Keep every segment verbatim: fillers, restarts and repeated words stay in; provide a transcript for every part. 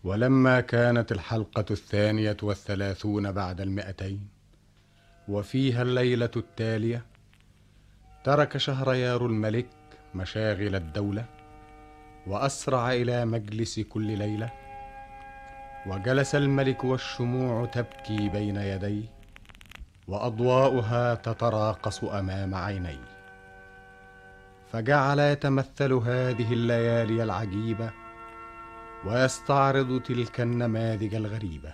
ولما كانت الحلقة الثانية والثلاثون بعد المئتين وفيها الليلة التالية، ترك شهريار الملك مشاغل الدولة وأسرع إلى مجلس كل ليلة، وجلس الملك والشموع تبكي بين يديه وأضواؤها تتراقص أمام عينيه، فجعل يتمثل هذه الليالي العجيبة ويستعرض تلك النماذج الغريبة،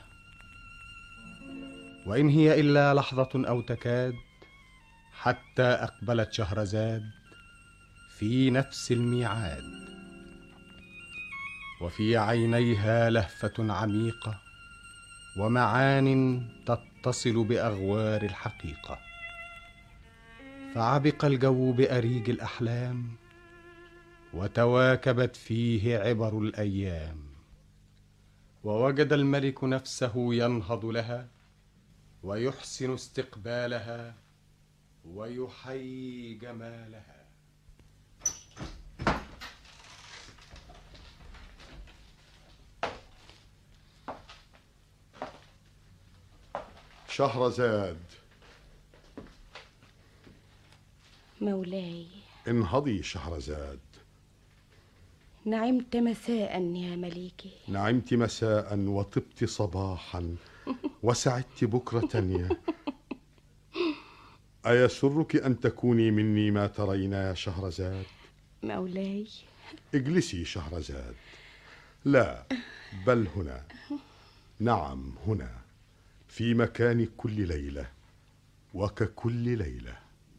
وإن هي إلا لحظة أو تكاد، حتى أقبلت شهرزاد في نفس الميعاد، وفي عينيها لهفة عميقة ومعان تتصل بأغوار الحقيقة، فعبق الجو بأريج الأحلام وتواكبت فيه عبر الأيام، ووجد الملك نفسه ينهض لها ويحسن استقبالها ويحيي جمالها. شهرزاد. مولاي. انهضي شهرزاد. نعمت مساء يا مليكي. نعمت مساء وطبت صباحا وسعدت بكرة يا أيسرك أن تكوني مني ما ترين يا شهرزاد؟ مولاي. اجلسي شهرزاد. لا، بل هنا. نعم، هنا في مكان كل ليلة وككل ليلة.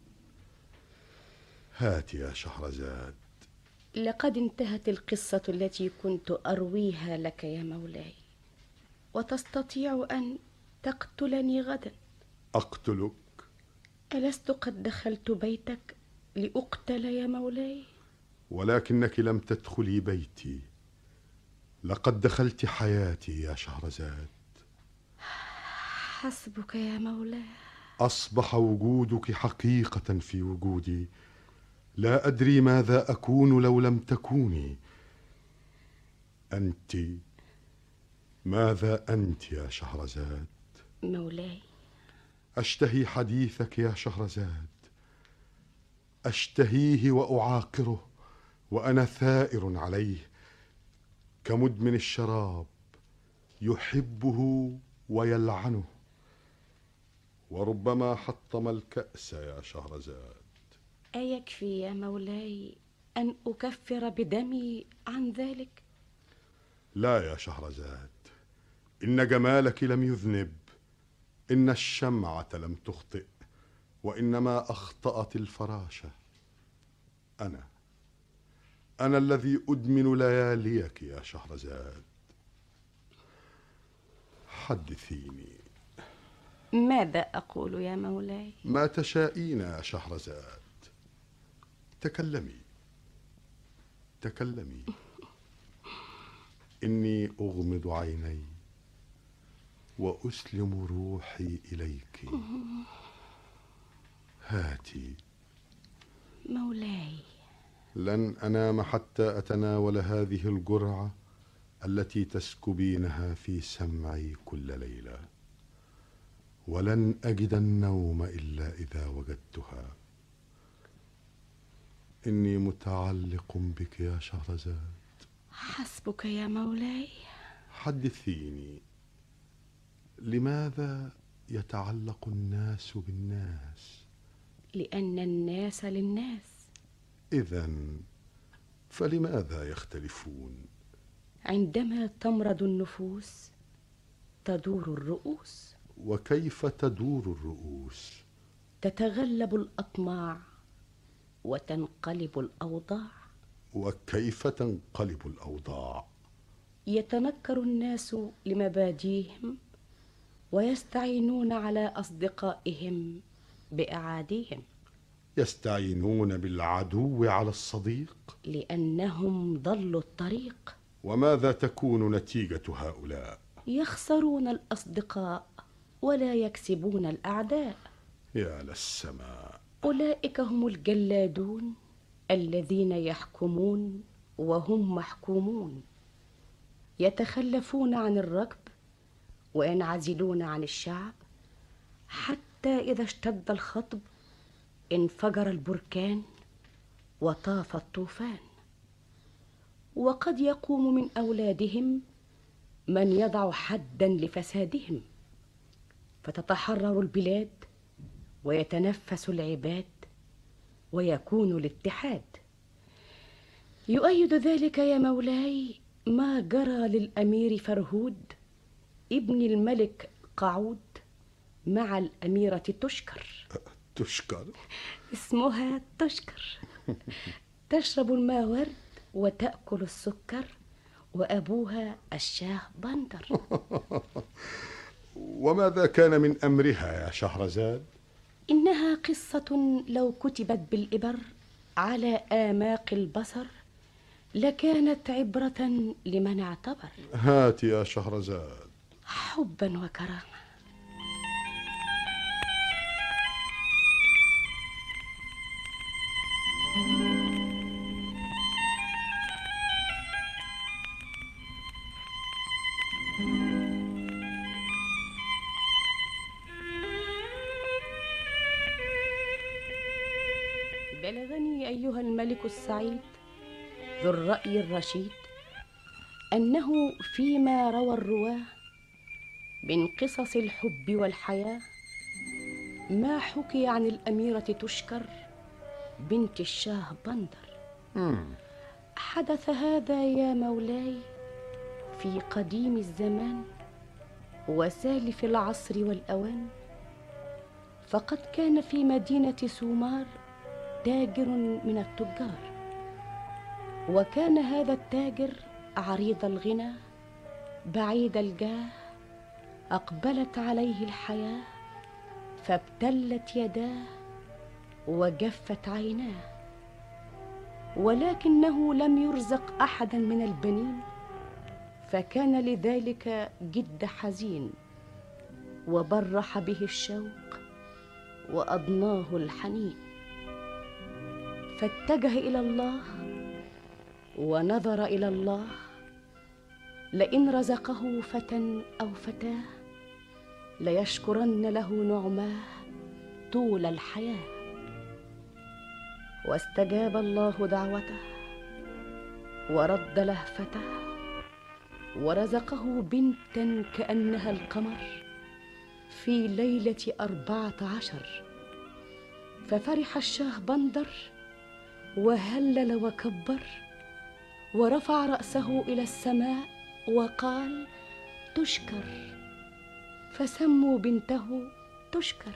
هات يا شهرزاد. لقد انتهت القصة التي كنت أرويها لك يا مولاي، وتستطيع أن تقتلني غدا. أقتلك؟ ألست قد دخلت بيتك لأقتل يا مولاي؟ ولكنك لم تدخلي بيتي، لقد دخلت حياتي يا شهرزاد. حسبك يا مولاي. أصبح وجودك حقيقة في وجودي، لا أدري ماذا أكون لو لم تكوني. أنت، ماذا أنت يا شهرزاد؟ مولاي. أشتهي حديثك يا شهرزاد، أشتهيه وأعاقره وأنا ثائر عليه كمدمن الشراب يحبه ويلعنه، وربما حطم الكأس يا شهرزاد. أيكفي يا مولاي أن أكفر بدمي عن ذلك؟ لا يا شهرزاد، إن جمالك لم يذنب، إن الشمعة لم تخطئ، وإنما أخطأت الفراشة. أنا أنا الذي أدمن لياليك يا شهرزاد. حدثيني. ماذا أقول يا مولاي؟ ما تشائين يا شهرزاد. تكلمي تكلمي. إني أغمض عيني وأسلم روحي إليك. هاتي. مولاي. لن أنام حتى أتناول هذه الجرعة التي تسكبينها في سمعي كل ليلة، ولن أجد النوم إلا إذا وجدتها. إني متعلق بك يا شهرزاد. حسبك يا مولاي. حدثيني، لماذا يتعلق الناس بالناس؟ لأن الناس للناس. إذن فلماذا يختلفون؟ عندما تمرض النفوس تدور الرؤوس. وكيف تدور الرؤوس؟ تتغلب الأطماع وتنقلب الأوضاع. وكيف تنقلب الأوضاع؟ يتنكر الناس لمبادئهم ويستعينون على أصدقائهم بأعاديهم. يستعينون بالعدو على الصديق لأنهم ضلوا الطريق. وماذا تكون نتيجة هؤلاء؟ يخسرون الأصدقاء ولا يكسبون الأعداء. يا للسماء. أولئك هم الجلادون الذين يحكمون وهم محكومون، يتخلفون عن الركب وينعزلون عن الشعب، حتى إذا اشتد الخطب انفجر البركان وطاف الطوفان. وقد يقوم من أولادهم من يضع حدا لفسادهم، فتتحرر البلاد ويتنفس العباد ويكون الاتحاد. يؤيد ذلك يا مولاي ما جرى للأمير فرهود ابن الملك قعود مع الأميرة تشكر. تشكر؟ اسمها تشكر. تشرب الماء ورد وتأكل السكر، وأبوها الشاه بندر. وماذا كان من أمرها يا شهرزاد؟ إنها قصة لو كتبت بالإبر على آماق البصر لكانت عبرة لمن اعتبر. هات يا شهرزاد. حبا وكرامة. بلغني أيها الملك السعيد ذو الرأي الرشيد أنه فيما روى الرواه من قصص الحب والحياة ما حكي عن الأميرة تشكر بنت الشاه بندر. مم. حدث هذا يا مولاي في قديم الزمان وسالف العصر والأوان، فقد كان في مدينة سومار تاجر من التجار، وكان هذا التاجر عريض الغنى بعيد الجاه، أقبلت عليه الحياة فابتلت يداه وجفت عيناه، ولكنه لم يرزق أحدا من البنين، فكان لذلك جد حزين، وبرح به الشوق وأضناه الحنين، فاتجه إلى الله ونظر إلى الله، لئن رزقه فتى أو فتاة ليشكرن له نعماه طول الحياة. واستجاب الله دعوته ورد لهفته ورزقه بنتا كأنها القمر في ليلة أربعة عشر، ففرح الشاه بندر وهلل وكبر ورفع رأسه إلى السماء وقال تشكر، فسموا بنته تشكر.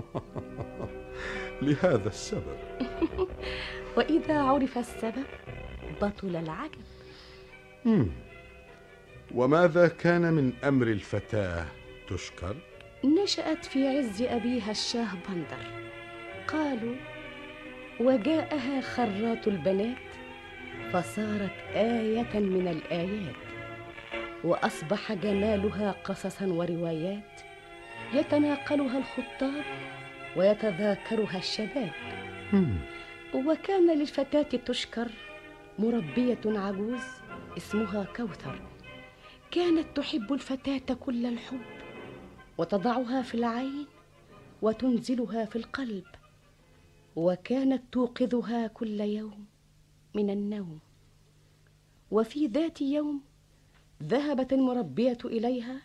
لهذا السبب. وإذا عرف السبب بطل العجب. مم. وماذا كان من أمر الفتاة تشكر؟ نشأت في عز أبيها الشاه بندر، قالوا وجاءها خرات البنات فصارت آية من الآيات، وأصبح جمالها قصصا وروايات يتناقلها الخطاب ويتذاكرها الشباب. مم. وكان للفتاة تشكر مربية عجوز اسمها كوثر، كانت تحب الفتاة كل الحب وتضعها في العين وتنزلها في القلب، وكانت توقظها كل يوم من النوم. وفي ذات يوم ذهبت المربية إليها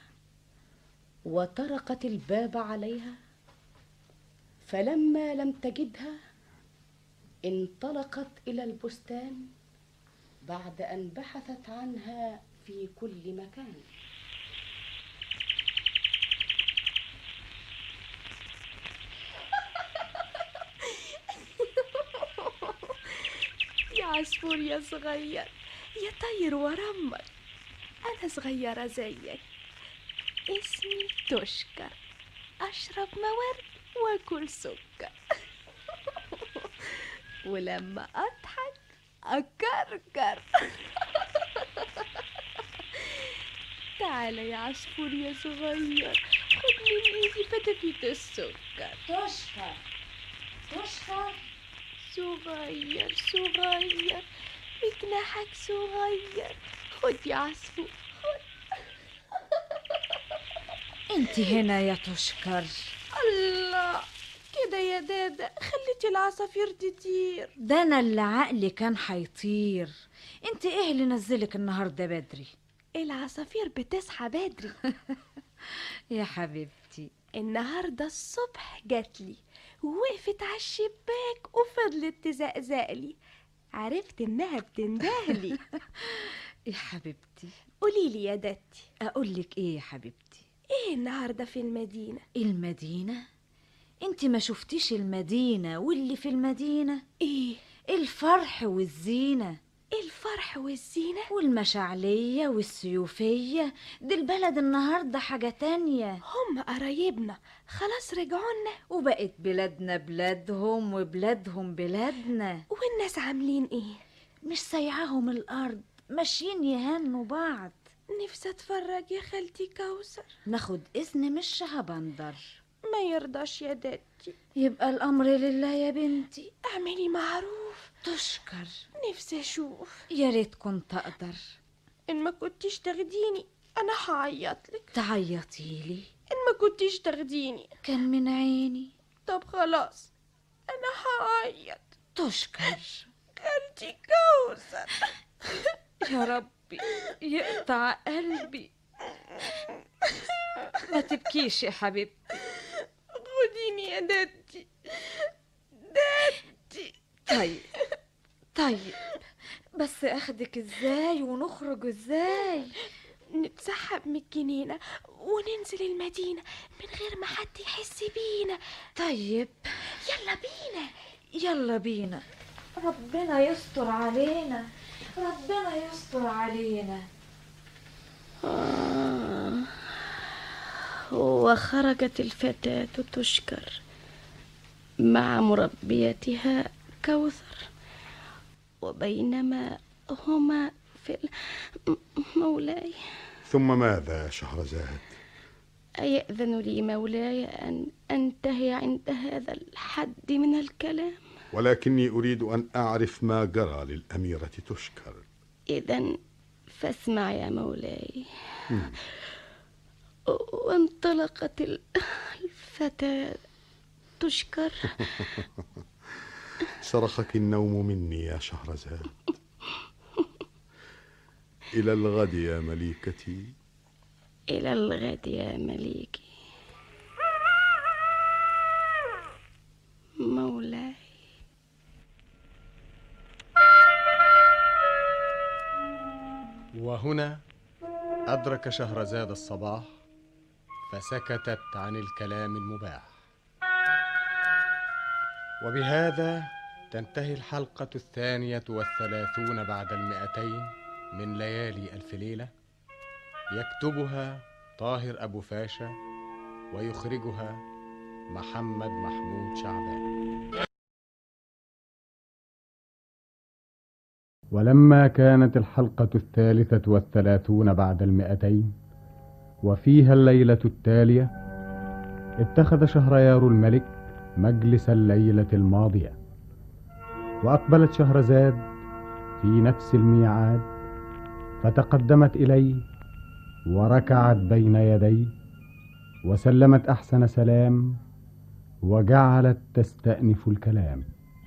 وطرقت الباب عليها، فلما لم تجدها انطلقت إلى البستان بعد أن بحثت عنها في كل مكان. يا عصفور يا صغير يا طير ورمك، أنا صغيرة زيك، اسمي تشكر، أشرب موارد وأكل سكر. ولما أضحك أكركر. تعال يا عصفور يا صغير، خد من إيدي فتافيت السكر. تشكر تشكر صغير صغير بجناحك صغير، خد يا عصفور انت هنا يا تشكر. الله، كده يا دادا خليتي العصافير تطير. ده انا اللي عقلي كان هيطير. انت ايه اللي نزلك النهارده بدري؟ العصافير بتصحى بدري. يا حبيبتي النهارده الصبح جاتلي ووقفت على الشباك وفضلت تزقزقلي، عرفت انها بتندهلي. يا حبيبتي قوليلي يا داتي، اقولك ايه يا حبيبتي؟ ايه النهارده في المدينة؟ المدينة؟ انت ما شفتيش المدينة واللي في المدينة؟ ايه؟ الفرح والزينة. الفرح والزينة والمشاعلية والسيوفية. دي البلد النهاردة حاجة تانية. هم قرايبنا خلاص رجعونا، وبقت بلادنا بلادهم وبلادهم بلادنا. والناس عاملين ايه؟ مش سايعاهم الأرض، ماشيين يهنوا بعض. نفسي اتفرج يا خالتي كوثر. ناخد إذن من الشهبندر. ما يرضاش يا داتي. يبقى الأمر لله يا بنتي. اعملي معروف. تشكر. نفسي اشوف. يا ريت كنت أقدر. ان ما كنتيش تاخديني انا هعيطلك. تعيطيلي؟ ان ما كنتيش تاخديني كان من عيني. طب خلاص انا هعيط. تشكر. خالتي كوثر. يا ربي يقطع قلبي. ما تبكيش يا حبيبتي. خديني يا دادي، دادي. طيب طيب، بس اخدك ازاي ونخرج ازاي؟ نتسحب من الجنينة وننزل المدينة من غير ما حد يحس بينا. طيب يلا بينا. يلا بينا. ربنا يستر علينا، ربنا يستر علينا. آه. وخرجت الفتاة تشكر مع مربيتها كوثر، وبينما هما في مولاي. ثم ماذا يا شهرزاد؟ أيأذن لي مولاي أن أنتهي عند هذا الحد من الكلام؟ ولكني أريد أن أعرف ما جرى للأميرة تشكر. إذن فاسمع يا مولاي. وانطلقت الفتاة تشكر. سرقك النوم مني يا شهرزاد. إلى الغد يا مليكتي. إلى الغد يا مليكي. مولاي. وهنا أدرك شهرزاد الصباح، فسكتت عن الكلام المباح. وبهذا تنتهي الحلقة الثانية والثلاثون بعد المئتين من ليالي ألف ليلة، يكتبها طاهر أبو فاشا ويخرجها محمد محمود شعبان. ولما كانت الحلقة الثالثة والثلاثون بعد المئتين وفيها الليلة التالية، اتخذ شهريار الملك مجلس الليلة الماضية، وأقبلت شهرزاد في نفس الميعاد، فتقدمت إليه وركعت بين يديه وسلمت أحسن سلام، وجعلت تستأنف الكلام.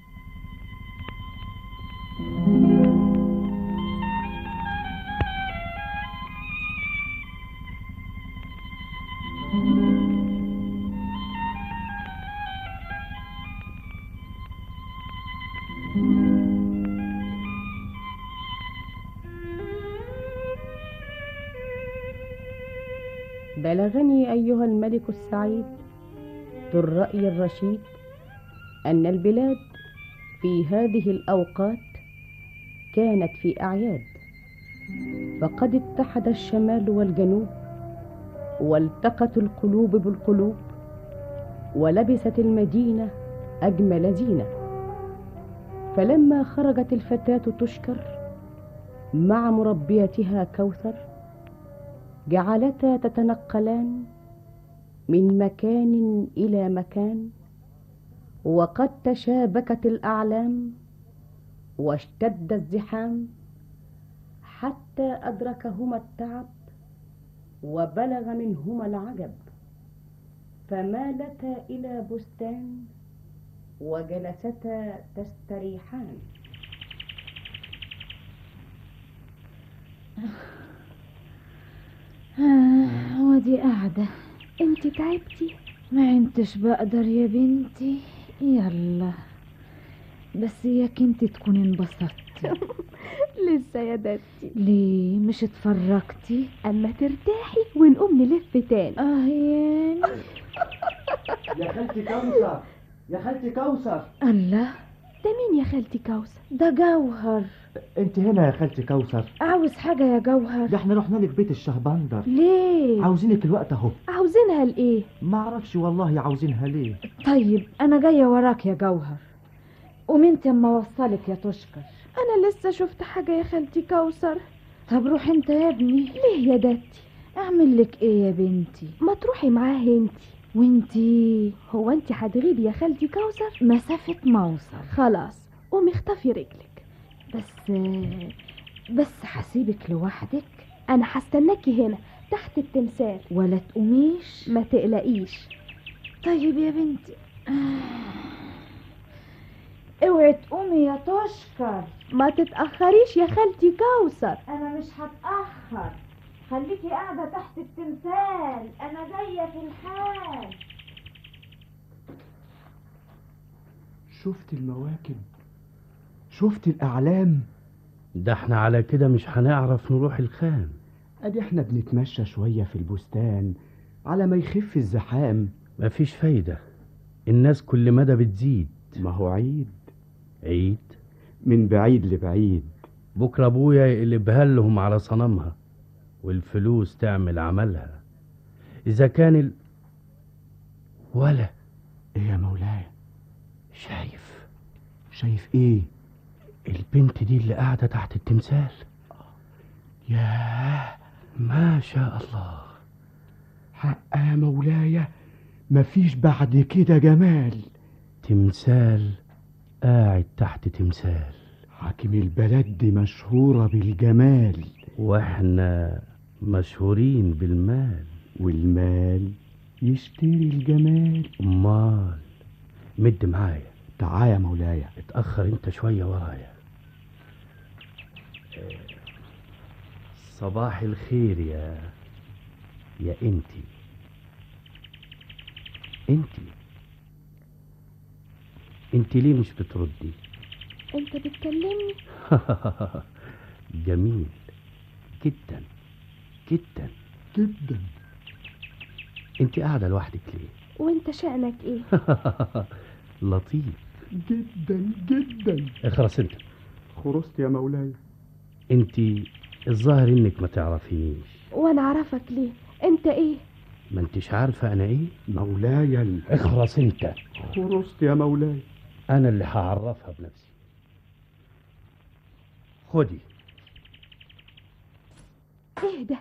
بلغني أيها الملك السعيد ذو الرأي الرشيد أن البلاد في هذه الأوقات كانت في أعياد، فقد اتحد الشمال والجنوب، والتقت القلوب بالقلوب، ولبست المدينة أجمل زينة. فلما خرجت الفتاة تشكر مع مربيتها كوثر، جعلتا تتنقلان من مكان إلى مكان، وقد تشابكت الأعلام واشتد الزحام، حتى أدركهما التعب وبلغ منهما العجب. فمالتا إلى بستان وجلستا تستريحان. آه ودي قاعدة. انت تعبتي؟ ما انتش بقدر يا بنتي. يلا بس ياك انت تكوني انبسطتي. لسه يا دتي. ليه مش اتفرجتي؟ اما ترتاحي ونقوم نلف تاني. اه يعني. يا خالتي كوثر، يا خالتي كوثر. الله، ده مين يا خالتي كوثر؟ ده جوهر. انت هنا يا خالتي كوثر؟ عاوز حاجة يا جوهر؟ ده احنا رحنا لك بيت الشهبندر. ليه؟ عاوزينك الوقت اهو. عاوزينها لايه؟ ما اعرفش والله عاوزينها ليه. طيب انا جاية وراك يا جوهر. قومي انت اما اوصلك يا تشكر. انا لسه شفت حاجة يا خالتي كوثر. طب روح انت يا ابني. ليه يا دتي؟ اعمل لك ايه يا بنتي؟ ما تروحي معاه انتي. وانتي؟ هو انتي هتغيبي يا خالتي كوثر؟ مسافة ما اوصل. خلاص قومي اخطفي رجلك. بس بس هسيبك لوحدك. انا هستناكي هنا تحت التمثال. ولا تقوميش؟ ما تقلقيش. طيب يا بنتي. اوعي تقومي يا تشكر. ما تتأخريش يا خالتي كوثر. انا مش هتأخر، خليكي قاعدة تحت التمثال، انا جاية في الحال. شفت المواكب، شفت الاعلام. ده احنا على كده مش هنعرف نروح الخان. ادي احنا بنتمشى شوية في البستان على ما يخف الزحام. مفيش فايدة، الناس كل مدى بتزيد. ما هو عيد. عيد من بعيد لبعيد. بكرة ابويا يقلبها لهم على صنمها والفلوس تعمل عملها. اذا كان ال... ولا ايه يا مولاي؟ شايف؟ شايف ايه؟ البنت دي اللي قاعدة تحت التمثال. ياه، ما شاء الله. حق يا مولاي، مفيش بعد كده جمال. تمثال قاعد تحت تمثال. حاكم البلد دي مشهورة بالجمال، واحنا مشهورين بالمال. والمال يشتري الجمال. امال مد معايا. تعال يا مولاي. اتأخر انت شوية ورايا. صباح الخير يا يا انتي. انتي انتي ليه مش بتردي؟ انت بتكلمني؟ جميل جدا جدا جدا. انتي قاعدة لوحدك ليه؟ وانت شأنك ايه؟ لطيف جدا جدا. اخرس انت. خرست يا مولاي. انتي الظاهر انك ما تعرفينيش. وانا اعرفك ليه؟ انت ايه؟ ما انتش عارفة انا ايه؟ مولاي ال... اخرس انت. خرست يا مولاي. انا اللي هعرفها بنفسي. خدي. ايه ده؟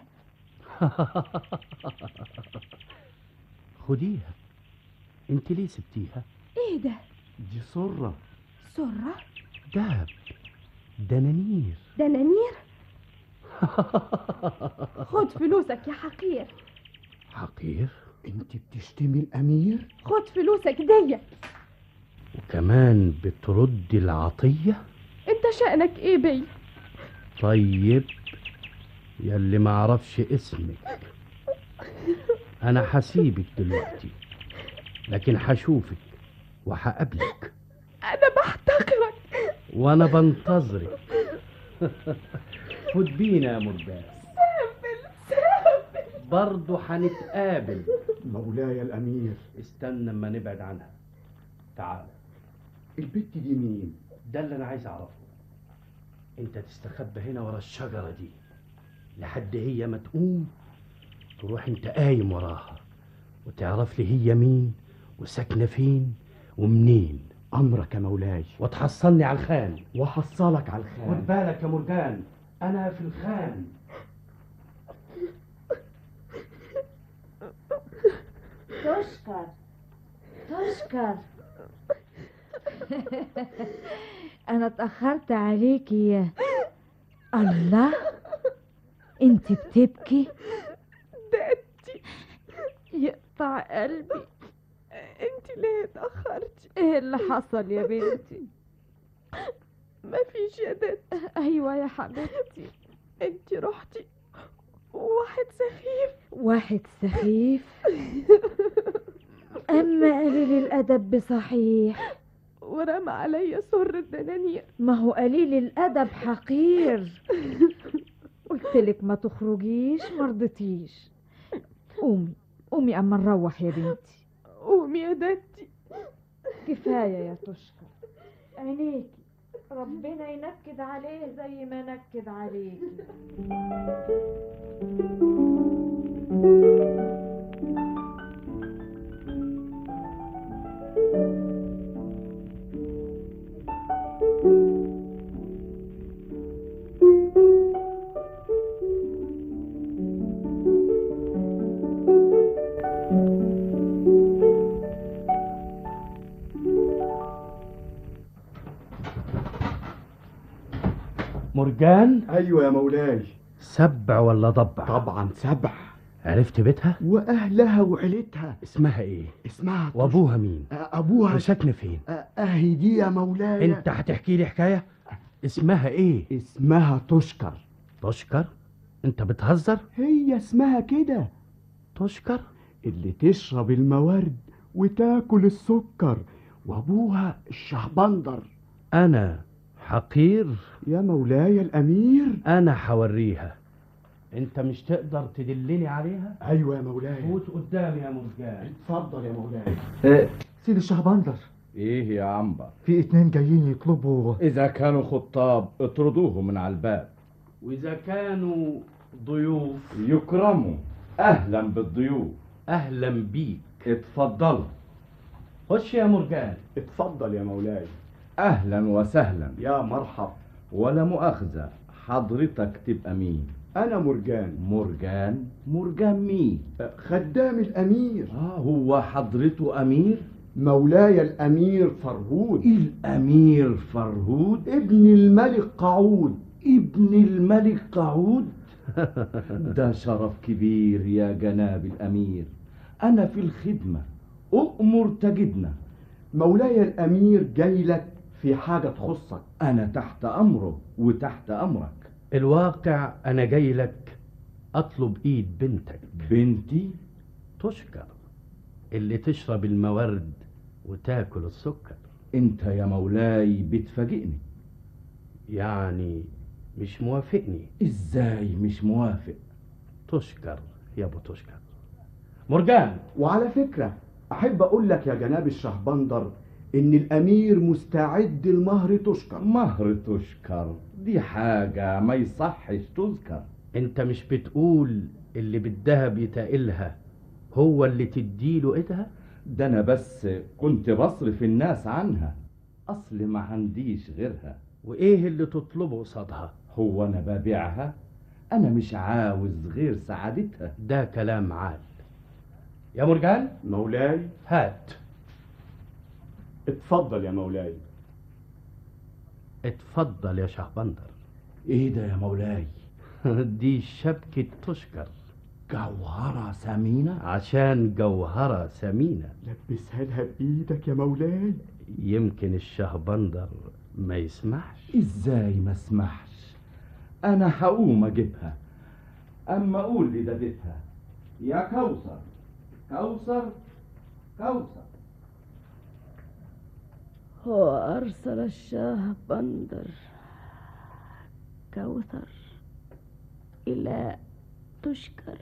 خديها. انت ليه سبتيها؟ ايه ده؟ دي سرة. سرة؟ دهب، دنانير. دنانير؟ خد فلوسك يا حقير. حقير؟ انت بتشتمي الامير؟ خد فلوسك دي. وكمان بتردي العطية؟ انت شأنك ايه بي؟ طيب ياللي ما عرفش اسمك، انا حسيبك دلوقتي لكن حشوفك وحقابلك. انا بحتقرك وانا بنتظرك. خد بينا يا مرباس. سافل سافل. برضو هنتقابل. مولاي الامير. استنى اما نبعد عنها. تعال. البت دي مين؟ ده اللي انا عايز اعرفه. انت تستخبى هنا ورا الشجرة دي لحد هي ما تقوم، تروح انت قايم وراها وتعرف لي هي مين وساكنة فين ومنين. امرك يا مولاي. وتحصلني على الخان. وحصلك على الخان. خد بالك يا مرجان، انا في الخان. تشكر تشكر. انا اتأخرت عليكي يا الله. انت بتبكي؟ دقتي يقطع قلبي. ليه اتأخرتي؟ ايه اللي حصل يا بنتي؟ مفيش يا داد. ايوه يا حبيبتي. انت رحتي واحد سخيف. واحد سخيف؟ اما قليل الادب بصحيح. ورمى عليا سر الدنانير. ما هو قليل الادب حقير. قلتلك ما تخرجيش مرضتيش. قومي قومي اما نروح يا بنتي. قومي يا دادتي. كفايه يا تشكر. عينيكي ربنا ينكد عليه زي ما نكد عليكي. مرجان؟ ايوه يا مولاي. سبع ولا ضبع؟ طبعا سبع. عرفت بيتها واهلها وعيلتها. اسمها ايه؟ اسمها تش- وابوها مين؟ آه، ابوها وساكنه فين؟ آه، اهي دي يا مولاي. انت هتحكي لي حكايه؟ اسمها ايه؟ اسمها تشكر. تشكر؟ انت بتهزر؟ هي اسمها كده، تشكر اللي تشرب الموارد وتاكل السكر، وابوها الشهبندر. انا حقير؟ يا مولاي الامير. انا حوريها. انت مش تقدر تدلني عليها؟ ايوه يا مولاي. فوت قدامي يا مرجان. اتفضل يا مولاي. آه، سيد الشهبندر، ايه يا عنبر؟ في اتنين جايين يطلبوا. اذا كانوا خطاب اطردوهم من على الباب، واذا كانوا ضيوف يكرموا. اهلا بالضيوف. اهلا بيك. اتفضلوا. خش يا مرجان. اتفضل يا مولاي. اهلا وسهلا. يا مرحب. ولا مؤاخذة، حضرتك تبقى مين؟ انا مرجان. مرجان؟ مرجان مين؟ خدام الامير. اه، هو حضرته امير؟ مولاي الامير فرهود. الامير فرهود ابن الملك قعود. ابن الملك قعود؟ ده شرف كبير يا جناب الامير. انا في الخدمة، اؤمر تجدنا. مولاي الامير جاي لك في حاجة تخصك. انا تحت امره وتحت امرك. الواقع انا جاي لك اطلب ايد بنتك. بنتي؟ تشكر، اللي تشرب المورد وتاكل السكر. انت يا مولاي بتفاجئني. يعني مش موافقني؟ ازاي مش موافق؟ تشكر يا ابو تشكر. مرجان، وعلى فكرة احب اقول لك يا جناب الشهبندر ان الامير مستعد المهر تشكر. مهر تشكر؟ دي حاجة ما يصحش تذكر. انت مش بتقول اللي بالذهب يتقلها هو اللي تديله ايدها؟ ده انا بس كنت بصرف الناس عنها، اصل ما عنديش غيرها. وايه اللي تطلبه قصادها؟ هو انا ببيعها؟ انا مش عاوز غير سعادتها. ده كلام عال. يا مرجان. مولاي. هات. اتفضل يا مولاي. اتفضل يا شهبندر. ايه ده يا مولاي؟ دي شبكة تشكر. جوهرة ثمينة؟ عشان جوهرة ثمينة. لبسها لها بايدك يا مولاي. يمكن الشهبندر ما يسمحش. ازاي ما اسمحش؟ انا هقوم اجيبها. اما اقول لدادتها يا كوثر، كوثر، كوثر. هو أرسل الشهبندر كوثر إلى تشكر،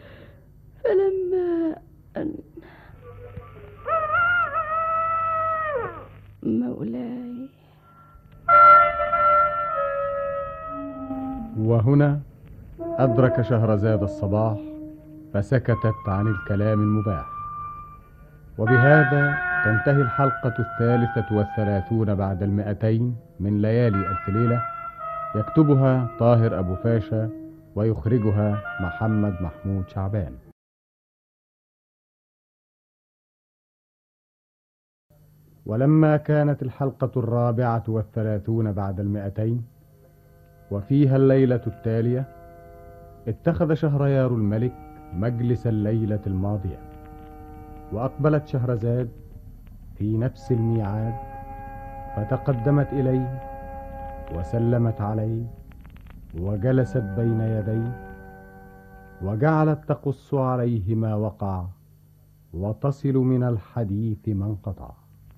فلما أن مولاي. وهنا أدرك شهرزاد الصباح فسكتت عن الكلام المباح. وبهذا تنتهي الحلقة الثالثة والثلاثون بعد المئتين من ليالي ألف ليلة، يكتبها طاهر أبو فاشا ويخرجها محمد محمود شعبان. ولما كانت الحلقة الرابعة والثلاثون بعد المئتين وفيها الليلة التالية، اتخذ شهريار الملك مجلس الليلة الماضية، وأقبلت شهرزاد في نفس الميعاد، فتقدمت إليه وسلمت عليه وجلست بين يديه، وجعلت تقص عليه ما وقع وتصل من الحديث ما انقطع.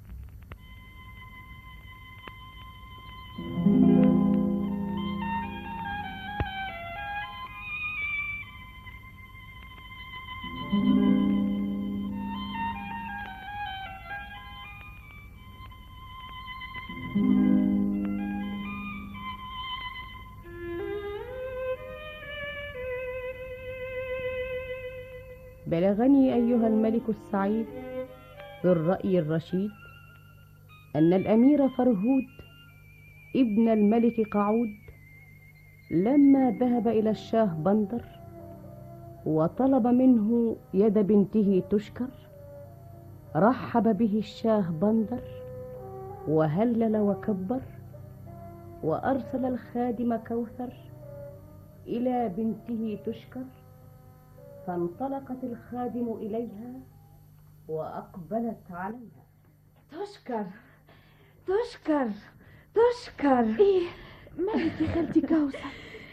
بلغني أيها الملك السعيد بالرأي الرشيد أن الأمير فرهود ابن الملك قعود لما ذهب إلى الشاه بندر وطلب منه يد بنته تشكر، رحب به الشاه بندر وهلل وكبر، وأرسل الخادم كوثر إلى بنته تشكر، فانطلقت الخادم إليها وأقبلت عليها. تشكر تشكر تشكر. ايه مالك يا خالتي كوثر؟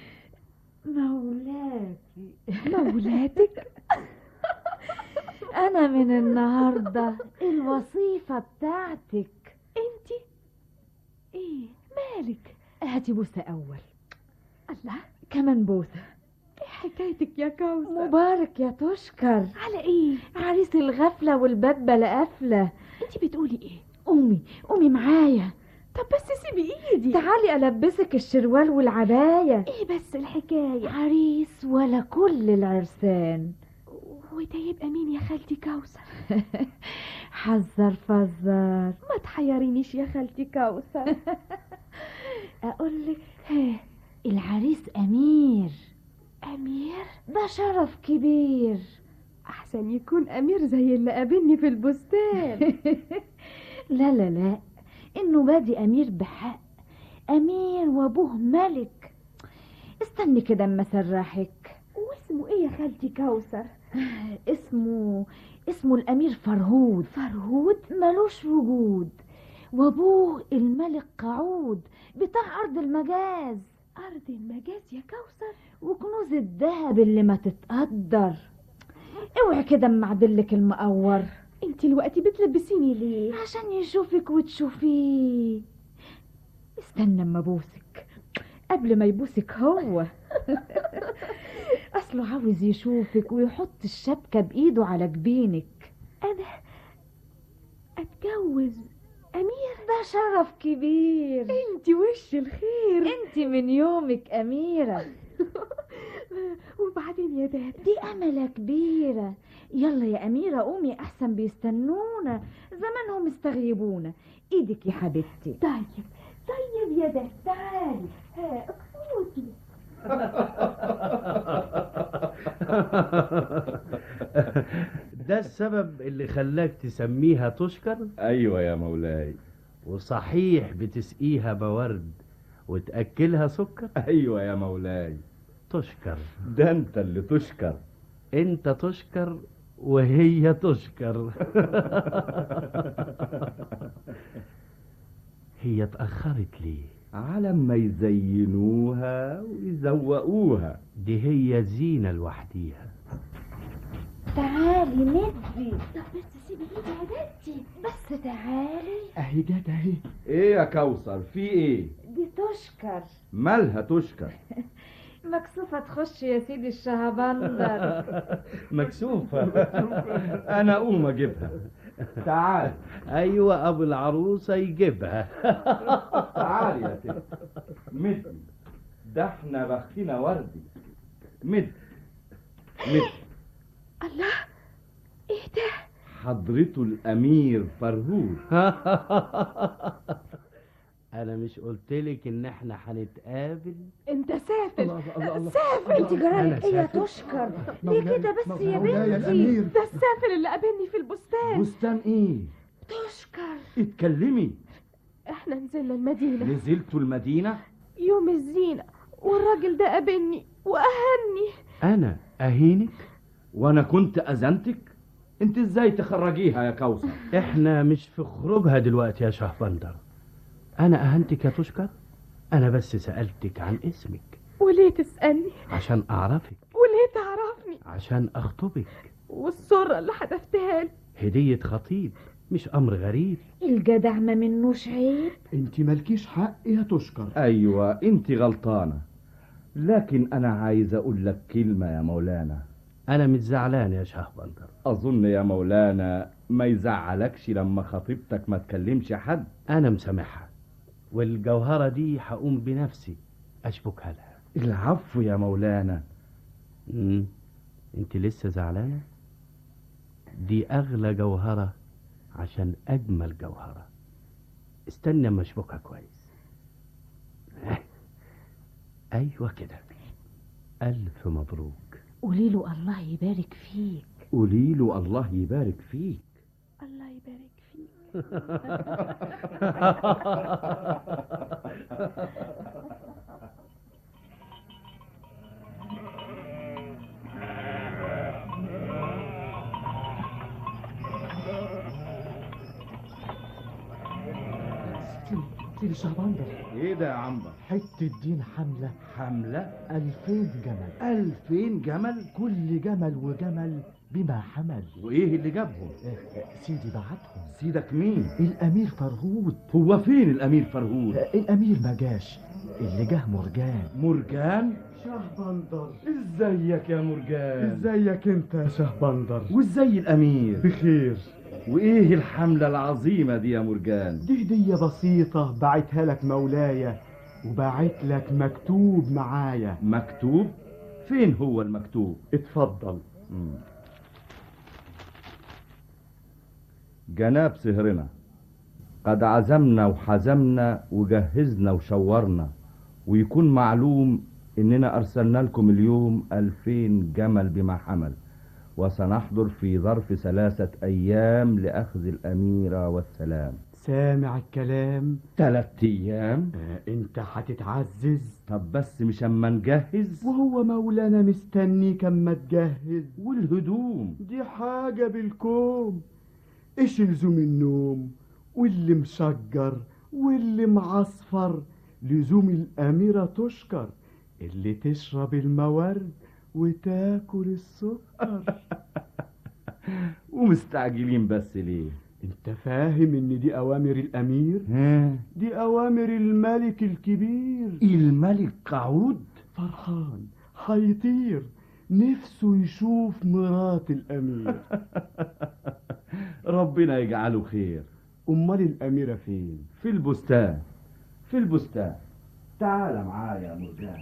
مولاتي مولاتك؟ أنا من النهاردة الوصيفة بتاعتك. انتي ايه مالك؟ هاتي بوسة أول. الله، كمان بوسة. ايه حكايتك يا كوثر؟ مبارك يا تشكر. على ايه؟ عريس الغفلة والباب بلا قفلة. انتي بتقولي ايه؟ قومي قومي معايا. طب بس سيبي ايدي. تعالي ألبسك الشروال والعباية. ايه بس الحكاية؟ عريس ولا كل العرسان. وده يبقى مين يا خالتي كوثر؟ حذر فزر. ما تحيرينيش يا خالتي كوثر. أقولك العريس أمير. أمير؟ ده شرف كبير. أحسن يكون أمير زي اللي قابلني في البستان. لا لا لا، إنه بادي أمير بحق، أمير وأبوه ملك. استني كده أما أسرحك. واسمه إيه يا خالتي كوثر؟ اسمه اسمه الأمير فرهود. فرهود؟ ملوش وجود، وأبوه الملك قعود بتاع أرض المجاز. أرض المجاز يا كوثر؟ وكنوز الذهب اللي ما تتقدر. اوعي كده اما اعدلك المقور. انتي الوقت بتلبسيني ليه؟ عشان يشوفك وتشوفيه. استنى اما ابوسك قبل ما يبوسك هو. اصله عاوز يشوفك ويحط الشبكة بايده على جبينك. انا اتجوز أمير؟ ده شرف كبير. انتي وش الخير. انتي من يومك أميرة. وبعدين يا داد؟ دي أملة كبيرة. يلا يا أميرة قومي أحسن بيستنونا، زمانهم استغيبونا. ايدك يا حبيبتي. طيب طيب يا داد، تعالي اقصوتي. ده السبب اللي خلاك تسميها تشكر؟ ايوه يا مولاي. وصحيح بتسقيها بورد وتأكلها سكر؟ ايوه يا مولاي. تشكر. ده انت اللي تشكر. انت تشكر وهي تشكر. هي اتأخرت ليه؟ على ما يزينوها ويزوقوها. دي هي زينة لوحديها. تعالي ندي. طب بس سيبي ايدي يا دادتي. بس تعالي. اهي جت اهي. ايه يا كوثر في ايه؟ دي تشكر. مالها تشكر؟ مكسوفة تخش يا سيدي الشهبندر. مكسوفة. انا اقوم اجيبها. تعال. ايوه ابو العروسة يجيبها. تعال يا ست. مد. ده احنا بختنا وردي. مد مد. الله، ايه ده؟ حضرته الامير فرهود. انا مش قلتلك ان احنا هنتقابل؟ انت سافل. الله الله الله. سافل. انت جرالك ايه يا تشكر؟ ليه كده بس يا مولاي بنتي؟ الأمير. ده السافل اللي قابلني في البستان. بستان ايه؟ تشكر. اتكلمي. احنا نزلنا المدينة. نزلتوا المدينة؟ يوم الزينة، والراجل ده قابلني وأهني. انا اهينك؟ وانا كنت اذنتك؟ انت ازاي تخرجيها يا كوثر؟ احنا مش في خروجها دلوقتي يا شهبندر. انا اهنتك يا تشكر؟ انا بس سألتك عن اسمك. وليه تسألني؟ عشان اعرفك. وليه تعرفني؟ عشان اخطبك. والصورة اللي حذفتها لي هدية خطيب، مش امر غريب. الجدع ما منوش عيب. انت مالكيش حق يا تشكر. ايوه انت غلطانة، لكن انا عايز اقول لك كلمة يا مولانا. انا مش زعلان يا شهبندر. اظن يا مولانا ما يزعلكش لما خطيبتك ما تكلمش حد. انا مسامحها، والجوهرة دي هقوم بنفسي اشبكها لها. العفو يا مولانا. امم انت لسه زعلانة؟ دي اغلى جوهرة عشان اجمل جوهرة. استنى اما اشبكها كويس. ايوه كده. الف مبروك. قولي له الله يبارك فيك. قولي له الله يبارك فيك. الله يبارك فيك. سيدي شهبندر، ايه ده يا عنبر؟ حتة دين حملة حملة ألفين جمل. ألفين جمل؟ كل جمل وجمل بما حمل. وايه اللي جابهم؟ سيدي بعتهم. سيدك مين؟ الأمير فرهود. هو فين الأمير فرهود؟ الأمير ما جاش، اللي جه مرجان. مرجان؟ شهبندر، ازيك يا مرجان؟ ازيك انت يا شهبندر؟ وازاي الأمير؟ بخير. وايه الحملة العظيمة دي يا مرجان؟ دي هدية بسيطة بعتها لك مولاي، وبعت لك مكتوب معايا. مكتوب؟ فين هو المكتوب؟ اتفضل. مم. جناب سهرنا، قد عزمنا وحزمنا وجهزنا وشورنا، ويكون معلوم اننا ارسلنا لكم اليوم الفين جمل بما حمل، وسنحضر في ظرف ثلاثة ايام لاخذ الاميرة والسلام. سامع الكلام؟ ثلاث ايام؟ آه انت هتتعزز. طب بس مش اما نجهز؟ وهو مولانا مستنيك اما تجهز. والهدوم دي حاجة بالكوم. ايش لزوم النوم واللي مشجر واللي معصفر؟ لزوم الأميرة تشكر اللي تشرب المورد وتاكل السكر. ومستعجلين بس ليه؟ انت فاهم ان دي اوامر الامير؟ ها؟ دي اوامر الملك الكبير. الملك قعود فرحان هيطير، نفسه يشوف مرات الامير. ربنا يجعله خير. امال الاميرة فين؟ في البستان. في البستان. تعال معايا يا مرجان.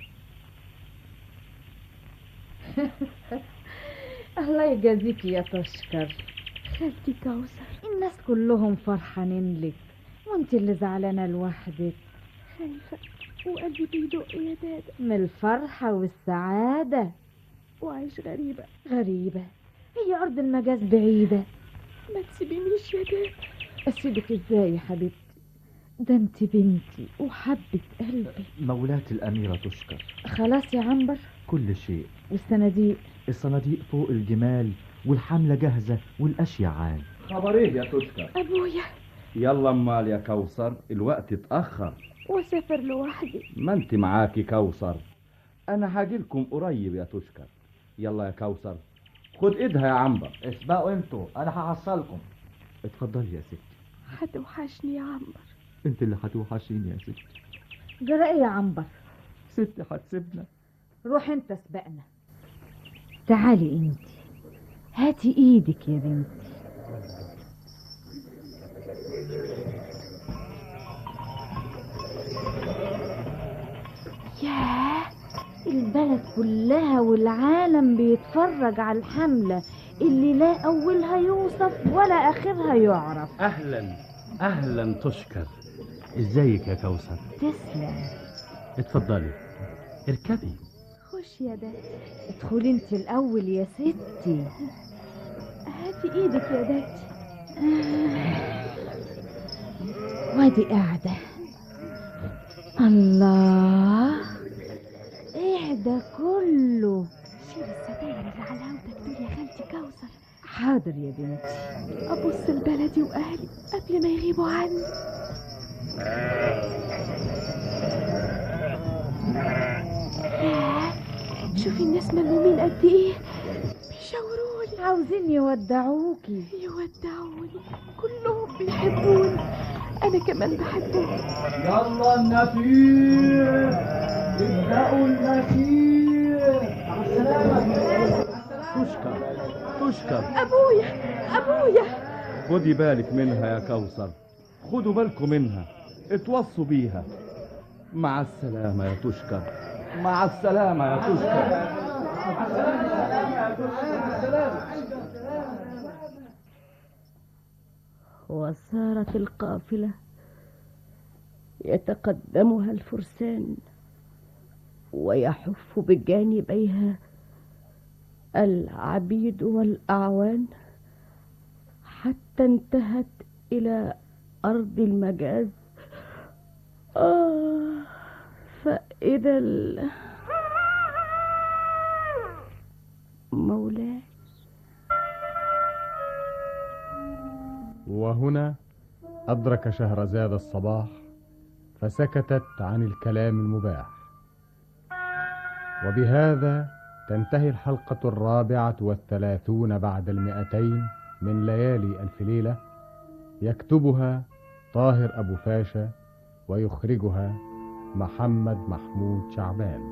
الله يجازيك يا تشكر. خالتي كوثر، الناس كلهم فرحانين لك وانت اللي زعلانه لوحدك. خايفة وقلبي بيدق يا دادا من الفرحة والسعادة. وعايش غريبة. غريبة؟ هي أرض المجاز بعيدة. ما تسيبينيش يا دادا. أسيبك ازاي يا حبيبتي؟ ده انت بنتي وحبة قلبي. مولات الأميرة تشكر. خلاص يا عنبر؟ كل شيء. والصناديق؟ الصناديق فوق الجمال، والحملة جاهزة والأشياء عال. خبر ايه يا تشكر؟ أبويا. يلا امال يا كوثر، الوقت اتأخر. وسافر لوحدي. ما انت معاكي كوثر. انا هاجيلكم قريب يا تشكر. يلا يا كوثر، خد ايدها يا عنبر. اسبقوا انتوا، انا هحصلكم. اتفضلي يا ستي. هتوحشني يا عنبر. انت اللي هتوحشيني يا ستي. جرى ايه يا عنبر؟ ستي هتسيبنا. روح انت سبقنا. تعالي انت، هاتي ايدك يا بنتي. ياه، البلد كلها والعالم بيتفرج على الحملة اللي لا أولها يوصف ولا آخرها يعرف. أهلا أهلا تشكر. ازيك يا كوثر؟ تسلم. اتفضلي اركبي. خش يا دادي. ادخلي انت الأول يا ستي. هاتي ايدك يا دادي. وادي قاعدة. الله، ايه ده كله؟ شيل الستاير اللي على هودك دول يا خالتي كوثر. حاضر يا بنتي. أبص لبلدي وأهلي قبل ما يغيبوا عني. ياه، شوفي الناس ملمومين قد إيه، بيشاوروني، عاوزين يودعوكي. يودعوني، كلهم بيحبوني، أنا كمان بحبهم. يلا النفير، ابدأوا النفير. مع السلامة. تشكر تشكر. أبويا أبويا. خدي بالك منها يا كوثر، خدوا بالكم منها، اتوصوا بيها. مع السلامة يا تشكر، مع السلامة يا تشكر. وسارت القافلة يتقدمها الفرسان ويحف بجانبيها العبيد والأعوان حتى انتهت إلى أرض المجاز. آه فإذا ال... مولاي. وهنا أدرك شهرزاد الصباح فسكتت عن الكلام المباح. وبهذا تنتهي الحلقة الرابعة والثلاثون بعد المئتين من ليالي ألف ليلة، يكتبها طاهر أبو فاشا ويخرجها محمد محمود شعبان.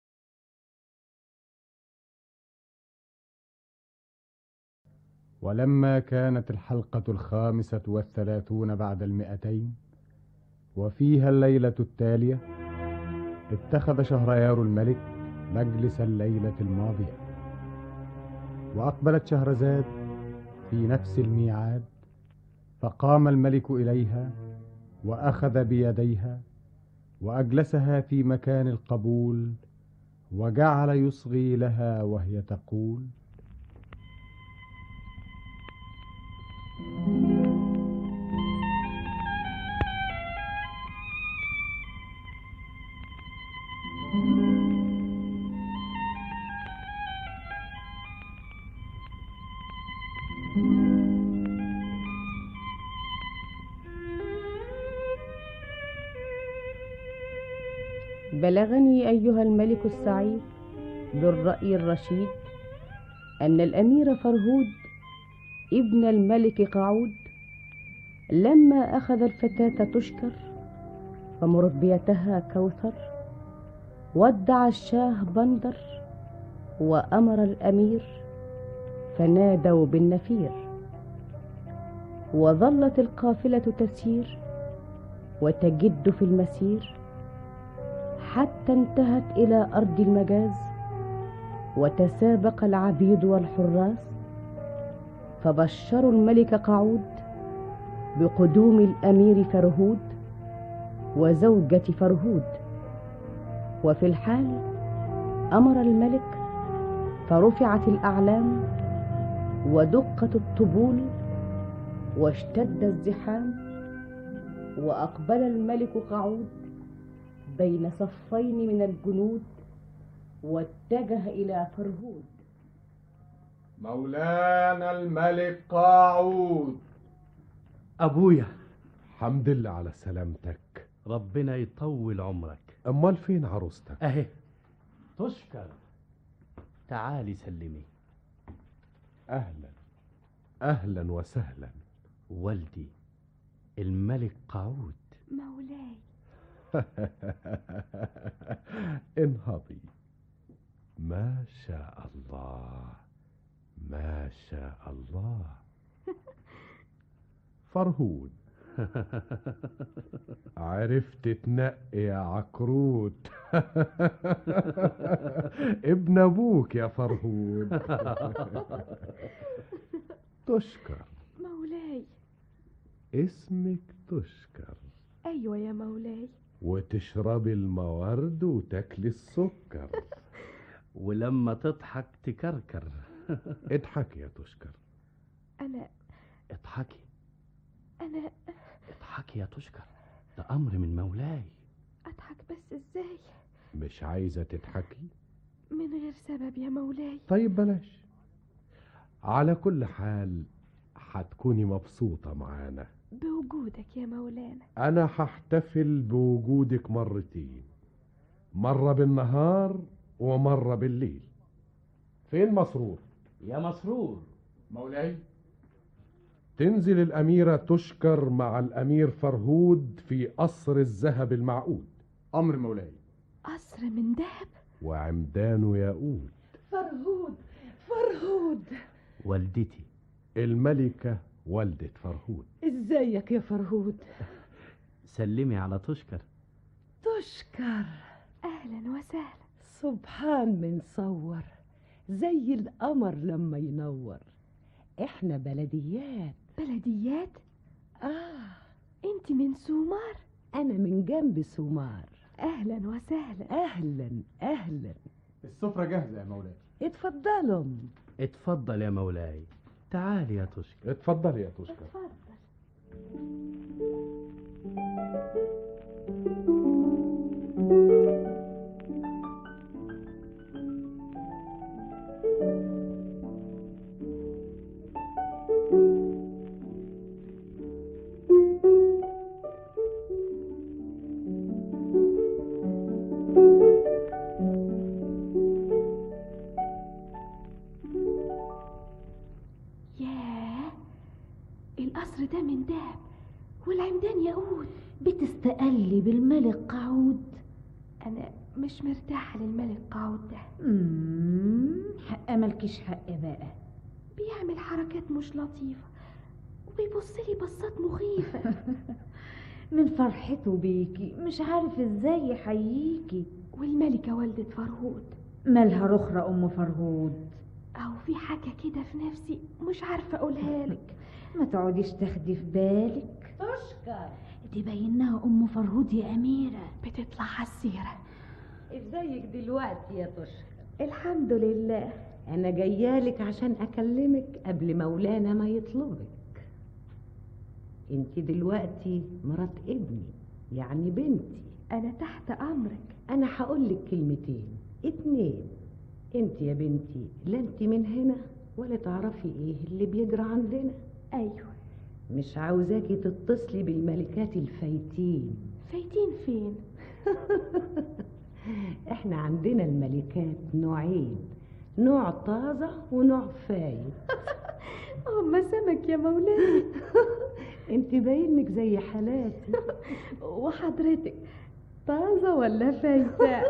ولما كانت الحلقة الخامسة والثلاثون بعد المئتين وفيها الليلة التالية، اتخذ شهريار الملك مجلس الليلة الماضية، وأقبلت شهرزاد في نفس الميعاد، فقام الملك إليها وأخذ بيديها وأجلسها في مكان القبول، وجعل يصغي لها وهي تقول: بلغني أيها الملك السعيد ذو الرأي الرشيد أن الأمير فرهود ابن الملك قعود لما أخذ الفتاة تشكر فمربيتها كوثر ودع الشاه بندر وأمر الأمير فنادوا بالنفير، وظلت القافلة تسير وتجد في المسير حتى انتهت إلى أرض المجاز، وتسابق العبيد والحراس فبشروا الملك قعود بقدوم الأمير فرهود وزوجة فرهود. وفي الحال أمر الملك فرفعت الأعلام ودقت الطبول واشتد الزحام، وأقبل الملك قعود بين صفين من الجنود واتجه إلى فرهود. مولانا الملك قعود. أبويا، حمد لله على سلامتك. ربنا يطول عمرك. أمال فين عروستك؟ أهي تشكر، تعالي سلمي. أهلا أهلا وسهلا. والدي الملك قعود. مولاي. انهضي. ما شاء الله ما شاء الله. فرهود، عرفت تنقي يا عكروت. ابن ابوك يا فرهود. تشكر. مولاي. اسمك تشكر. أيوة يا مولاي. وتشربي المورد وتاكلي السكر. ولما تضحك تكركر. اضحكي يا تشكر. أنا اضحكي. أنا اضحكي يا تشكر، ده أمر من مولاي. أضحك بس إزاي؟ مش عايزة تضحكي؟ من غير سبب يا مولاي. طيب بلاش. على كل حال هتكوني مبسوطة معانا. بوجودك يا مولانا. أنا هحتفل بوجودك مرتين، مرة بالنهار ومرة بالليل. فين مسرور؟ يا مسرور. مولاي. تنزل الأميرة تشكر مع الأمير فرهود في قصر الذهب المعقود. أمر مولاي. قصر من ذهب وعمدانه ياقوت. فرهود فرهود. والدتي الملكة والدة فرهود. ازيك يا فرهود؟ سلمي على تشكر. تشكر. اهلا وسهلا. سبحان من صور، زي القمر لما ينور. احنا بلديات. بلديات؟ اه. انت من سومار؟ انا من جنب سومار. اهلا وسهلا. اهلا اهلا. السفرة جاهزة يا مولاي. اتفضلوا. اتفضل يا مولاي. تعالي يا تشكر. اتفضل يا تشكر. اتفضل. ياه، القصر ده من دهب والعمدان ياقوت. بتستقلي بالملك قعود؟ انا مش مرتاحه للملك قعود ده. امم حق ملكش حق بقى. بيعمل حركات مش لطيفه وبيبص لي بصات مخيفه. من فرحته بيكي مش عارف ازاي يحييكي. والملكه والدة فرهود مالها رخرة ام فرهود؟ او في حاجه كده في نفسي مش عارفه اقولها لك. ما تقعديش تاخدي في بالك. تشكر. دي باينها ام فرهود يا اميره. بتطلع على السيره. ازيك دلوقتي يا تشكر؟ الحمد لله. انا جايالك عشان اكلمك قبل مولانا ما يطلبك. انت دلوقتي مرات ابني، يعني بنتي. انا تحت امرك. انا هقولك كلمتين اتنين. انت يا بنتي لا انت من هنا ولا تعرفي ايه اللي بيجرى عندنا. ايوه. مش عاوزاكي تتصلي بالملكات الفايتين. فايتين فين؟ احنا عندنا الملكات نوعين، نوع طازة ونوع فايت. هما سمك يا مولاي. انت باينك زي حالاتي. وحضرتك طازة ولا فايتة؟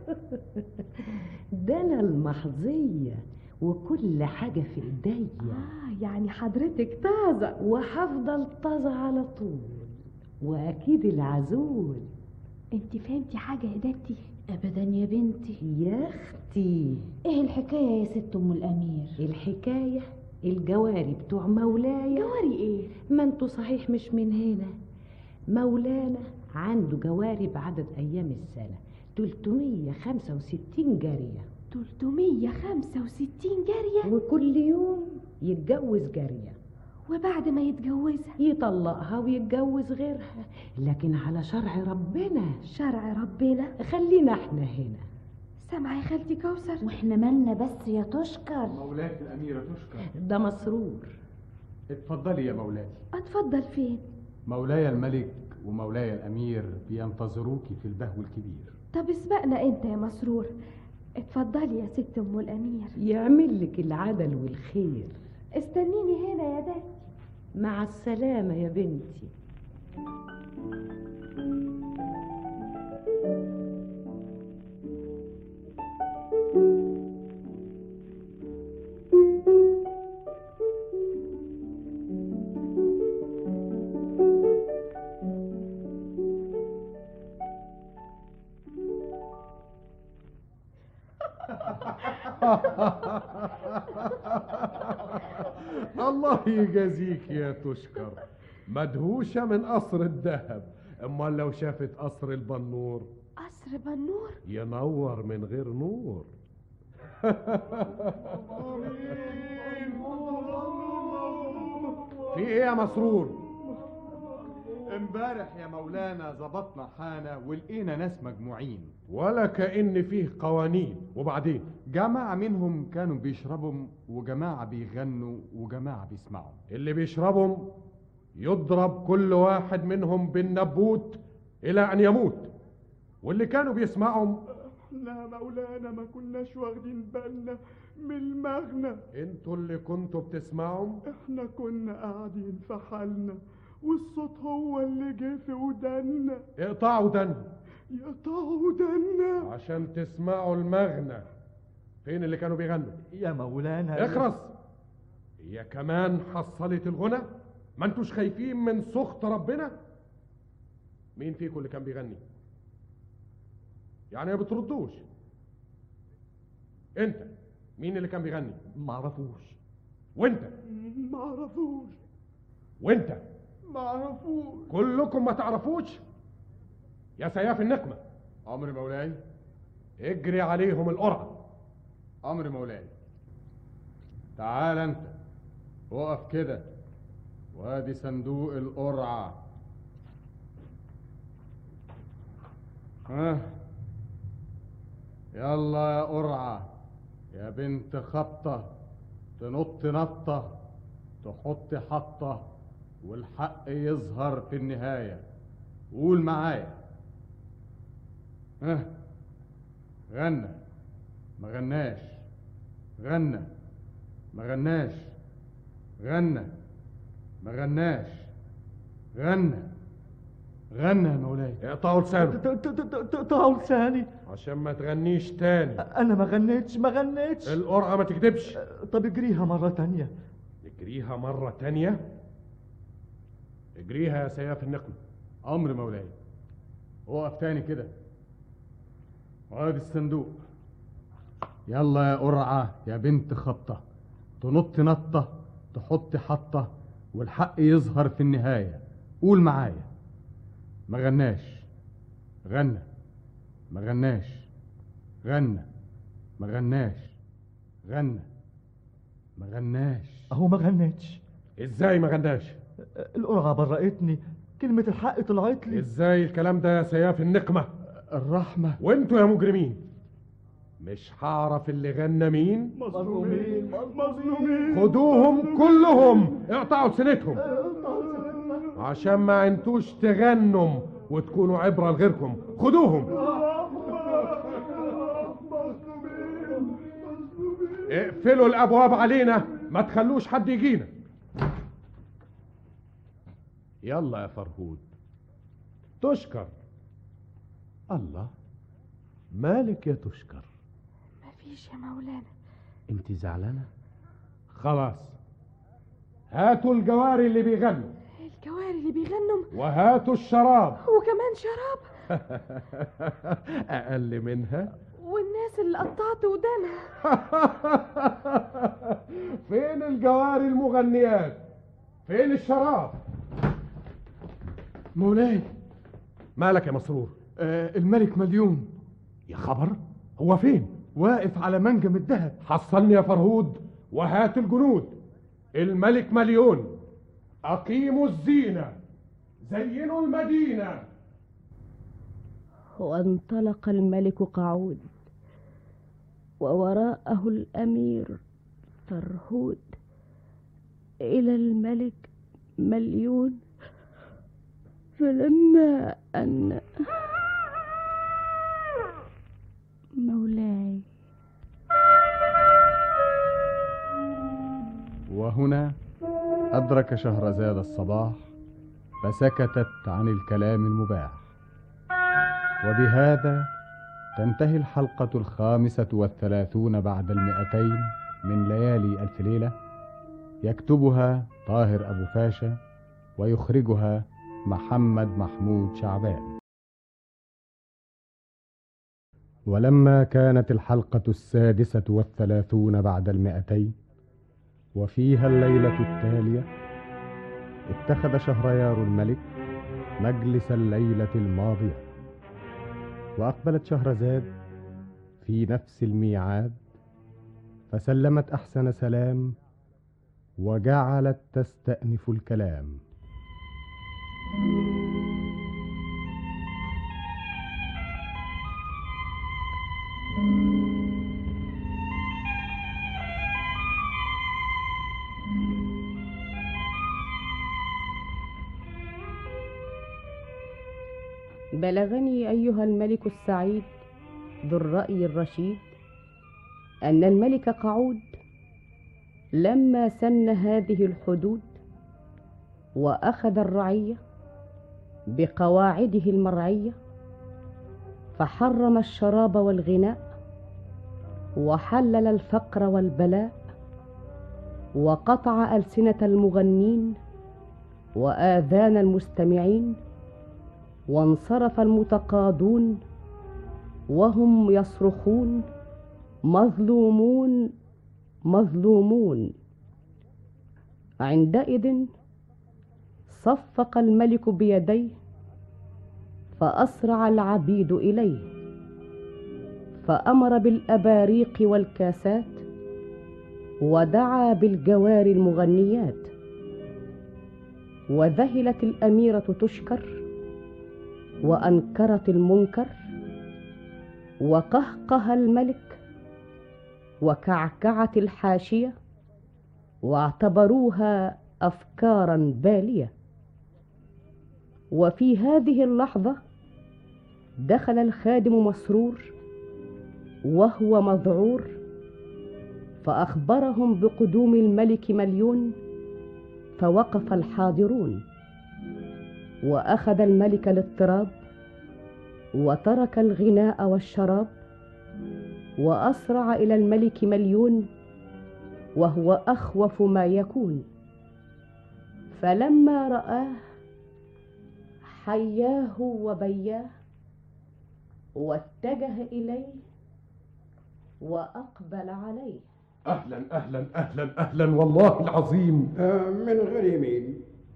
ده انا المحظية وكل حاجة في ايديا. آه يعني حضرتك طازة. وهفضل طازة على طول، واكيد العزول. انت فهمتي حاجة يا دتي؟ ابدا يا بنتي. يا اختي ايه الحكاية يا ست ام الامير؟ الحكاية الجواري بتوع مولاي. جواري ايه؟ ما انتوا صحيح مش من هنا. مولانا عنده جواري بعدد ايام السنة تلتمية وخمسة وستين جارية. تلتمية وخمسة وستين جارية؟ وكل يوم يتجوز جارية، وبعد ما يتجوزها يطلقها ويتجوز غيرها، لكن على شرع ربنا. شرع ربنا؟ خلينا احنا هنا. سامعة يا خالتي كوثر؟ واحنا مالنا بس يا تشكر؟ مولاة الأميرة تشكر. ده مسرور. اتفضلي يا مولاتي. اتفضل فين؟ مولاي الملك ومولاي الأمير بينتظروكي في البهو الكبير. طب اسبقنا انت يا مسرور. اتفضلي يا ست ام الامير. يعمل لك العدل والخير. استنيني هنا يا دتي. مع السلامة يا بنتي. الله يجازيك يا تشكر، مدهوشة من قصر الذهب. امال لو شافت قصر البنور؟ قصر بنور ينور من غير نور. في ايه يا مسرور؟ امبارح يا مولانا ظبطنا حانة ولقينا ناس مجموعين ولا كأن فيه قوانين. وبعدين جماعة منهم كانوا بيشربوا وجماعة بيغنوا وجماعة بيسمعوا. اللي بيشربوا يضرب كل واحد منهم بالنبوت إلى أن يموت، واللي كانوا بيسمعوا احنا مولانا ما كناش واخدين بالنا من المغنى. انتوا اللي كنتوا بتسمعوا؟ احنا كنا قاعدين في حالنا والصوت هو اللي جه في ودنا. اقطعوا ودنا. يقطعوا ودنا عشان تسمعوا المغنى. فين اللي كانوا بيغنوا؟ يا مولانا اخرس. هي كمان حصلت الغنى؟ ما انتوش خايفين من سخط ربنا؟ مين فيكم اللي كان بيغني؟ يعني ما بتردوش. انت مين اللي كان بيغني؟ معرفوش. وانت؟ معرفوش. وانت؟ معرفوش. كلكم ما تعرفوش؟ يا سياف النقمة. أمر مولاي. اجري عليهم القرعة. أمر مولاي. تعال انت وقف كده، وادي صندوق القرعة. ها يلا يا قرعة يا بنت خبطة، تنط نطة تحط حطة والحق يظهر في النهاية. قول معايا. ها غنى ما غناش، غنى ما غناش، غنى ما غناش، غنى غنى يا مولاي. اقطعوا لسانه. تقطعوا لساني عشان ما تغنيش تاني. انا ما غنيتش ما غنيتش. القرعة ما تكدبش. طب اجريها مرة تانية. اجريها مرة تانية؟ اجريها يا سياف النقمة. أمر مولاي. وقف تاني كده، وادي الصندوق. يلا يا قرعة يا بنت خبطة، تنط نطة تحط حطة والحق يظهر في النهاية. قول معايا. ما غناش، غنى ما غناش، غنى ما غناش، غنى ما غناش. اهو ما غنيتش. ازاي ما غناش؟ القرعة برقتني، كلمة الحق طلعت لي. ازاي الكلام ده يا سياف النقمة؟ الرحمة. وانتوا يا مجرمين مش هعرف اللي غنى مين. مظلومين مظلومين. خدوهم كلهم اقطعوا سنتهم عشان ما انتوش تغنوا وتكونوا عبرة لغيركم. خدوهم اقفلوا الابواب علينا، ما تخلوش حد يجينا. يلا يا فرهود. تشكر. الله، مالك يا تشكر؟ مفيش يا مولانا. انت زعلانة؟ خلاص، هاتوا الجواري اللي بيغنوا. الجواري اللي بيغنوا وهاتوا الشراب. وكمان شراب. اقل منها. والناس اللي قطعت ودانها. فين الجواري المغنيات؟ فين الشراب؟ مولاي. مالك يا مسرور؟ آه الملك مليون. يا خبر، هو فين؟ واقف على منجم الذهب. حصلني يا فرهود وهات الجنود. الملك مليون. أقيموا الزينة، زينوا المدينة. وانطلق الملك قعود ووراءه الأمير فرهود إلى الملك مليون. فلما أن مولاي. وهنا أدرك شهرزاد الصباح فسكتت عن الكلام المباح. وبهذا تنتهي الحلقة الخامسة والثلاثون بعد المئتين من ليالي ألف ليلة، يكتبها طاهر أبو فاشا ويخرجها محمد محمود شعبان. ولما كانت الحلقة السادسة والثلاثون بعد المئتين وفيها الليلة التالية، اتخذ شهريار الملك مجلس الليلة الماضية، وأقبلت شهرزاد في نفس الميعاد فسلمت أحسن سلام وجعلت تستأنف الكلام. بلغني أيها الملك السعيد ذو الرأي الرشيد أن الملك قعود لما سن هذه الحدود وأخذ الرعية بقواعده المرعية، فحرم الشراب والغناء، وحلل الفقر والبلاء، وقطع ألسنة المغنين وآذان المستمعين، وانصرف المتقاضون وهم يصرخون مظلومون مظلومون. عندئذ صفق الملك بيديه فأسرع العبيد إليه، فأمر بالأباريق والكاسات، ودعا بالجواري المغنيات، وذهلت الأميرة تشكر وأنكرت المنكر، وقهقه الملك وكعكعت الحاشية، واعتبروها أفكارا بالية. وفي هذه اللحظة دخل الخادم مسرور وهو مذعور، فأخبرهم بقدوم الملك مليون، فوقف الحاضرون، وأخذ الملك الاضطراب، وترك الغناء والشراب، وأسرع إلى الملك مليون وهو أخوف ما يكون. فلما رآه حياه وبياه، واتجه إليه وأقبل عليه. أهلا أهلا أهلا أهلا والله العظيم. آه من غير يمين.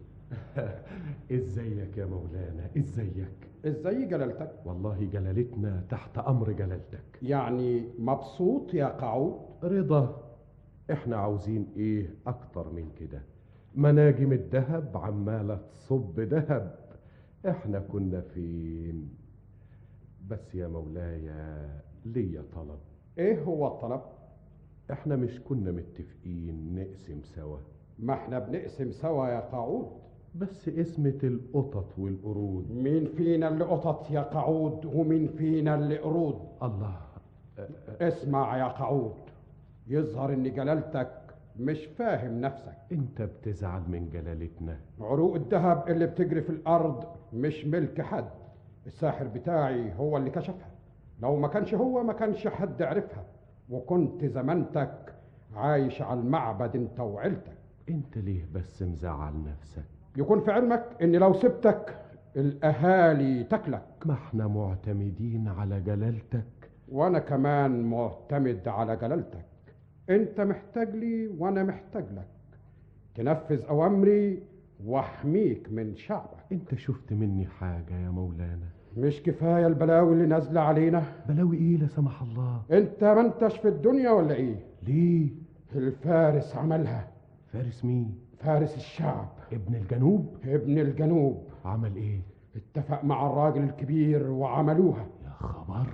ازيك يا مولانا؟ ازيك؟ ازاي جلالتك؟ والله جلالتنا تحت أمر جلالتك. يعني مبسوط يا قعود؟ رضا. احنا عاوزين ايه اكتر من كده؟ مناجم الذهب عمالة تصب ذهب، احنا كنا فين؟ بس يا مولاي ليا طلب. ايه هو الطلب؟ احنا مش كنا متفقين نقسم سوا؟ ما احنا بنقسم سوا يا قعود، بس قسمة القطط والقرود. مين فينا اللي قطط يا قعود ومين فينا اللي قرود؟ الله. اسمع يا قعود، يظهر ان جلالتك مش فاهم نفسك. انت بتزعل من جلالتنا. عروق الذهب اللي بتجري في الارض مش ملك حد، الساحر بتاعي هو اللي كشفها، لو ما كانش هو ما كانش حد عرفها، وكنت زمانتك عايش على المعبد انت وعيلتك. انت ليه بس مزعل نفسك؟ يكون في علمك ان لو سبتك الاهالي تاكلك. ما احنا معتمدين على جلالتك، وانا كمان معتمد على جلالتك. انت محتاج لي وانا محتاج لك، تنفذ اوامري واحميك من شعبك. انت شفت مني حاجة يا مولانا؟ مش كفاية البلاوي اللي نازلة علينا؟ بلاوي ايه لا سمح الله؟ انت ما انتش في الدنيا ولا ايه؟ ليه؟ الفارس عملها. فارس مين؟ فارس الشعب. ابن الجنوب؟ ابن الجنوب. عمل ايه؟ اتفق مع الراجل الكبير وعملوها. يا خبر،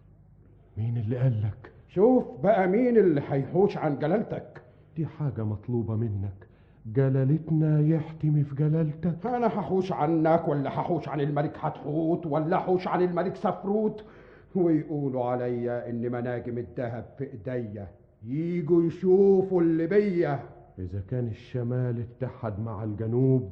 مين اللي قالك؟ شوف بقى مين اللي هيحوش عن جلالتك. دي حاجة مطلوبة منك، جلالتنا يحتمي في جلالتك. انا هحوش عنك ولا هحوش عن الملك حتحوت ولا هحوش عن الملك سفروت، ويقولوا عليا ان مناجم الذهب في ايديا، ييجوا يشوفوا اللي بيا. اذا كان الشمال اتحد مع الجنوب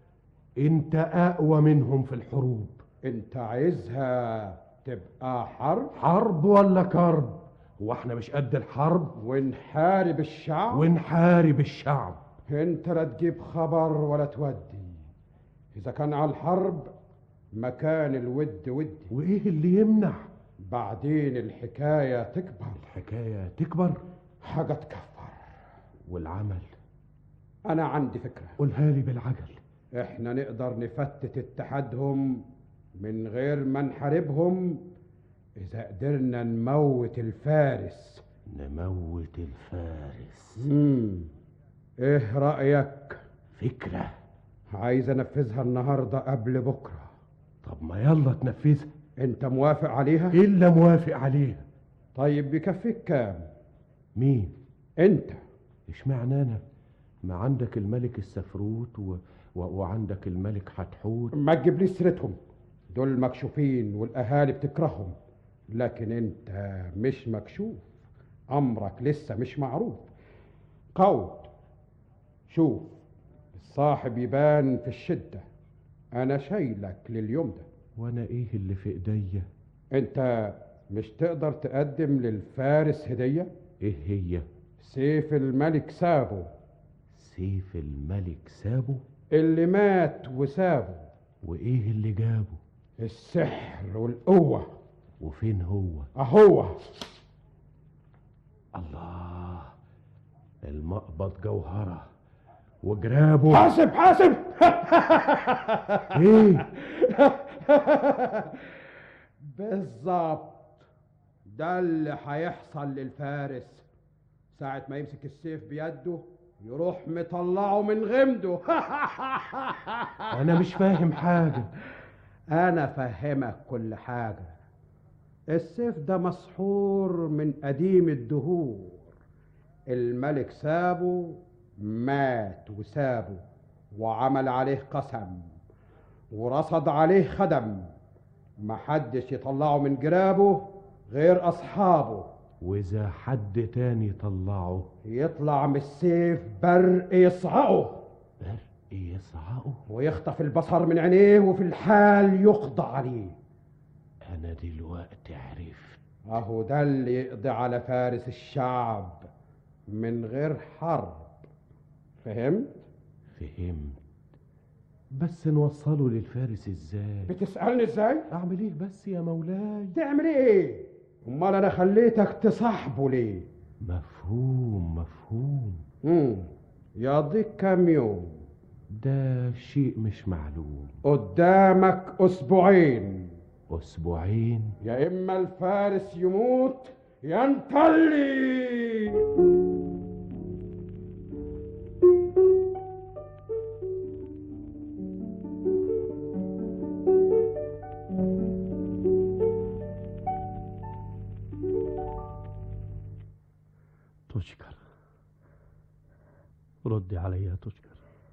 انت اقوى منهم في الحروب. انت عايزها تبقى حرب؟ حرب ولا كرب؟ هو احنا مش قد الحرب؟ ونحارب الشعب؟ ونحارب الشعب. انت لا تجيب خبر ولا تودي. اذا كان على الحرب مكان الود ودي. وايه اللي يمنع؟ بعدين الحكاية تكبر. الحكاية تكبر؟ حاجة تكفر. والعمل؟ انا عندي فكرة. قولها لي بالعجل. احنا نقدر نفتت اتحادهم من غير ما نحاربهم اذا قدرنا نموت الفارس. نموت الفارس؟ مم. ايه رأيك؟ فكرة عايز انفذها النهاردة قبل بكرة. طب ما يلا تنفذها. انت موافق عليها؟ الا موافق عليها. طيب بيكفيك كام؟ مين؟ انت. اشمعنى انا؟ ما عندك الملك السفروت و... و... وعندك الملك حتحوت. ما تجيب لي سيرتهم. دول مكشوفين والأهالي بتكرههم، لكن أنت مش مكشوف، أمرك لسه مش معروف. قود، شوف الصاحب يبان في الشدة، أنا شايلك لليوم ده. وأنا إيه اللي في إيديا؟ أنت مش تقدر تقدم للفارس هدية؟ إيه هي؟ سيف الملك سابو. سيف الملك سابو؟ اللي مات وسابه. وإيه اللي جابه؟ السحر والقوة. وفين هو؟ أهو. الله، المقبض جوهرة وجرابه. حاسب حاسب. ايه؟ بالظبط ده اللي هيحصل للفارس ساعة ما يمسك السيف بيده، يروح مطلعه من غمده. انا مش فاهم حاجة. انا فهمك كل حاجة. السيف ده مسحور من قديم الدهور. الملك سابه، مات وسابه، وعمل عليه قسم ورصد عليه خدم، محدش يطلعه من جرابه غير أصحابه. وإذا حد تاني طلعه يطلع من السيف برق يصعقه. برق يصعقه؟ ويخطف البصر من عينيه وفي الحال يقضى عليه. أنا دلوقتي عرفت. أهو ده اللي يقضي على فارس الشعب من غير حرب. فهمت؟ فهمت، بس نوصله للفارس ازاي؟ بتسألني ازاي؟ اعمل ايه بس يا مولاي؟ تعمل ايه؟ امال انا خليتك تصاحبه ليه؟ مفهوم مفهوم. امم يقضيك كام يوم؟ ده شيء مش معلوم. قدامك اسبوعين. اسبوعين؟ يا اما الفارس يموت يا انتلي. تشكر، ردي علي يا تشكر.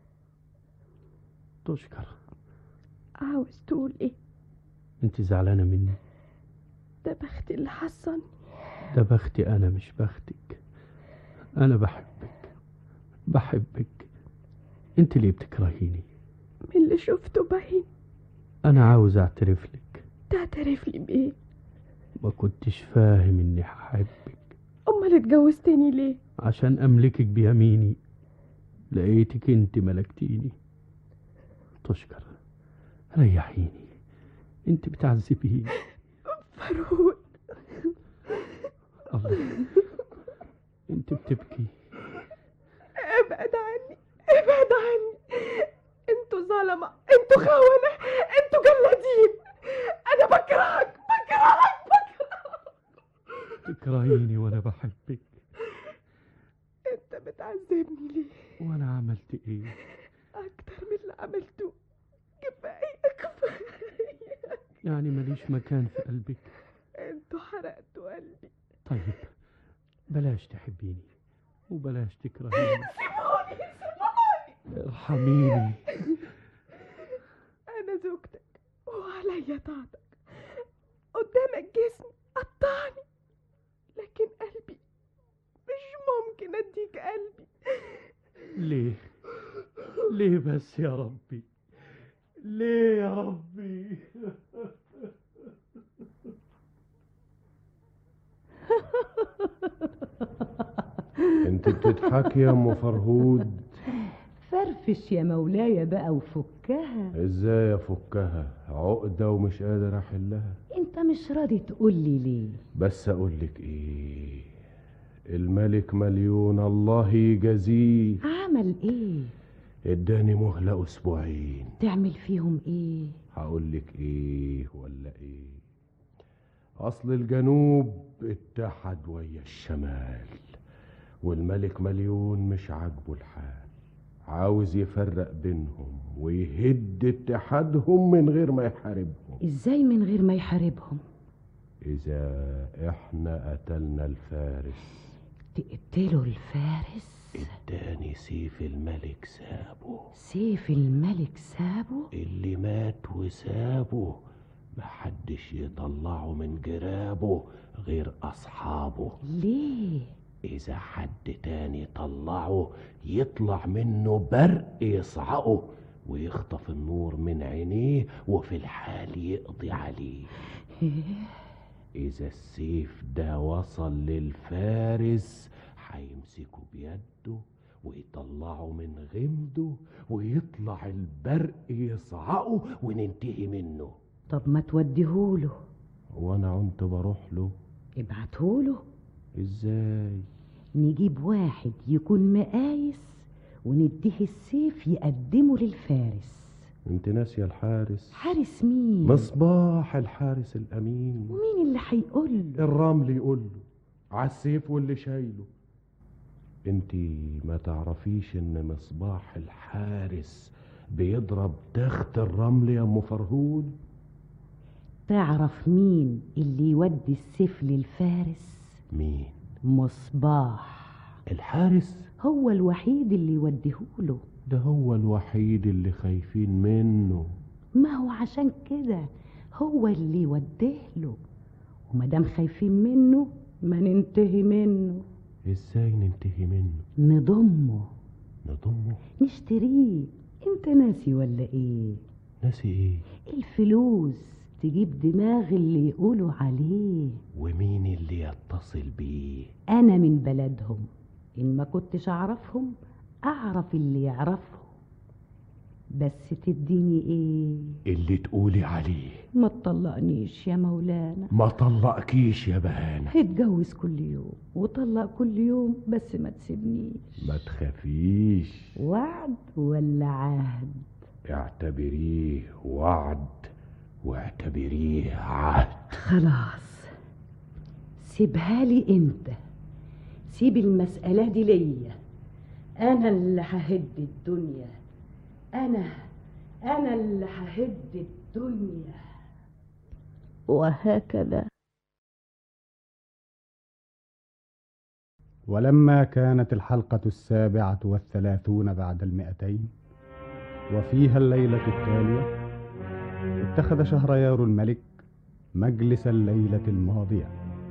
تشكر، عاوز تقول ايه؟ انت زعلانة مني؟ ده بختي اللي حصني. ده بختي انا مش بختك. انا بحبك بحبك. انت ليه بتكرهيني؟ من اللي شفته باين. انا عاوز اعترف لك. تعترف لي بايه؟ ما كنتش فاهم اني هحبك. امال اتجوزتني ليه؟ عشان املكك بيميني. لقيتك انت ملكتيني. تشكر، ريحيني، انت بتعذبيني. فرهود. الله، انت بتبكي. ابعد عني ابعد عني. انتوا ظلمة، انتوا خونة، انتوا جلادين. انا بكرهك بكرهك بكرهك. تكرهيني وانا بحبك. انت بتعذبني ليه؟ وانا عملت ايه؟ اكتر من اللي عملته. كفاية كفاية. يعني ماليش مكان في قلبك؟ انتوا حرقتوا قلبي. طيب بلاش تحبيني وبلاش تكرهيني. سيبوني سيبوني. ارحميني. انا زوجتك وعليا طاعتك. قدامك جسم قطعني، لكن قلبي مش ممكن اديك قلبي. ليه ليه بس يا ربي؟ ليه يا ربي؟ انت بتضحكي يا ام فرهود؟ فرفش يا مولاي بقى وفكها. ازاي افكها؟ عقدة ومش قادر احلها. انت مش راضي تقولي ليه؟ بس اقولك ايه، الملك مليون الله يجازيه. عمل ايه؟ اداني مهلة اسبوعين. تعمل فيهم ايه؟ هقولك ايه ولا ايه؟ اصل الجنوب اتحد ويا الشمال، والملك مليون مش عاجبه الحال، عاوز يفرق بينهم ويهد اتحادهم من غير ما يحاربهم. ازاي من غير ما يحاربهم؟ اذا احنا قتلنا الفارس. تقتلوا الفارس؟ اداني سيف الملك سابه. سيف الملك سابه؟ اللي مات وسابه محدش يطلعه من جرابه غير أصحابه. ليه؟ إذا حد تاني طلعه يطلع منه برق يصعقه ويخطف النور من عينيه وفي الحال يقضي عليه. إذا السيف ده وصل للفارس هيمسكه بيده ويطلعه من غمده ويطلع البرق يصعقه وننتهي منه. طب ما توديهوله. وانا كنت بروح له. ابعتهوله. ازاي؟ نجيب واحد يكون مقايس ونديه السيف يقدمه للفارس. انت ناسيه الحارس؟ حارس مين؟ مصباح الحارس الامين. ومين اللي هيقول له؟ الرمل يقول له على السيف واللي شايله. انت ما تعرفيش ان مصباح الحارس بيضرب تخت الرمل يا ام فرهود؟ تعرف مين اللي يودي السيف للفارس؟ مين؟ مصباح الحارس هو الوحيد اللي يوديهوله. ده هو الوحيد اللي خايفين منه. ما هو عشان كده هو اللي يوديهله، ومادام خايفين منه ما ننتهي منه. ازاي ننتهي منه؟ نضمه. نضمه؟ نشتريه. انت ناسي ولا ايه؟ ناسي ايه؟ الفلوس تجيب دماغ اللي يقولوا عليه. ومين اللي يتصل بيه؟ انا من بلدهم، ان ما كنتش اعرفهم اعرف اللي يعرفهم. بس تديني ايه؟ اللي تقولي عليه. ما تطلقنيش يا مولانا. ما طلقكيش يا بهانة. اتجوز كل يوم وطلق كل يوم، بس ما تسيبنيش. ما تخافيش. وعد ولا عهد؟ اعتبريه وعد واعتبريه عهد. خلاص سيبها لي انت. سيب المسألة دي ليا، انا اللي ههد الدنيا. انا انا اللي ههد الدنيا. وهكذا. ولما كانت الحلقة السابعة والثلاثون بعد المئتين وفيها الليلة التالية، اتخذ شهريار الملك مجلس الليلة الماضية،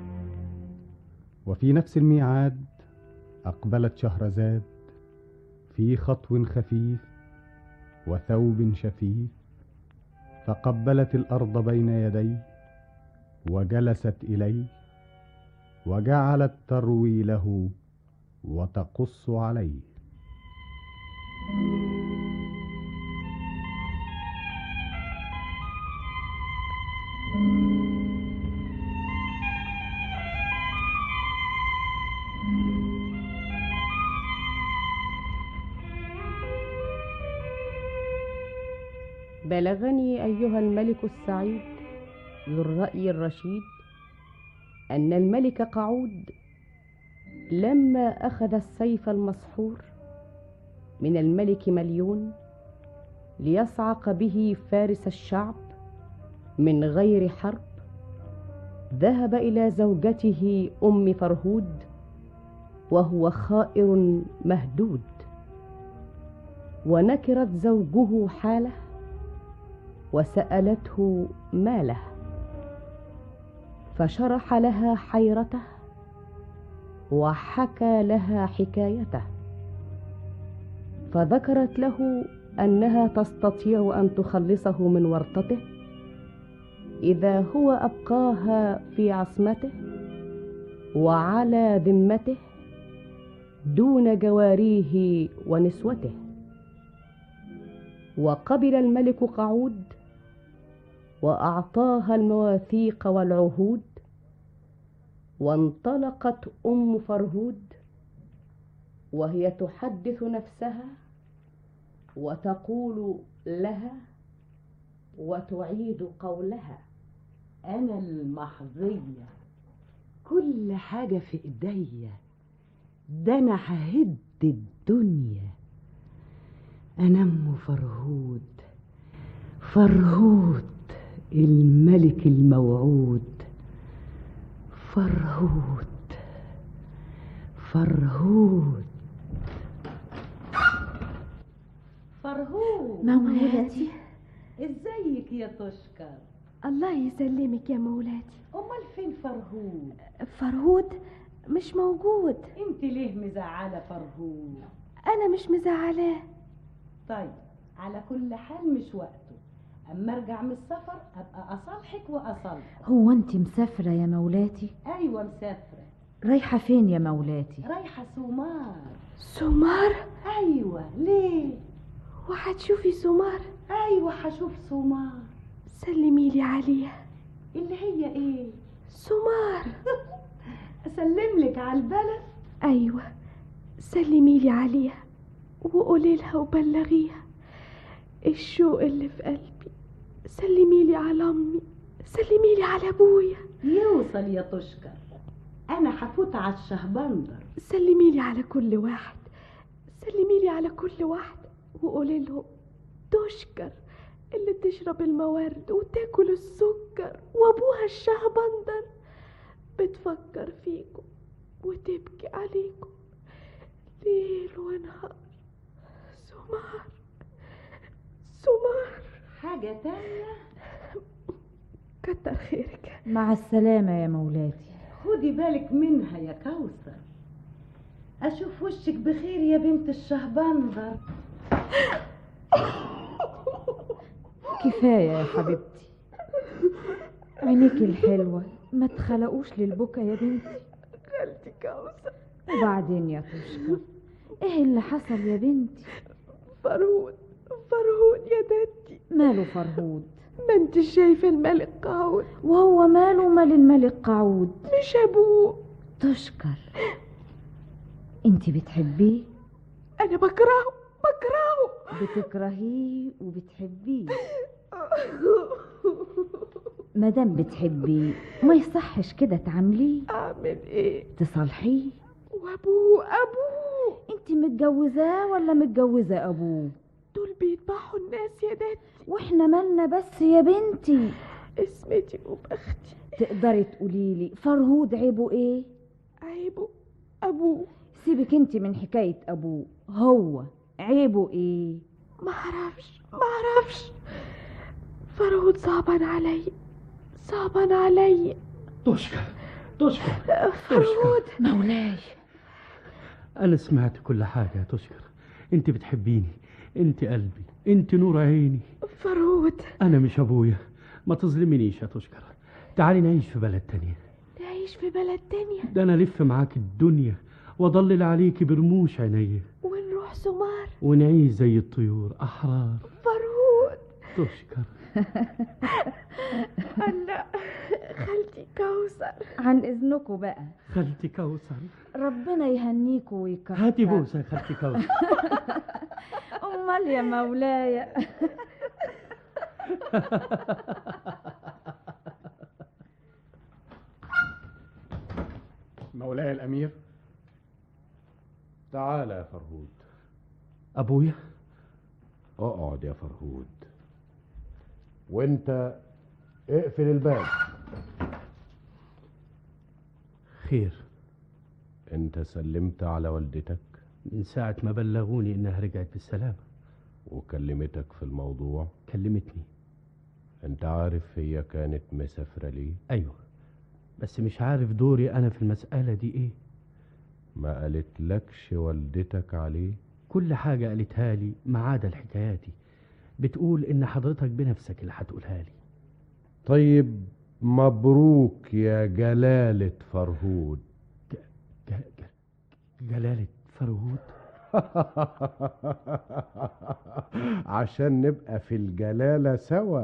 وفي نفس الميعاد أقبلت شهرزاد في خطو خفيف وثوب شفيف، فقبلت الأرض بين يديه وجلست إليه وجعلت تروي له وتقص عليه. بلغني أيها الملك السعيد ذو الرأي الرشيد أن الملك قعود لما أخذ السيف المسحور من الملك مليون ليصعق به فارس الشعب من غير حرب، ذهب إلى زوجته أم فرهود وهو خائر مهدود، ونكرت زوجه حاله وسألته ما له، فشرح لها حيرته وحكى لها حكايته، فذكرت له أنها تستطيع أن تخلصه من ورطته إذا هو أبقاها في عصمته وعلى ذمته دون جواريه ونسوته. وقبل الملك قعود وأعطاها المواثيق والعهود، وانطلقت أم فرهود وهي تحدث نفسها وتقول لها وتعيد قولها: أنا المحظية، كل حاجة في إيديا، ده أنا ههد الدنيا. أنا أم فرهود، فرهود الملك الموعود، فرهود فرهود فرهود مواتي. ازيك يا تشكر؟ الله يسلمك يا مولاتي. امال فين فرهود؟ فرهود مش موجود. انت ليه مزعله فرهود؟ انا مش مزعلاه. طيب على كل حال مش وقته، اما ارجع من السفر ابقى اصالحك واصالحك. هو انت مسافرة يا مولاتي؟ ايوه مسافره. رايحة فين يا مولاتي؟ رايحه سومار. سومار؟ ايوه. ليه؟ وهتشوفي سومار؟ ايوه هشوف سومار. سلميلي عليها. اللي هي ايه؟ سومار. اسلم لك على البلد؟ ايوه سلميلي عليها وقولي لها وبلغيها الشوق اللي في قلبي. سلميلي على امي، سلميلي على ابويا. يوصل يا تشكر، انا هفوت على الشهبندر. سلميلي على كل واحد، سلميلي على كل واحد وقولي لهم تشكر اللي تشرب الموارد وتاكل السكر وابوها الشهبندر بتفكر فيكم وتبكي عليكم ليل ونهار. سمار سمار. حاجة تانية؟ كتر خيرك. مع السلامة يا مولاتي. خدي بالك منها يا كوثر. اشوف وشك بخير يا بنت الشهبندر. كفاية يا حبيبتي، عينيكي الحلوة ما تخلقوش للبكا يا بنتي. خالتي كوثر. وبعدين يا تشكر ايه اللي حصل يا بنتي؟ فرهود فرهود يا دتي. ماله فرهود؟ ما انت شايفه الملك قعود. وهو ماله مال الملك قعود؟ مش ابوه. تشكر انت بتحبيه؟ انا بكرهه بكرهه. بتكرهيه وبتحبيه؟ مادام بتحبيه ما يصحش كده تعمليه. اعمل ايه؟ تصالحيه. وابوه ابوه انت متجوزاه ولا متجوزه ابوه؟ دول بيذبحوا الناس يا دتي. واحنا مالنا بس يا بنتي؟ اسمتي وبختي. تقدري تقوليلي فرهود عيبه ايه؟ عيبه ابوه. سيبك انت من حكايه ابوه، هو عيبه ايه؟ ما اعرفش ما اعرفش. فرهود صعبان علي صعبان علي. تشكر تشكر فرهود. مولاي انا سمعت كل حاجه يا تشكر. انت بتحبيني، انت قلبي، انت نور عيني. فرهود انا مش ابويا، ما تظلمنيش يا تشكر. تعالي نعيش في بلد تانية. نعيش في بلد تانية؟ ده انا الف معاك الدنيا واضلل عليكي برموش عينيا، ونروح سمار ونعيش زي الطيور احرار. فرهود تشكر. لا خالتي كوثر. عن اذنكم بقى. خالتي كوثر ربنا يهنيكوا ويكرمك. هاتي بوسه يا خالتي كوثر. امال يا مولاي. مولاي الامير. تعال يا فرهود. ابويا. اقعد يا فرهود، وانت اقفل الباب. خير. انت سلمت على والدتك؟ من ساعة ما بلغوني انها رجعت بالسلامة. وكلمتك في الموضوع؟ كلمتني. انت عارف هي كانت مسافرة ليه؟ ايوه، بس مش عارف دوري انا في المسألة دي ايه. ما قالت لكش والدتك عليه؟ كل حاجة قالتها لي ما عدا الحكاياتي. بتقول ان حضرتك بنفسك اللي هتقولها لي. طيب مبروك يا جلالة فرهود. ج... ج... ج... جلالة فرهود. عشان نبقى في الجلالة سوا.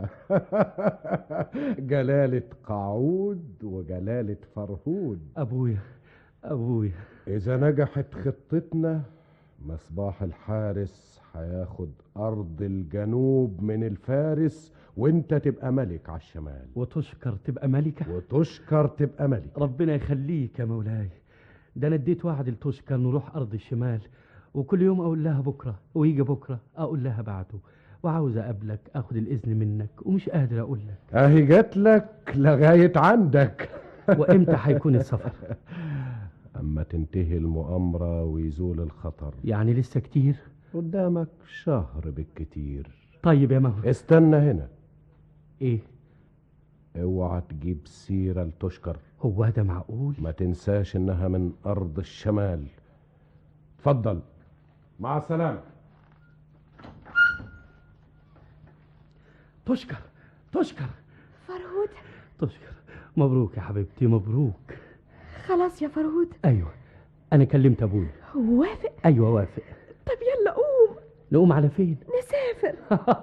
جلالة قعود وجلالة فرهود. أبويا أبويا إذا نجحت خطتنا مصباح الحارس هياخد أرض الجنوب من الفارس، وانت تبقى ملك على الشمال. وتشكر تبقى ملكة. وتشكر تبقى ملك. ربنا يخليك يا مولاي. ده انا اديت وعد لتشكر نروح أرض الشمال، وكل يوم أقول لها بكرة، ويجي بكرة أقول لها بعده، وعاوز أقابلك أخد الإذن منك ومش قادر أقول لك. أهي جات لك لغاية عندك. وإمتى هيكون السفر؟ أما تنتهي المؤامرة ويزول الخطر. يعني لسه كتير؟ قدامك شهر بالكتير. طيب يا مولاي. استنى هنا. إيه؟ اوعى تجيب سيرة لتشكر. هو ده معقول؟ ما تنساش انها من ارض الشمال. اتفضل، مع السلامة. تشكر تشكر فرهود. تشكر، مبروك يا حبيبتي، مبروك. خلاص يا فرهود. ايوه، انا كلمت ابويا. وافق؟ ايوه وافق. طب يلا قوم. نقوم على فين؟ نسافر.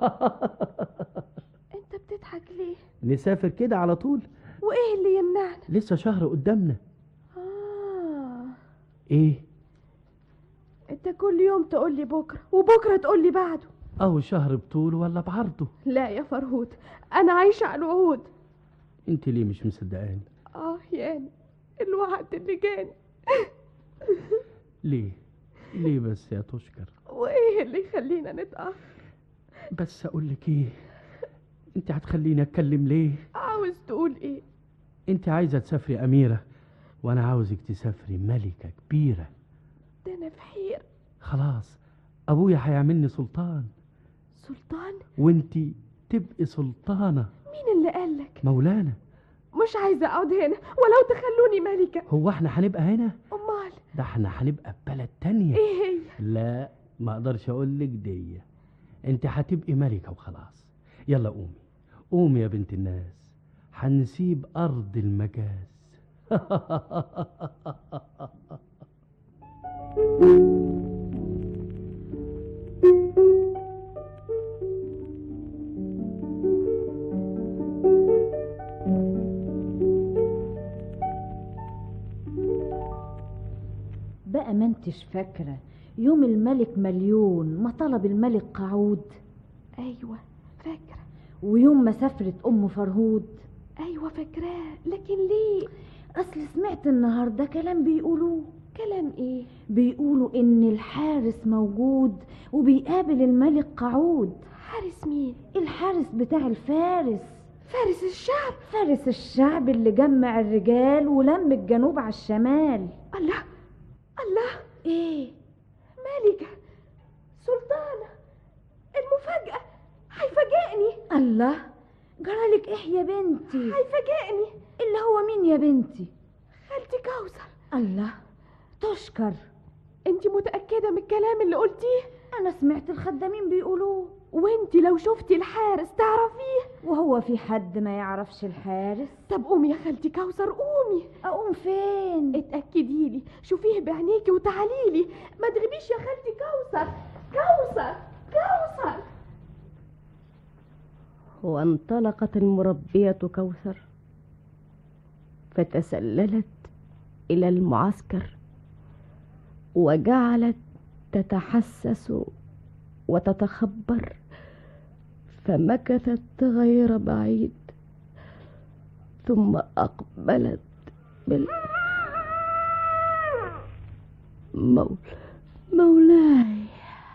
انت بتضحك ليه؟ نسافر كده على طول؟ وايه اللي يمنعنا؟ لسه شهر قدامنا. آه. ايه؟ انت كل يوم تقول لي بكره وبكره تقول لي بعده. او شهر بطول ولا بعرضه؟ لا يا فرهود، انا عايشه على الوعود. انت ليه مش مصدقاني؟ اه يعني الوعد اللي جاني. ليه ليه بس يا تشكر؟ وايه اللي يخلينا نتقهر؟ بس اقول لك ايه، انت هتخليني اتكلم ليه؟ عاوز تقول ايه؟ انت عايزه تسافري اميره، وانا عاوزك تسافري ملكه كبيره. ده انا في حيره. خلاص، ابويا هيعملني سلطان. سلطان؟ وانتي تبقي سلطانه. مين اللي قالك؟ مولانا. مش عايزه اقعد هنا ولو تخلوني ملكه. هو احنا هنبقى هنا؟ امال ده احنا هنبقى في بلد تانية. ايه هي؟ لا، ما اقدرش اقول لك دي. انت هتبقي ملكه وخلاص. يلا قومي قومي يا بنت الناس، هنسيب ارض المجاز. بقى ما انتش فاكرة يوم الملك مليون ما طلب الملك قعود؟ ايوه فاكرة. ويوم ما سافرت ام فرهود؟ ايوه فاكراه، لكن ليه؟ اصل سمعت النهارده كلام بيقولوه. كلام ايه؟ بيقولوا ان الحارس موجود وبيقابل الملك قعود. حارس مين؟ الحارس بتاع الفارس. فارس الشعب؟ فارس الشعب اللي جمع الرجال ولم الجنوب على الشمال. الله الله. ايه؟ ملكة، سلطانة، المفاجأة هيفاجئني. الله، جرالك ايه يا بنتي؟ هيفاجئني. اللي هو مين يا بنتي؟ خالتي كوثر. الله، تشكر. انت متأكدة من الكلام اللي قلتيه؟ انا سمعت الخدامين بيقولوه. وانت لو شفتي الحارس تعرفيه؟ وهو في حد ما يعرفش الحارس؟ طب قومي يا خالتي كوثر، قومي. اقوم فين؟ اتأكدي لي، شوفيه بعينيكي وتعالي لي. ما تغيبيش يا خالتي كوثر. كوثر كوثر. وانطلقت المربية كوثر فتسللت إلى المعسكر وجعلت تتحسس وتتخبر، فمكثت غير بعيد ثم أقبلت بال مول... مولاي.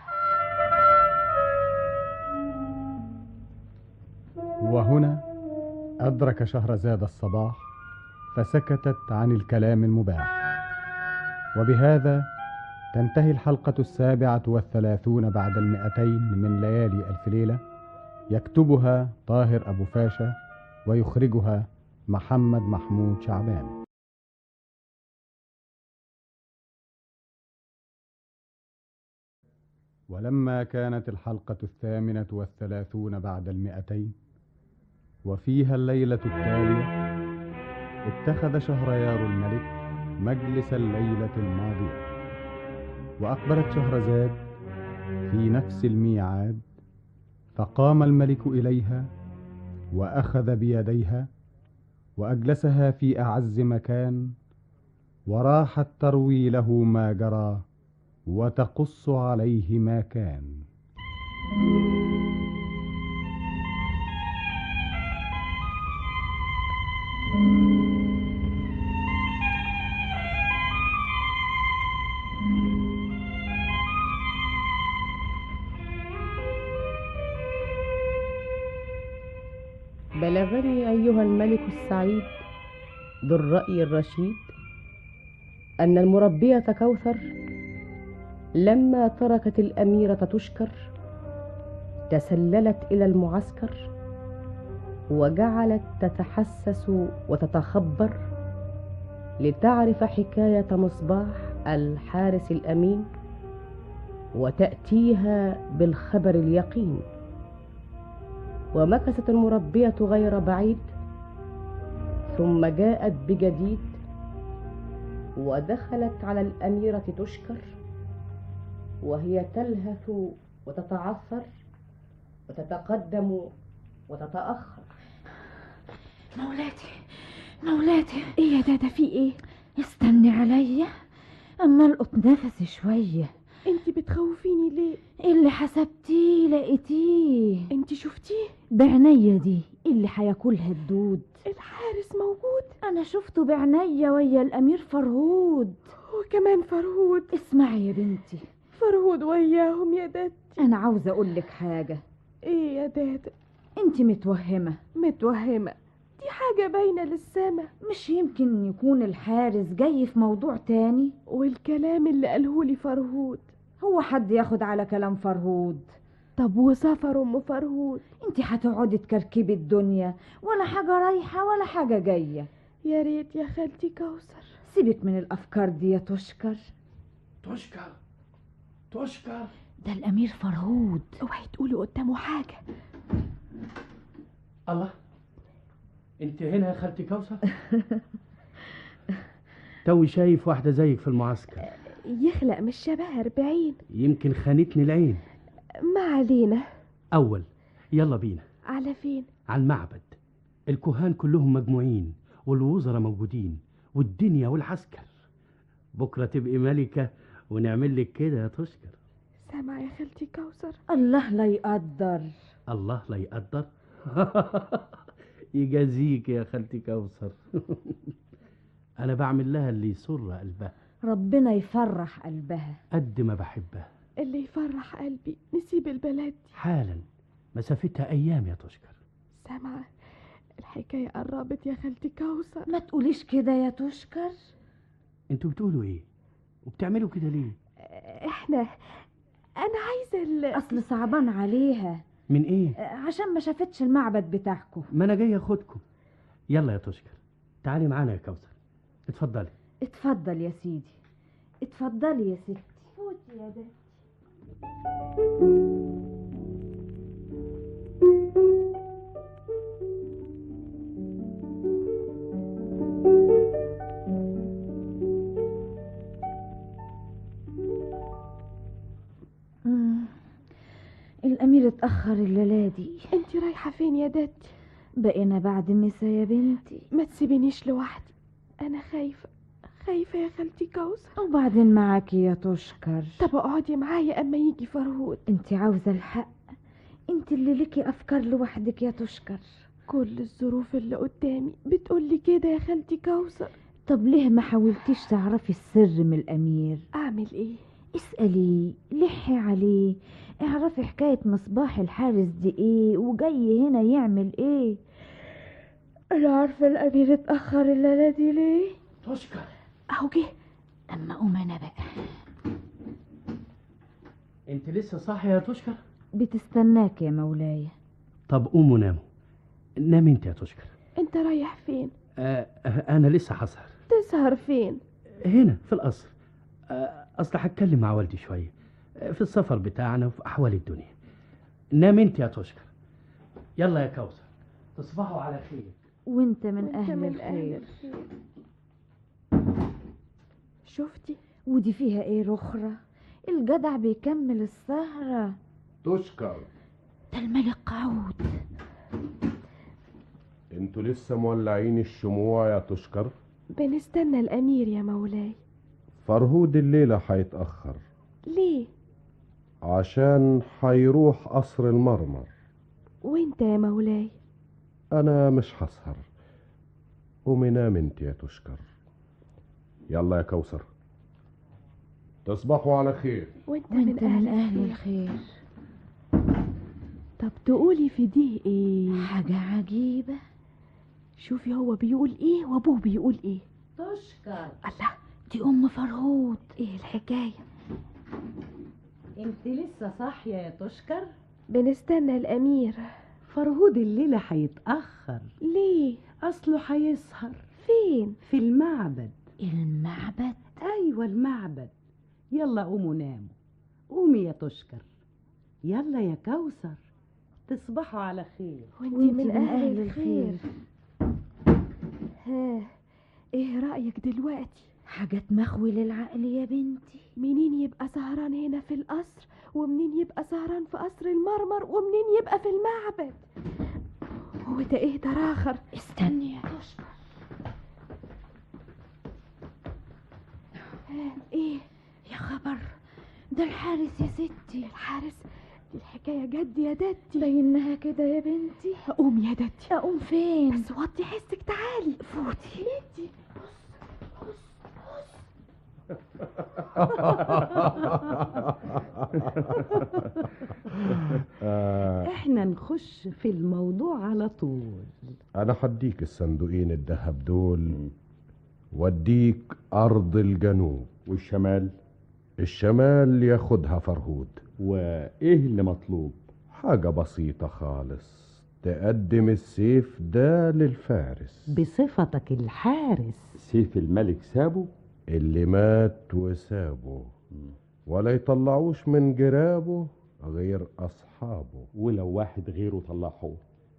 وهنا أدرك شهرزاد الصباح فسكتت عن الكلام المباح. وبهذا تنتهي الحلقة السابعة والثلاثون بعد المئتين من ليالي ألف ليلة، يكتبها طاهر أبو فاشا ويخرجها محمد محمود شعبان. ولما كانت الحلقة الثامنة والثلاثون بعد المئتين وفيها الليلة التالية، اتخذ شهريار الملك مجلس الليلة الماضية، وأقبلت شهرزاد في نفس الميعاد، فقام الملك إليها وأخذ بيديها وأجلسها في أعز مكان، وراحت تروي له ما جرى وتقص عليه ما كان. بلغني أيها الملك السعيد ذو الرأي الرشيد أن المربية كوثر لما تركت الأميرة تشكر تسللت إلى المعسكر وجعلت تتحسس وتتخبر لتعرف حكاية مصباح الحارس الأمين وتأتيها بالخبر اليقين. ومكثت المربية غير بعيد، ثم جاءت بجديد ودخلت على الأميرة تشكر وهي تلهث وتتعثر وتتقدم وتتأخر. مولاتي مولاتي، ايه يا دادا في ايه؟ استني عليا اما القط نفسي شويه. انتي بتخوفيني ليه؟ اللي حسبتيه لقيتيه. انتي شفتيه؟ بعناية دي اللي هياكلها الدود. الحارس موجود؟ انا شفته بعناية ويا الامير فرهود. وكمان فرهود؟ اسمعي يا بنتي، فرهود وياهم يا دادتي. انا عاوزه اقول لك حاجه. ايه يا دادا؟ انت متوهمه. متوهمه دي حاجه باينه للسما. مش يمكن يكون الحارس جاي في موضوع تاني؟ والكلام اللي قالهولي فرهود، هو حد ياخد على كلام فرهود؟ طب وسفر ام فرهود؟ انت هتقعدي تكركبي الدنيا ولا حاجه رايحه ولا حاجه جايه. يا ريت يا خالتي كوثر. سيبك من الافكار دي يا تشكر. تشكر تشكر ده الامير فرهود. اوعي تقولي قدامه حاجه. الله، انت هنا يا خالتي كوثر؟ توي شايف واحده زيك في المعسكر. يخلق مش شبه أربعين. يمكن خانتني العين. ما علينا. اول يلا بينا. على فين؟ على المعبد. الكهان كلهم مجموعين والوزراء موجودين والدنيا والعسكر. بكره تبقي ملكه ونعمل لك كده يا تشكر. سامعه يا خالتي كوثر؟ الله لا يقدر. الله لا يقدر. يجازيك يا خالتي كوثر. انا بعمل لها اللي يسر قلبها. ربنا يفرح قلبها. قد ما بحبها. اللي يفرح قلبي نسيب البلد دي حالا، مسافتها ايام يا تشكر. سامعه الحكايه قربت يا خالتي كوثر. ما تقوليش كده يا تشكر. انتوا بتقولوا ايه وبتعملوا كده ليه؟ احنا انا عايزه ال... اصل صعبان عليها. من ايه؟ عشان ما شافتش المعبد بتاعكم. ما انا جاي اخدكم. يلا يا تشكر تعالي معانا يا كوثر. اتفضلي. اتفضل يا سيدي، اتفضلي يا ستي. فوتي يا بنتي. الامير اتاخر الليله دي. انت رايحه فين يا دادتي؟ بقينا بعد مسا يا بنتي. ما تسيبينيش لوحدي، انا خايفه خايفه يا خالتي كوثر. وبعدين معاكي يا تشكر. طب اقعدي معايا اما يجي فرهود. انت عاوزه الحق، انت اللي ليكي افكار لوحدك يا تشكر. كل الظروف اللي قدامي بتقولي كده يا خالتي كوثر. طب ليه ما حاولتيش تعرفي السر من الامير؟ اعمل ايه؟ اسألي، لحي عليه، اعرفي حكاية مصباح الحارس دي ايه وجاي هنا يعمل ايه. انا عارفة الامير اتأخر الليلة دي ليه. تشكر اهو جه. اما قوم انا بقى. انت لسه صاحية يا تشكر؟ بتستناك يا مولاي. طب قوموا ناموا. نام انت يا تشكر. انت رايح فين؟ آه انا لسه هسهر. تسهر فين؟ هنا في القصر. آه اصل هتكلم مع والدي شويه في السفر بتاعنا وفي احوال الدنيا. نام انت يا تشكر. يلا يا كوثر تصبحوا على خير. وانت من وانت اهل من الخير. أهل الخير. شفتي؟ ودي فيها ايه رخرة؟ الجدع بيكمل السهرة. تشكر. ده الملك قعود. انتوا لسه مولعين الشموع يا تشكر؟ بنستنى الامير يا مولاي. فرهود الليلة هيتأخر. ليه؟ عشان هيروح قصر المرمر. وانت يا مولاي؟ انا مش هسهر. قومي نام انت يا تشكر. يلا يا كوثر تصبحوا على خير. وانت, وانت من, من أهل, اهل الخير. الخير. طب تقولي في دي ايه؟ حاجة عجيبة. شوفي هو بيقول ايه وابوه بيقول ايه. تشكر. الله، دي ام فرهود. ايه الحكاية؟ انت لسه صاحية يا تشكر؟ بنستنى الامير. فرهود الليلة هيتأخر. ليه؟ أصله هيسهر. فين؟ في المعبد. المعبد؟ أيوة المعبد. يلا قوموا ناموا. قومي يا تشكر. يلا يا كوثر، تصبحوا على خير. وانتي من أهل الخير. ها، ايه رأيك دلوقتي؟ حاجات مخوي للعقل يا بنتي. منين يبقى سهران هنا في القصر، ومنين يبقى سهران في قصر المرمر، ومنين يبقى في المعبد؟ وده ايه ده راخر؟ استني يا تشكر. ايه يا خبر، ده الحارس يا ستي. الحارس؟ دي الحكاية جد يا دتي. بينها كده يا بنتي. اقوم يا دتي. اقوم فين؟ بس وطي حسك، تعالي فوتي. ندي. احنا نخش في الموضوع على طول. انا هديك الصندوقين الذهب دول واديك ارض الجنوب. والشمال؟ الشمال ياخدها فرهود. وايه اللي مطلوب؟ حاجة بسيطة خالص، تقدم السيف ده للفارس. بصفتك الحارس. سيف الملك سابه؟ اللي مات وسابه، ولا يطلعوش من جرابه غير أصحابه. ولو واحد غيره طلعه؟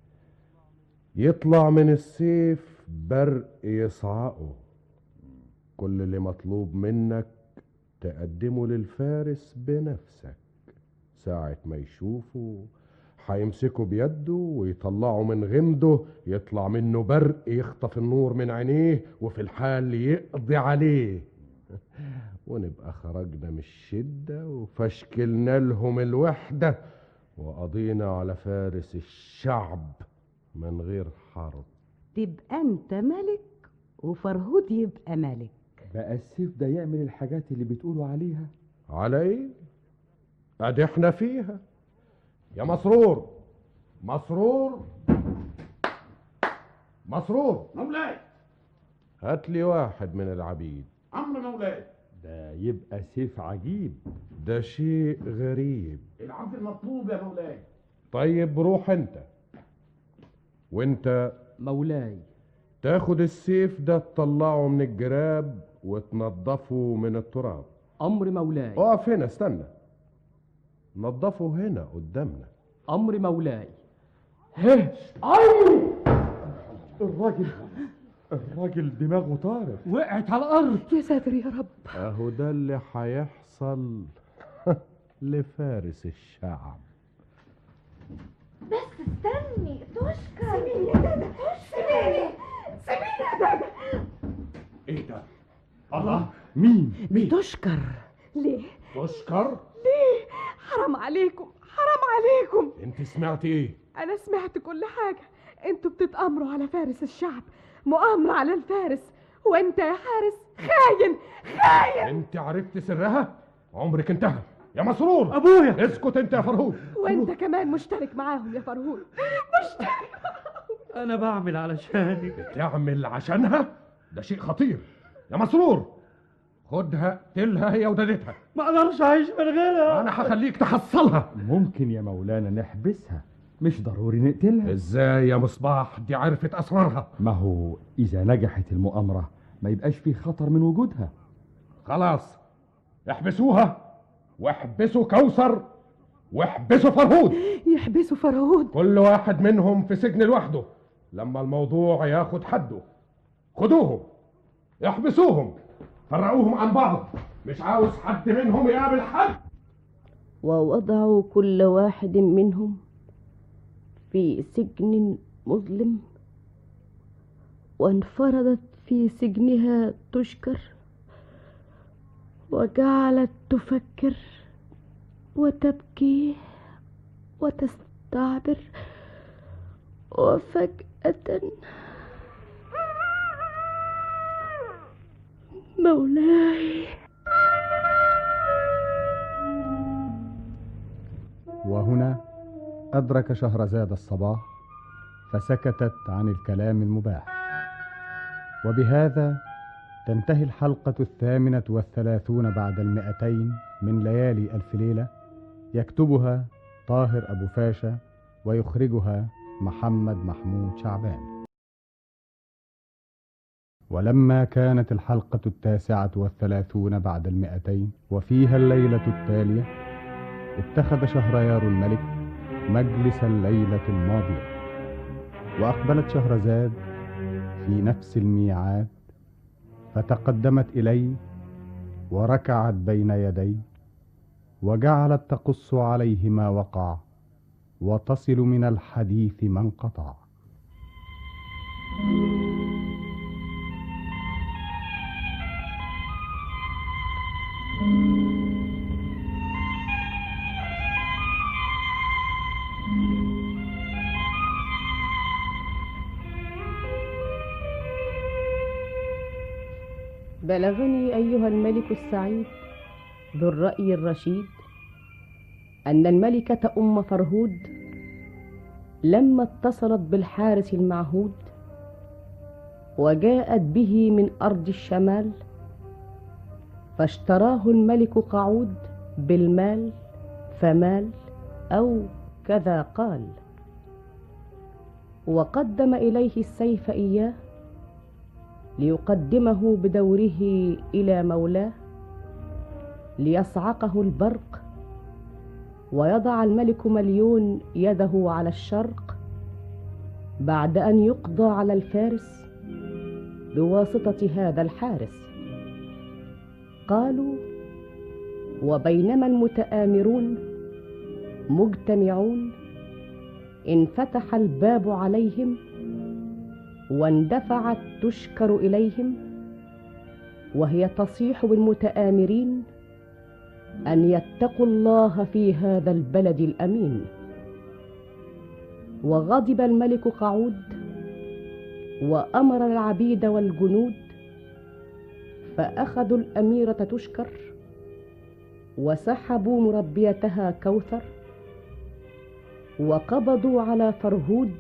يطلع من السيف برق يصعقه. كل اللي مطلوب منك تقدمه للفارس بنفسك. ساعة ما يشوفه هيمسكه بيده ويطلعه من غمده، يطلع منه برق يخطف النور من عينيه، وفي الحال يقضي عليه. ونبقى خرجنا من الشدة وفشكلنا لهم الوحدة، وقضينا على فارس الشعب من غير حرب. تبقى انت ملك وفرهود يبقى ملك. بقى السيف ده يعمل الحاجات اللي بتقولوا عليها؟ على ايه؟ ادي احنا فيها. يا مسرور، مسرور، مسرور. مولاي. هات لي واحد من العبيد. امر مولاي. ده يبقى سيف عجيب. ده شيء غريب. العبد المطلوب يا مولاي. طيب روح انت. وانت مولاي تاخد السيف ده تطلعه من الجراب وتنضفه من التراب. امر مولاي. اقف هنا، استنى. نضفه هنا قدامنا. امر مولاي. هه اي الراجل الراجل دماغه طارت، وقعت على الارض. يا ساتر يا رب. اهو ده اللي هيحصل لفارس الشعب. بس استني تشكر. سيبيني يا دادا، سيبيني سيبيني يا دادا. ايه ده؟ الله، مين؟ مين؟ تشكر. ليه؟ تشكر؟ ليه؟ حرام عليكم، حرام عليكم. انت سمعت ايه؟ انا سمعت كل حاجة. انتوا بتتأمروا على فارس الشعب، مؤامرة على الفارس، وانت يا حارس خاين خاين. انت عرفت سرها؟ عمرك انتهى يا مسرور. ابويا. اسكت انت يا فرهود. وانت كمان مشترك معاهم يا فرهود، مشترك. انا بعمل علشانك. بتعمل عشانها؟ ده شيء خطير يا مسرور. خدها اقتلها هي ودادتها. ما اقدرش اعيش من غيرها. انا هخليك تحصلها. ممكن يا مولانا نحبسها، مش ضروري نقتلها. ازاي يا مصباح؟ دي عرفت اسرارها. ما هو اذا نجحت المؤامرة ما يبقاش في خطر من وجودها. خلاص احبسوها، واحبسوا كوثر، واحبسوا فرهود. يحبسوا فرهود؟ كل واحد منهم في سجن لوحده لما الموضوع ياخد حده. خدوهم احبسوهم، فرقوهم عن بعض، مش عاوز حد منهم يقابل حد. ووضعوا كل واحد منهم في سجن مظلم، وانفردت في سجنها تشكر، وجعلت تفكر وتبكي وتستعبر، وفجأة مولاي. وهنا أدرك شهرزاد الصباح فسكتت عن الكلام المباح. وبهذا تنتهي الحلقة الثامنة والثلاثون بعد المئتين من ليالي ألف ليلة، يكتبها طاهر أبو فاشا ويخرجها محمد محمود شعبان. ولما كانت الحلقة التاسعة والثلاثون بعد المئتين وفيها الليلة التالية، اتخذ شهريار الملك مجلس الليلة الماضية، وأقبلت شهرزاد في نفس الميعاد، فتقدمت إليه وركعت بين يديه، وجعلت تقص عليه ما وقع وتصل من الحديث ما انقطع. بلغني أيها الملك السعيد ذو الرأي الرشيد أن الملكة أم فرهود لما اتصلت بالحارس المعهود وجاءت به من أرض الشمال، فاشتراه الملك قعود بالمال فمال، أو كذا قال، وقدم إليه السيف إياه ليقدمه بدوره إلى مولاه ليصعقه البرق، ويضع الملك مليون يده على الشرق بعد أن يقضى على الفارس بواسطة هذا الحارس. قالوا: وبينما المتآمرون مجتمعون انفتح الباب عليهم، واندفعت تشكر إليهم، وهي تصيح بالمتآمرين أن يتقوا الله في هذا البلد الأمين. وغضب الملك قعود وأمر العبيد والجنود، فأخذوا الأميرة تشكر وسحبوا مربيتها كوثر، وقبضوا على فرهود،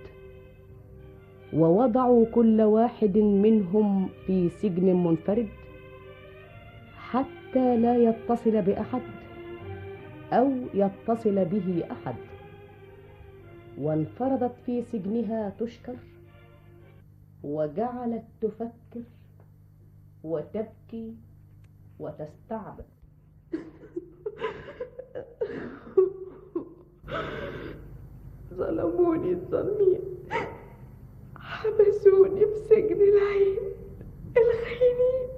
ووضعوا كل واحد منهم في سجن منفرد حتى لا يتصل بأحد أو يتصل به أحد. وانفرضت في سجنها تشكر، وجعلت تفكر وتبكي وتستعبد. ظلموني الظالمين، حبسوني في سجن العين الخاينين،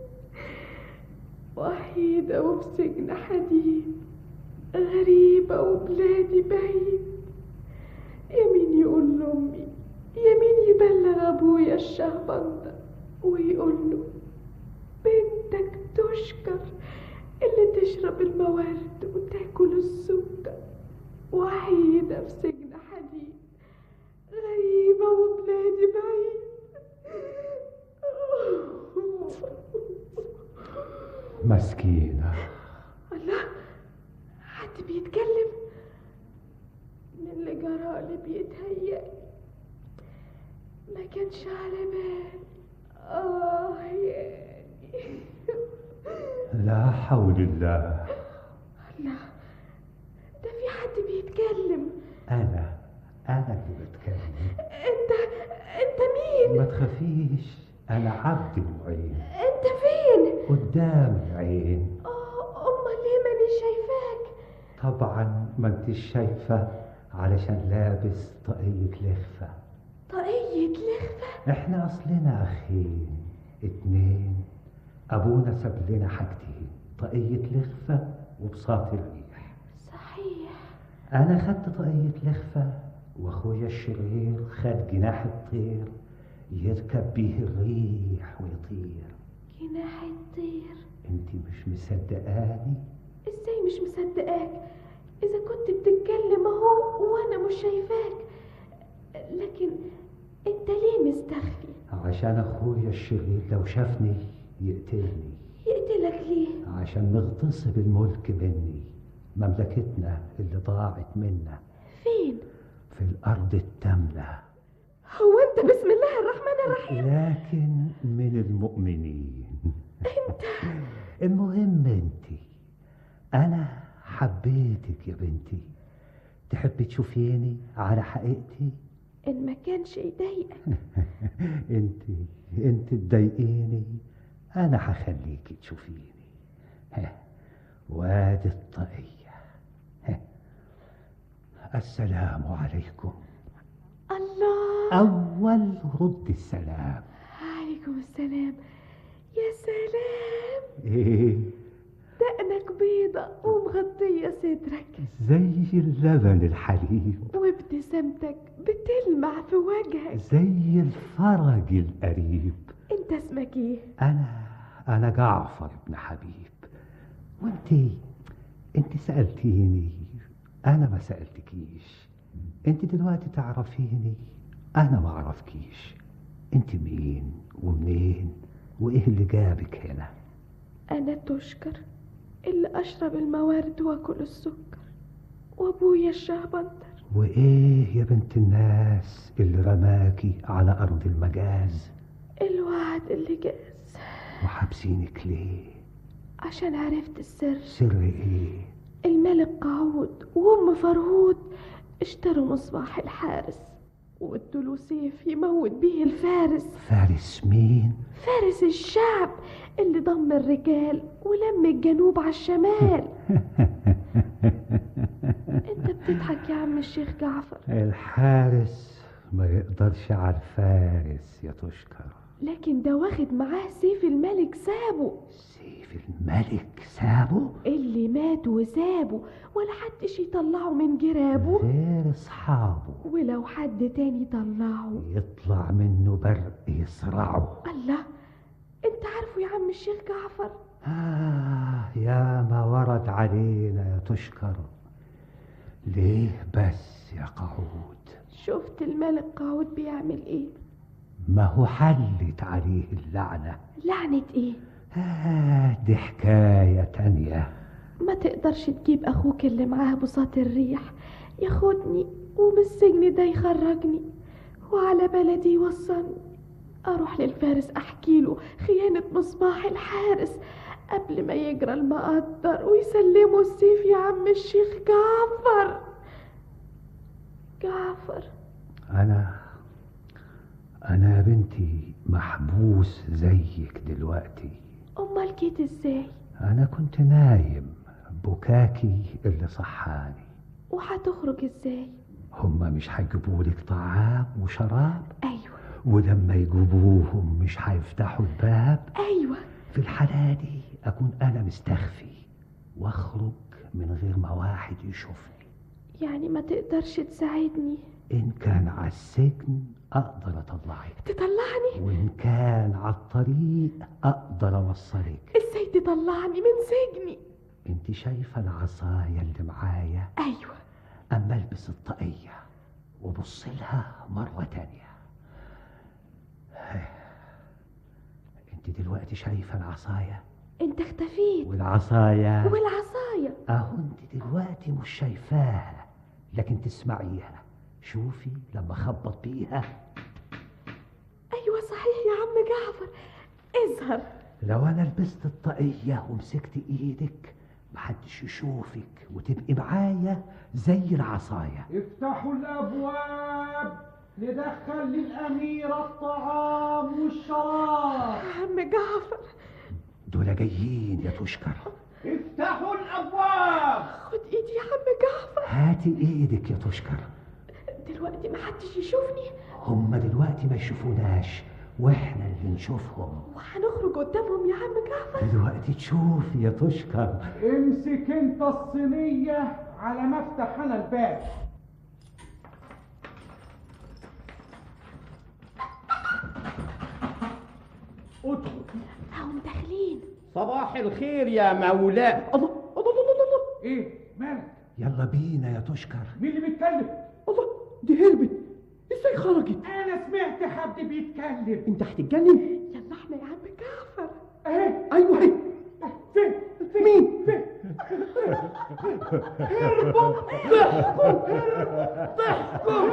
وحيدة وفي سجن حديد، غريبة وبلادي بعيد. يمين يقول لأمي، يمين يبلغ أبويا الشهبندر ويقول له: بنتك تشكر اللي تشرب الموارد وتاكل السكر، وحيدة في سجن حديد، غريبة وبلادي بعيد. مسكينة. الله، حد بيتكلم؟ من اللي جرالي بيتهيألي، ما كانش على بالي. آه يعني. لا حول الله. لا، ده في حد بيتكلم. أنا أنا اللي بتكلم. أنت أنت مين؟ ما تخافيش، أنا عبد المعين. أنت فين؟ قدام العين. آه، أمال ليه ماني شايفاك؟ طبعا ما انتش شايفة علشان لابس طاقية لخفة. طاقية لخفة؟ احنا أصلنا أخين اتنين، أبونا ساب لنا حاجتين، طاقية لخفة وبساط الريح. صحيح. أنا خدت طاقية لخفة، وأخويا الشرير خد جناح الطير يركب بيه الريح ويطير. جناح الطير؟ انت مش مصدقاني؟ ازاي مش مصدقاك اذا كنت بتتكلم اهو وانا مش شايفاك؟ لكن انت ليه مستخفي؟ عشان اخويا الشرير لو شافني يقتلني. يقتلك ليه؟ عشان نغتصب الملك مني، مملكتنا اللي ضاعت منا. فين؟ في الارض التامنة. هو انت بسم الله الرحمن الرحيم؟ لكن من المؤمنين. انت المهم انت، انا حبيتك يا بنتي. تحبي تشوفيني على حقيقتي؟ إن ما كانش يضايقك. انت انت تضايقيني، انا هخليكي تشوفيني. ها، وادي الطاقية. ها. السلام عليكم. الله. اول رد السلام. عليكم السلام. يا سلام، ايه دقنك بيضة ومغطية صدرك زي اللبن الحليب، وابتسامتك بتلمع في وجهك زي الفرج القريب. انت اسمك ايه؟ انا انا جعفر ابن حبيب. وانتي انت سألتيني، انا ما سألتكيش. انت دلوقتي تعرفيني، انا ما اعرفكيش. انت مين ومنين وايه اللي جابك هنا؟ انا تشكر اللي اشرب الموارد واكل السكر، وابويا الشهبندر. وايه يا بنت الناس اللي رماكي على ارض المجاز؟ الوعد اللي جاز. وحابسينك ليه؟ عشان عرفت السر. سر ايه؟ الملك قعود وام فرهود اشتروا مصباح الحارس وادوا له سيف يموت بيه الفارس. فارس مين؟ فارس الشعب اللي ضم الرجال ولم الجنوب على الشمال. انت بتضحك يا عم الشيخ جعفر. الحارس ما يقدرش على الفارس يا تشكر. لكن ده واخد معاه سيف الملك سابه. سيف الملك سابه؟ اللي مات وسابه ولا حدش يطلعه من جرابه غير اصحابه، ولو حد تاني طلعه يطلع منه برق يصرعه. الله، انت عارفه يا عم الشيخ جعفر؟ آه يا ما ورد علينا يا تشكر. ليه بس يا قعود؟ شفت الملك قعود بيعمل ايه؟ ما هو حلت عليه اللعنة. لعنة ايه؟ آه دي حكاية تانية. ما تقدرش تجيب اخوك اللي معاه بساط الريح ياخدني ومن السجن ده يخرجني وعلى بلدي يوصلني، اروح للفارس احكي له خيانة مصباح الحارس قبل ما يجرى المقدر ويسلموا السيف يا عم الشيخ جعفر. جعفر انا انا يا بنتي محبوس زيك دلوقتي. امال جيت ازاي؟ انا كنت نايم، بكاكي اللي صحاني. وهتخرج ازاي؟ هما مش هيجيبولك طعام وشراب؟ ايوه. ولما يجيبوهم مش هيفتحوا الباب؟ ايوه. في الحالة دي اكون انا مستخفي واخرج من غير ما واحد يشوفني. يعني ما تقدرش تساعدني؟ ان كان على السجن اقدر اطلعك. تطلعني؟ وان كان على الطريق اقدر اوصلك. ازاي تطلعني من سجني؟ انت شايفة العصاية اللي معايا؟ ايوه. اما البس الطاقية وبص لها مرة تانية. انت دلوقتي شايفة العصاية؟ انت اختفيت. والعصاية؟ والعصاية اهو انت دلوقتي مش شايفاها لكن تسمعيها. شوفي لما خبط بيها. ايوه صحيح يا عم جعفر، اظهر. لو انا لبست الطاقية ومسكت ايدك محدش يشوفك وتبقي معايا زي العصاية. افتحوا الابواب ندخل للاميرة الطعام والشراب. عم جعفر دول جايين يا تشكر. افتحوا الابواب. خد ايدي يا عم جعفر. هاتي ايدك يا تشكر. دلوقتي محدش يشوفني. هما دلوقتي ما يشوفوناش واحنا اللي نشوفهم. وهنخرج قدامهم يا عم جعفر. دلوقتي تشوفي يا تشكر. امسك انت الصينية على ما افتح انا الباب. ادخل. هم داخلين. صباح الخير يا مولاي. الله الله الله الله. ايه مالك؟ يلا بينا يا تشكر. مين اللي بيتكلم؟ الله دي هربت، ازاي خرجت؟ انا سمعت حد بيتكلم. انت هتتجنن؟ يلا احنا يا عم جعفر. اهي. ايوه اهي. فين؟ فين؟ مين؟ فين؟ هربوا ضحكوا ضحكوا.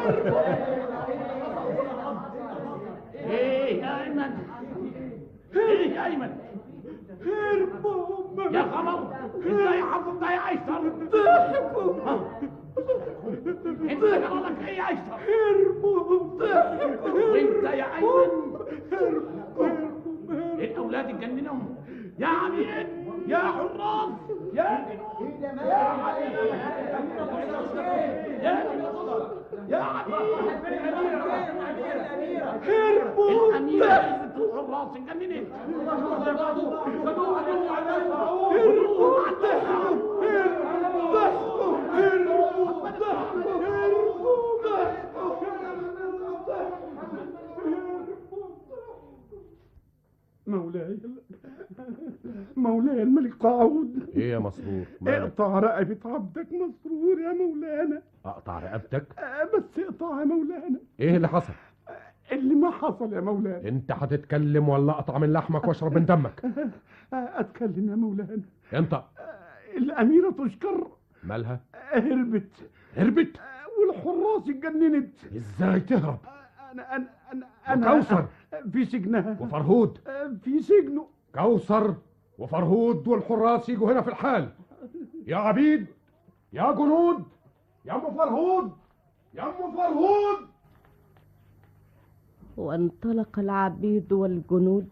ايه يا ايمن؟ ايه يا ايمن؟ هربوا هم يا خبر، ازاي حصل ده يا ايسر؟ ضحكوا انت جرى لك ايه يا ايسر؟ هربوا ضحكوا وانت يا ايمن الاولاد اتجننهم يا عميد يا حراس يا جنود يا عميد يا جنود يا عميد هربوا الاميره الحراس اتجننت مولاي مولاي الملك قعود. ايه يا مسرور؟ اقطع رقبة عبدك مسرور يا مولانا. اقطع رقبتك؟ آه بس اقطع يا مولانا. ايه اللي حصل؟ اللي ما حصل يا مولانا. انت هتتكلم ولا اقطع من لحمك واشرب من دمك؟ اتكلم يا مولانا. انت الاميرة تشكر. مالها؟ هربت. هربت؟ والحراس اتجننت. ازاي تهرب؟ انا انا انا انا وكوثر في سجنها. وفرهود في سجنه. كوثر وفرهود والحراس يجوا هنا في الحال. يا عبيد يا جنود يا ام فرهود يا ام فرهود. وانطلق العبيد والجنود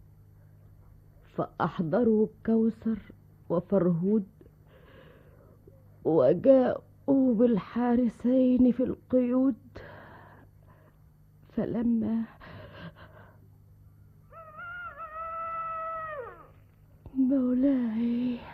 فأحضروا كوثر وفرهود وجاءوا بالحارسين في القيود. فلما مولاي.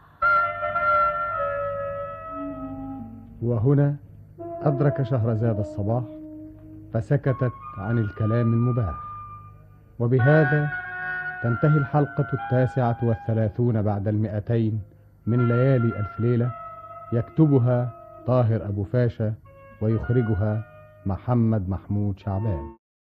وهنا أدرك شهرزاد الصباح فسكتت عن الكلام المباح. وبهذا تنتهي الحلقة التاسعة والثلاثون بعد المئتين من ليالي ألف ليلة، يكتبها طاهر أبو فاشا ويخرجها محمد محمود شعبان.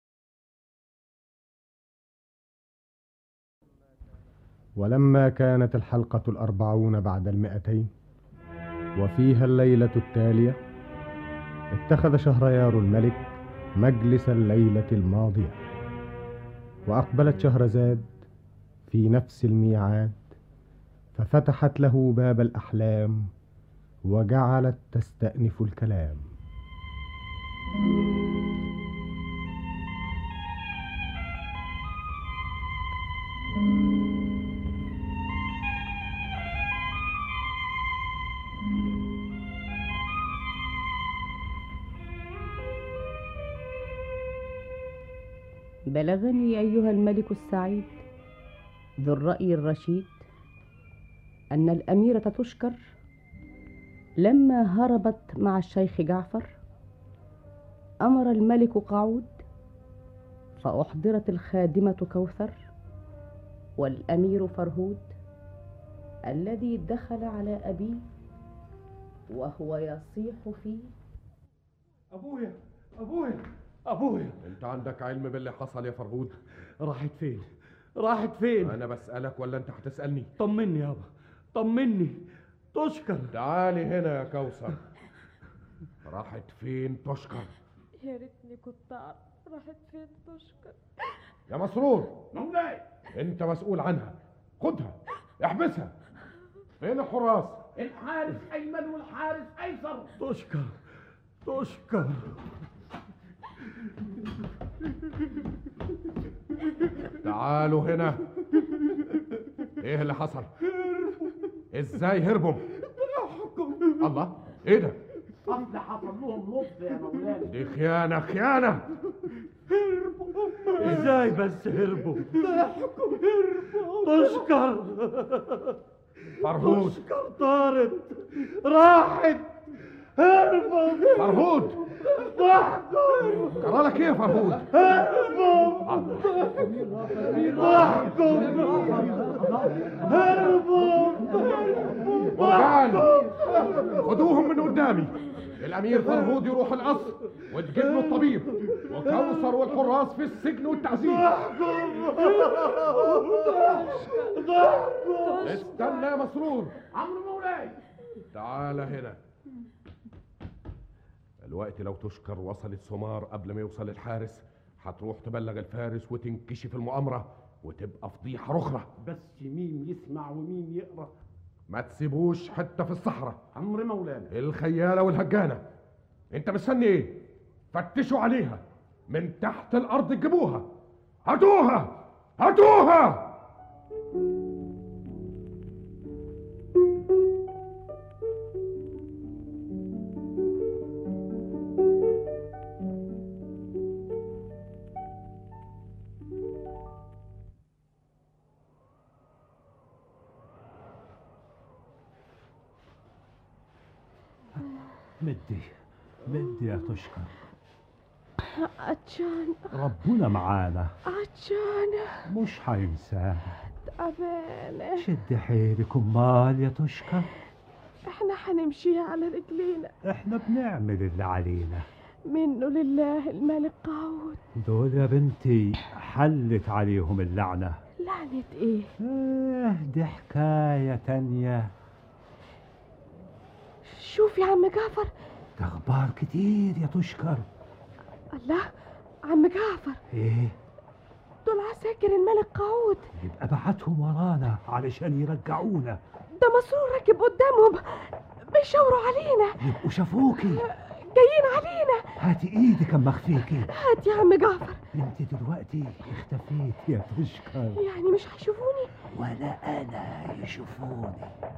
ولما كانت الحلقة الأربعون بعد المئتين وفيها الليلة التالية، اتخذ شهريار الملك مجلس الليلة الماضية، وأقبلت شهرزاد في نفس الميعاد ففتحت له باب الأحلام وجعلت تستأنف الكلام. بلغني أيها الملك السعيد ذو الرأي الرشيد أن الأميرة تشكر لما هربت مع الشيخ جعفر أمر الملك قعود فأحضرت الخادمة كوثر والأمير فرهود الذي دخل على أبيه وهو يصيح فيه: أبويا أبويا أبويا. انت عندك علم باللي حصل يا فرهود؟ راحت فين؟ راحت فين؟ انا بسألك ولا انت هتسألني؟ طمني يابا طمني. تشكر. تعالي هنا يا كوثر. راحت فين تشكر؟ يا ريتني كنت اعرف راحت فين تشكر. يا مسرور مولاي انت مسؤول عنها، خدها احبسها. فين الحراس؟ الحارس ايمن والحارس ايسر. تشكر تشكر. تعالوا هنا. ايه اللي حصل؟ ازاي هربوا؟ الله، ايه ده؟ اصل حصل لهم نص يا مولانا. دي خيانة خيانة. هربوا. ازاي بس هربوا؟ ضحكوا هربوا. تشكر فرهود. تشكر طارت راحت هربوا. فرهود ضحكوا. جرى لك ايه يا فرهود؟ هربوا. ضحكوا هربوا. مرجان خدوهم من قدامي. الامير فرهود يروح القصر وتجيب له الطبيب، وكوثر والحراس في السجن والتعذيب. استنى يا مسرور. عمرو مولاي تعال هنا. الوقت لو تشكر وصلت سمار قبل ما يوصل الحارس هتروح تبلغ الفارس وتنكشف المؤامرة وتبقى فضيحة رخرة. بس مين يسمع ومين يقرأ؟ ما تسيبوش حتة في الصحراء. أمر مولانا. الخيالة والهجانة، انت مستني ايه؟ فتشوا عليها من تحت الارض، تجيبوها. هاتوها هاتوها. مدي مدي يا تشكر. عطشان. ربنا معانا، عطشان. مش هينسانا. تعبانة. شد حيلك امال يا تشكر. احنا هنمشيها على رجلينا. احنا بنعمل اللي علينا. منه لله الملك قعود. دول يا بنتي حلت عليهم اللعنة. لعنة ايه؟ اه دي حكاية تانية. شوف يا عم جعفر، ده اخبار كتير يا تشكر. الله، عم جعفر، ايه؟ دول عساكر الملك قعود. يبقى بعتهم ورانا علشان يرجعونا. ده مسرور راكب قدامهم بيشاوروا علينا. يبقوا شافوكي جايين علينا. هاتي ايدك اما اخفيكي. هات يا عم جعفر. انت دلوقتي اختفيت يا تشكر. يعني مش هيشوفوني ولا انا يشوفوني.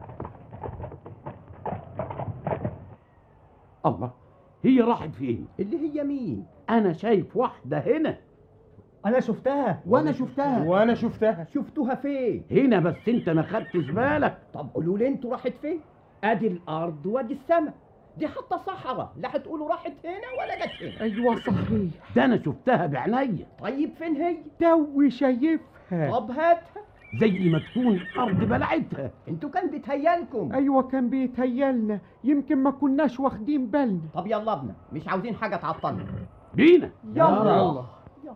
الله، هي راحت فين؟ اللي هي مين؟ انا شايف واحده هنا. انا شفتها. وانا شفتها. وانا شفتها. شفتوها فين؟ هنا، بس انت ما خدتش بالك. طب قولوا لي انتوا راحت فين؟ ادي الارض وادي السماء، دي حتى صحراء، لا هتقولوا راحت هنا ولا جت هنا. ايوه صحيح. ده انا شفتها بعينيا. طيب فين هي؟ توي شايفها. طب هاتها. زي ما تكون ارض بلعتها. انتوا كان بيتهيالكم. ايوه كان بيتهيالنا، يمكن ما كناش واخدين بالنا. طب يلا بنا، مش عاوزين حاجه تعطلنا. بينا. يلا يلا, يلا.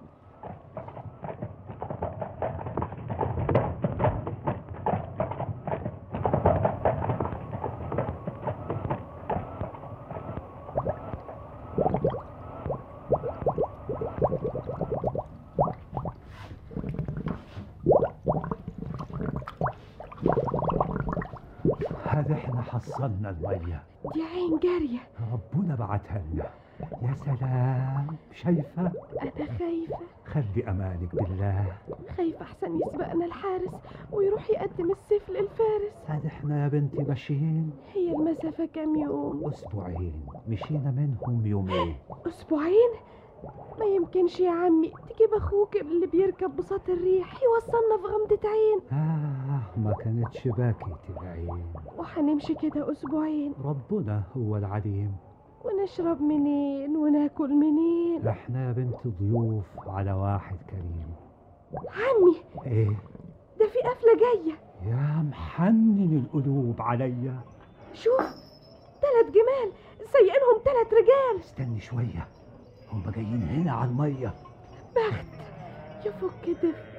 هذا احنا حصلنا المية. دي عين جارية ربنا بعتها لنا. يا سلام، شايفة؟ أنا خايفة. خلي أمانك بالله. خايفة أحسن يسبقنا الحارس ويروح يقدم السيف للفارس. هذا احنا يا بنتي ماشيين. هي المسافة كام يوم؟ أسبوعين، مشينا منهم يومين. أسبوعين؟ ما يمكنش يا عمي تجيب أخوك اللي بيركب بساط الريح يوصلنا في غمضة عين. آه ما كانتش باكية العين. وحنمشي كده أسبوعين. ربنا هو العليم. ونشرب منين وناكل منين؟ احنا يا بنت ضيوف على واحد كريم. عمي، ايه ده في قفلة جاية. يا محنن القلوب عليا. شوف، تلات جمال سايقينهم تلات رجال. استني شوية، هم جايين هنا على المية. بخت يفك دفء.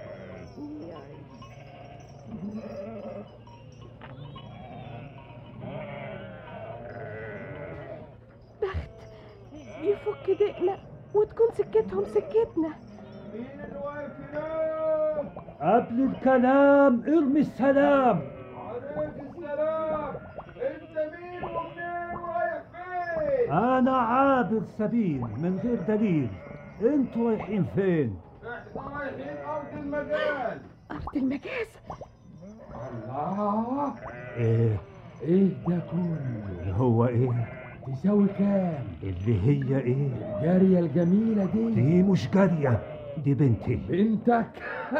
بخت يفك دقنا وتكون سكتهم سكتنا. مين اللي واقف هناك؟ قبل الكلام ارمي السلام. عليك السلام. انت مين ومنين ورايح فين؟ انا عابر سبيل من غير دليل. انتوا رايحين فين؟ احنا رايحين ارض المجال. ارض المجاز؟ الله، ايه ايه ده كله؟ هو ايه؟ تساوي كام؟ اللي هي ايه؟ الجارية الجميلة دي. دي مش جارية، دي بنتي. بنتك؟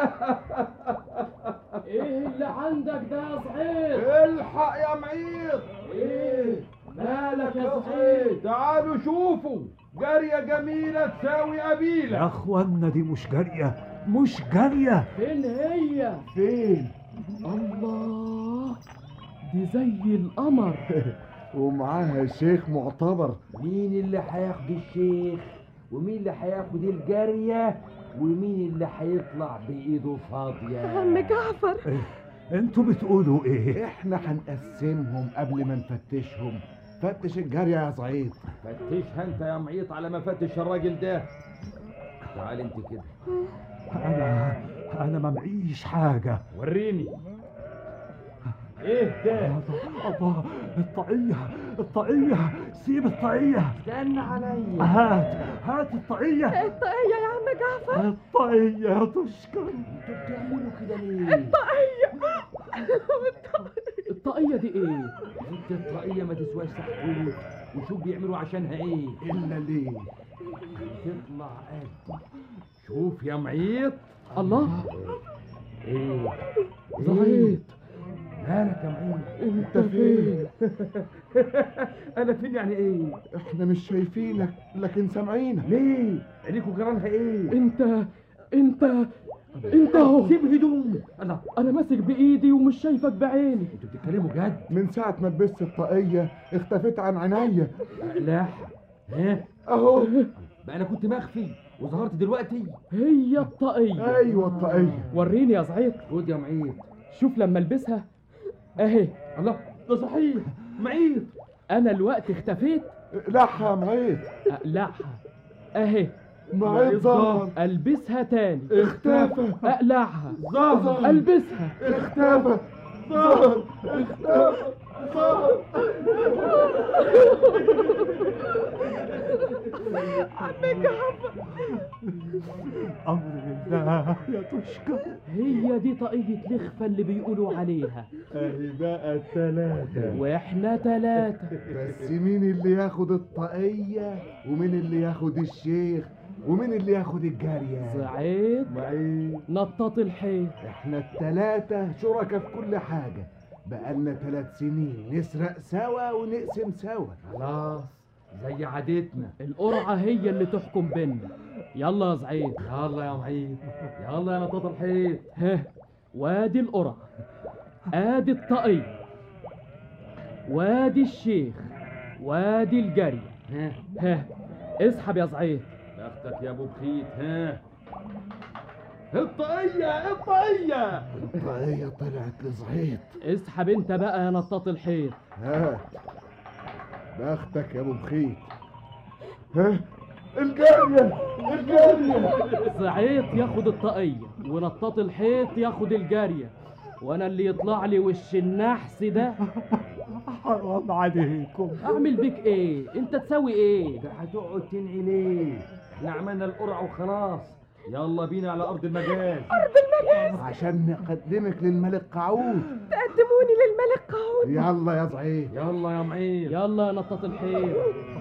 ايه اللي عندك ده يا صعيد؟ الحق يا معيط. ايه مالك يا صعيد؟ تعالوا شوفوا، جارية جميلة تساوي قبيلة. يا اخوانا دي مش جارية، مش جارية. فين هي؟ فين؟ الله، دي زي القمر. ومعاها شيخ معتبر. مين اللي هياخد الشيخ؟ ومين اللي هياخد الجارية؟ ومين اللي هيطلع بإيده فاضية؟ عم جعفر، إيه؟ انتوا بتقولوا ايه؟ احنا هنقسمهم قبل ما نفتشهم. فتش الجارية يا سعيد. فتشها انت يا معيط على ما فتش الراجل ده. تعال انت كده. انا انا ما معيش حاجه. وريني ايه ده؟ الله، الطاقية الطاقية، سيب الطاقية. استنى عليا. هات هات الطاقية. الطاقية يا عم جعفر. الطاقية يا تشكر. انتوا بتعملوا كده ليه؟ الطاقية الطاقية دي ايه؟ انت الطاقية ما تسواش سحبوت، وشوف بيعملوا عشانها ايه. الا ليه؟ تطلع قد. شوف يا معيط. الله، ايه زهيد. مالك يا معيط؟ انت فين؟ انا فين يعني ايه؟ احنا مش شايفينك لكن سامعينك. ليه؟ عينيكوا جرانها ايه؟ انت انت انت اهو. سيب هدومي. انا انا ماسك بايدي ومش شايفك بعيني. انتوا بتتكلموا جد؟ من ساعة ما لبست الطاقية اختفيت عن عينيا. لا ها اهو بقى انا كنت مخفي وظهرت دلوقتي. هي الطاقية. ايوه الطاقية. وريني يا زعيق. خد يا معيط. شوف لما البسها اهي. الله، ده صحيح معيط. انا الوقت اختفيت. اقلعها يا معيط. اقلعها اهي. معيط ظهر. البسها تاني. اختفى. اقلعها. ظهر. البسها. اختفى. ظهر. اختفى. ظهر. عم جعفر. امر الله يا تشكر. هي دي طاقية لخفة اللي بيقولوا عليها. اهي بقى التلاتة. واحنا تلاتة. بس مين اللي ياخد الطاقية ومين اللي ياخد الشيخ ومين اللي ياخد الجارية؟ زعيد معيد نطاط الحيط. احنا التلاتة شركة في كل حاجة، بقالنا تلات سنين نسرق سوا ونقسم سوا. خلاص زي عادتنا. القرعة هي اللي تحكم بينا. يلا يا زعيد. يلا يا معيد، يلا يا نطاط الحيط. ها، وادي القرعة، ادي الطاقية، وادي الشيخ، وادي الجري. ها ها، اسحب يا زعيد. بختك يا ابو بخيت. ها الطاقية الطاقية الطاقية طلعت لزعيط. اسحب انت بقى يا نطاط الحيط. ها بختك يا ابو بخيت. ها الجارية الجارية. زعيط ياخد الطاقية ونطاط الحيط ياخد الجارية، وانا اللي يطلع لي وش النحس ده. حرام عليكم. اعمل بيك ايه؟ انت تسوي ايه؟ ده هتقعد تنعي ليه؟ احنا عملنا القرعة وخلاص. يلا بينا على ارض المجال. ارض المجال عشان نقدمك للملك قعود. تقدموني للملك قعود. يلا يا زعيم. يلا يا معيد. يلا يا نطاط الحيط.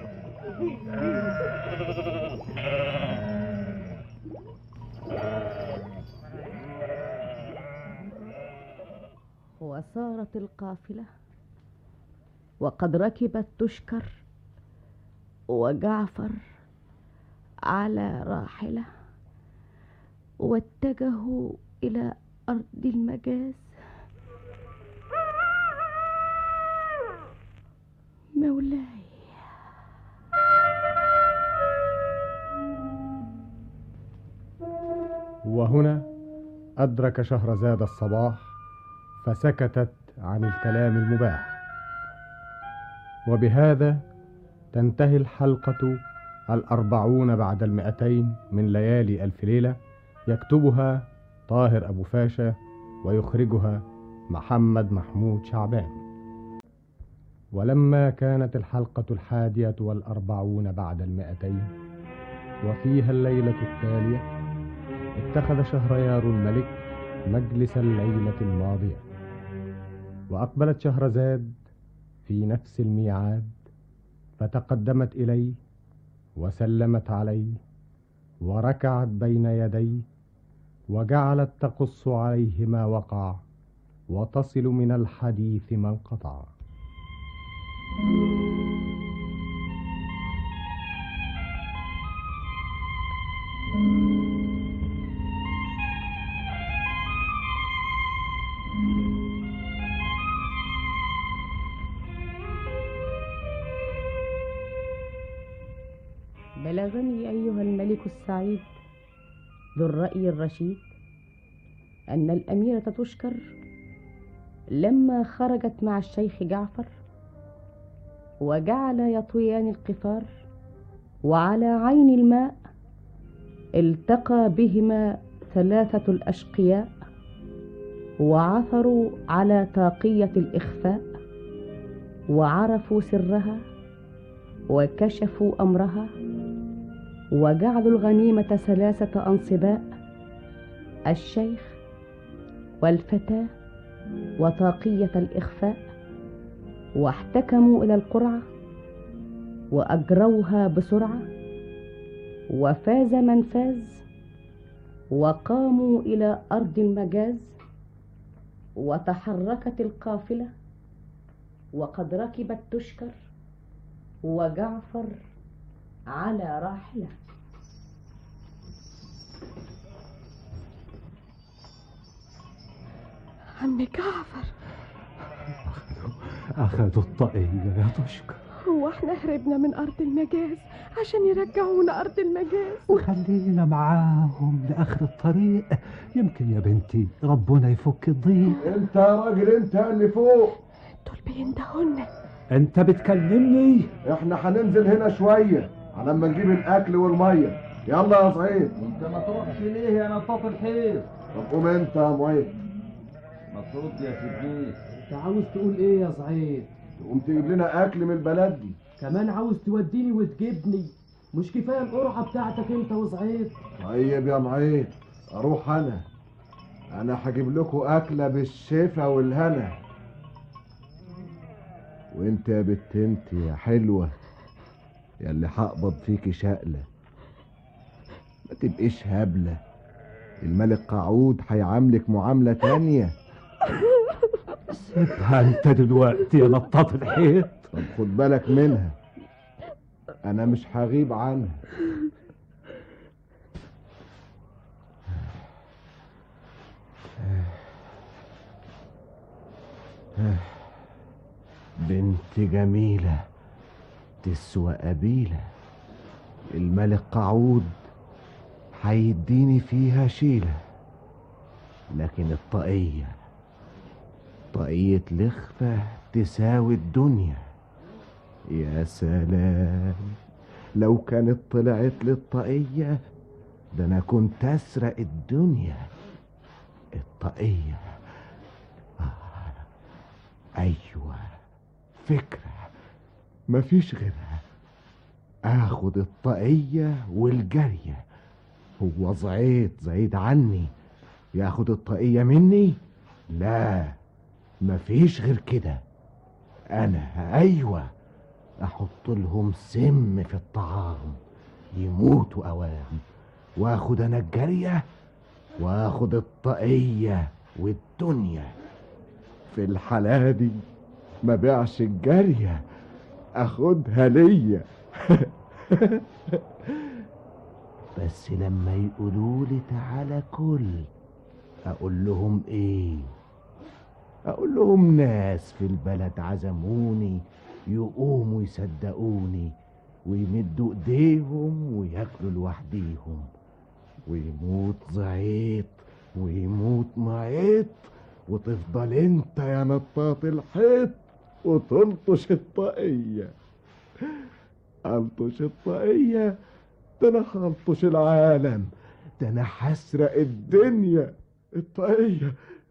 وسارت القافلة وقد ركبت تشكر وجعفر على راحلة، واتجهوا إلى أرض المجاز. مولاي. وهنا أدرك شهرزاد الصباح فسكتت عن الكلام المباح. وبهذا تنتهي الحلقة الأربعون بعد المئتين من ليالي ألف ليلة، يكتبها طاهر أبو فاشا ويخرجها محمد محمود شعبان. ولما كانت الحلقة الحادية والأربعون بعد المئتين وفيها الليلة التالية، اتخذ شهريار الملك مجلس الليلة الماضية، وأقبلت شهرزاد في نفس الميعاد، فتقدمت إليه وسلمت عليه وركعت بين يديه، وجعلت تقص عليه ما وقع وتصل من الحديث ما انقطع. بلغني أيها الملك السعيد ذو الرأي الرشيد أن الأميرة تشكر لما خرجت مع الشيخ جعفر وجعل يطويان القفار وعلى عين الماء، التقى بهما ثلاثة الأشقياء وعثروا على طاقية الإخفاء وعرفوا سرها وكشفوا أمرها وجعلوا الغنيمة ثلاثة أنصباء: الشيخ والفتاة وطاقية الإخفاء، واحتكموا إلى القرعة وأجروها بسرعة، وفاز من فاز، وقاموا إلى أرض المجاز، وتحركت القافلة، وقد ركبت تشكر وجعفر على راحلة. عم جعفر، أخذوا الطاقية يا تشكر. هو احنا هربنا من أرض المجاز عشان يرجعونا أرض المجاز؟ وخلينا معاهم لآخر الطريق، يمكن يا بنتي ربنا يفك الضيق. انت يا راجل، انت اللي فوق. دول بيندهولنا. انت بتكلمني؟ احنا هننزل هنا شوية على ما نجيب الأكل والمية. يلا يا سعيد. انت ما تروحش ليه يا نطاط الحيط؟ طب قوم انت يا معيد. ما ترد يا سيدنيس. انت عاوز تقول ايه يا سعيد؟ تقوم تجيب لنا أكل من البلد دي. كمان عاوز توديني وتجيبني؟ مش كفايه القرعه بتاعتك انت وسعيد؟ طيب يا معيد، اروح انا انا هجيب لكم اكله بالشفا والهنا. وانت يا بت انت يا حلوه يا اللي هقبض فيكي شقله، ما تبقيش هبله. الملك قعود هيعاملك معامله تانية. سيبها انت دلوقتي يا نطاط الحيط. طب خد بالك منها، انا مش هغيب عنها. بنت جميلة تسوى قبيلة، الملك قعود هيديني فيها شيلة. لكن الطاقية طاقية لخفة تساوي الدنيا. يا سلام، لو كانت طلعت للطاقية ده انا كنت اسرق الدنيا. الطاقية آه. ايوه، فكرة مفيش غيرها. اخد الطاقية والجارية. هو زعيد زايد عني ياخد الطاقية مني؟ لا، مفيش غير كده. انا ايوه احط لهم سم في الطعام يموتوا اوام، واخد انا الجارية واخد الطاقية والدنيا. في الحالة دي ما بيعش الجارية، اخدها ليا. بس لما يقولوا لي تعالى كل، اقول لهم ايه؟ اقول لهم ناس في البلد عزموني، يقوموا يصدقوني ويمدوا ايديهم وياكلوا لوحديهم، ويموت زعيط ويموت معيط، وتفضل انت يا نطاط الحيط وتلطش الطاقية. الطش الطاقية؟ ده انا هلطش العالم، ده انا هسرق الدنيا. الطاقية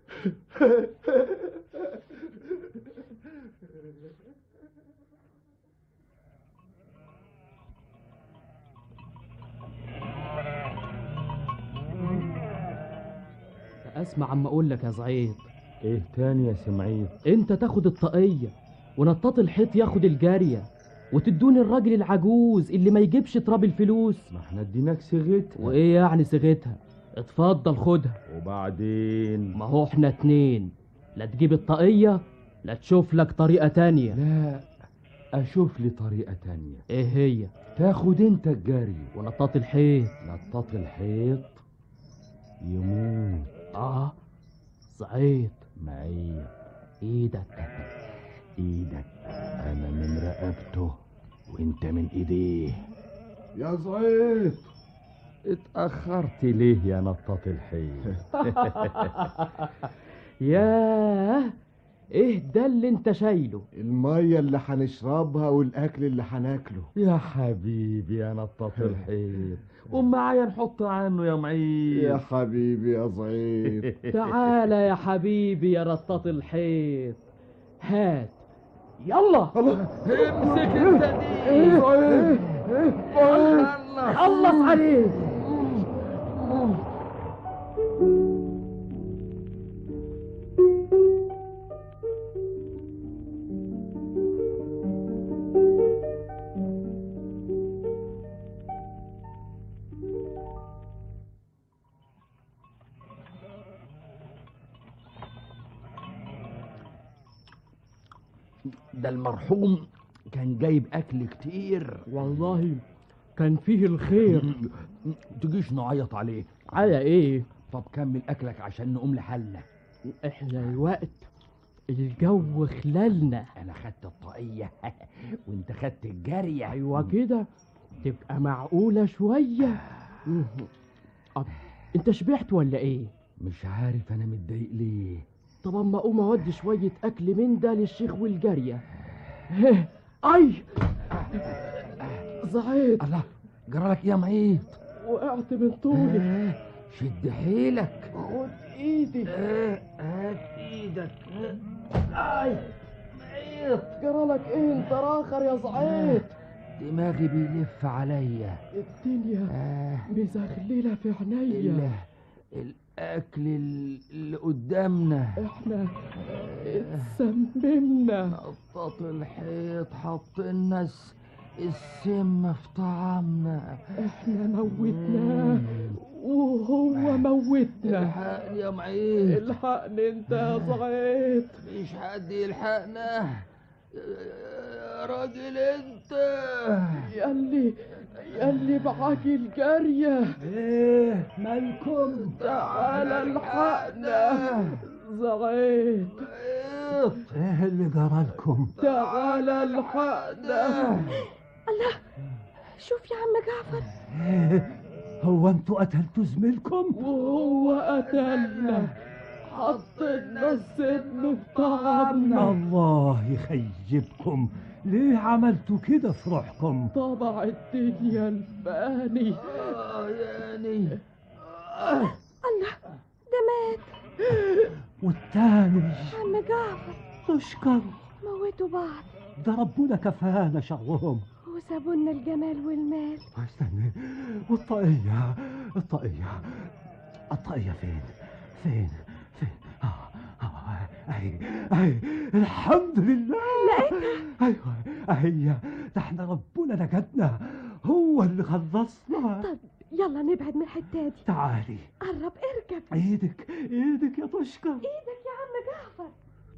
اسمع عم اقول لك يا زعيد. ايه تاني يا سمعيد؟ انت تاخد الطاقية ونطاط الحيط ياخد الجارية، وتدوني الراجل العجوز اللي ما يجيبش تراب الفلوس. ما احنا اديناك صيغتها. وايه يعني صيغتها؟ اتفضل خدها. وبعدين؟ ما هو احنا اتنين، لا تجيب الطاقية لا تشوف لك طريقة تانية. لا، اشوف لي طريقة تانية. ايه هي؟ تاخد انت الجارية ونطاط الحيط. نطاط الحيط يموت. اه زعيد معي ايدك ايدك، انا من رقبته وانت من ايديه. يا زعيد اتأخرت ليه يا نطاط الحيط؟ ياه، ايه ده اللي انت شايله؟ المية اللي هنشربها والاكل اللي هناكله. يا حبيبي يا نطاط الحيط، ومعايا نحط عنه يا معيد. يا حبيبي يا زعيد. تعالى يا حبيبي يا رطاط الحيط، هات يلا. امسك انت دي. خلص عليه. ده المرحوم كان جايب اكل كتير والله كان فيه الخير. تجيش نعيط عليه. على ايه؟ طب كمل اكلك عشان نقوم لحالنا. احنا الوقت الجو خلالنا. انا خدت الطاقية وانت خدت الجارية. ايوه كده تبقى معقولة شوية. أب... انت شبعت ولا ايه؟ مش عارف انا متضايق ليه. طب اما اقوم اودي شوية اكل من ده للشيخ والجارية. اي زعيد. الله جرالك يا معيد؟ وقعت من طولي. شد حيلك. خد ايدي. هات ايدك. اي معيد جرالك ايه انت راخر يا زعيد؟ دماغي بيلف عليا. الدنيا آه. مزغللة في عينيا. الاكل اللي قدامنا احنا اتسممنا. نطاط الحيط حطلنا السم في طعامنا. احنا موتناه وهو موتنا. الحقني يا معيد. الحقني انت يا زعيد. مفيش حد يلحقنا يا راجل انت. ياللي ياللي معاك الجارية. ايه مالكم؟ تعالى الحقنا زعيد. ايه اللي جرالكم؟ تعالى الحقنا. الله شوف يا عم جعفر. ايه هو انتوا قتلتوا زميلكم؟ وهو قتلنا حطينا السم في طعامنا. الله يخيبكم، ليه عملتوا كده في روحكم؟ طبع الدنيا الفاني. اه يعني آه. الله ده مات. والتاني عم جعفر تشكر موتوا بعض. ده ربنا كفانا شرهم وسابولنا الجمال والمال. استنى، والطاقية الطاقية الطاقية فين فين فين؟ آه آه أهي أهي الحمد لله لقيتها. أيوة أهي، ده احنا ربنا نجدنا، هو اللي خلصنا. طب يلا نبعد من الحتة دي. تعالي قرب اركب. ايدك ايدك يا تشكر. ايدك يا عم جعفر.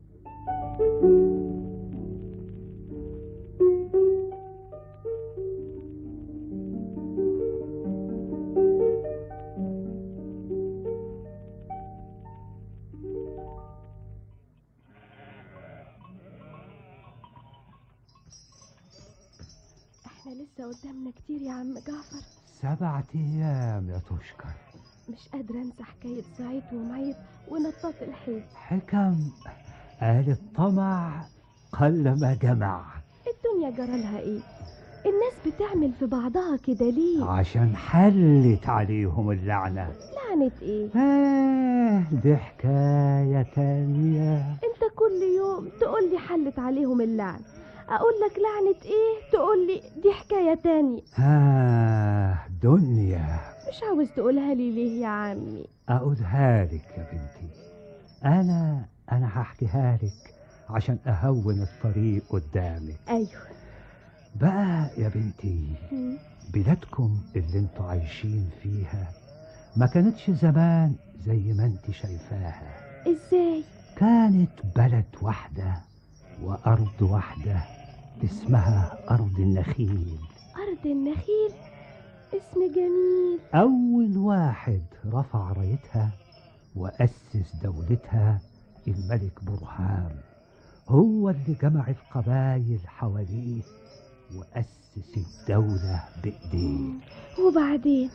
احنا لسه قدامنا كتير يا عم جعفر. سبعة ايام يا تشكر. مش قادرة انسى حكاية زعيد ومعيط ونطاط الحيط. حكم قال الطمع قل ما جمع. الدنيا جرالها ايه؟ الناس بتعمل في بعضها كده ليه؟ عشان حلت عليهم اللعنة. لعنة ايه؟ آه دي حكاية تانية. انت كل يوم تقولي حلت عليهم اللعنة، اقول لك لعنة ايه تقولي دي حكاية تانية. آه دنيا. مش عاوز تقولها لي ليه يا عمي؟ اقولها لك يا بنتي. انا انا هحكيها لك عشان اهون الطريق قدامك. ايوه بقى يا بنتي، بلادكم اللي انتوا عايشين فيها ما كانتش زمان زي ما انت شايفاها. ازاي؟ كانت بلد واحدة وارض واحدة اسمها ارض النخيل. ارض النخيل اسم جميل. اول واحد رفع رايتها واسس دولتها الملك برهان، هو اللي جمع القبائل حواليه وأسس الدولة بإيديه. وبعدين؟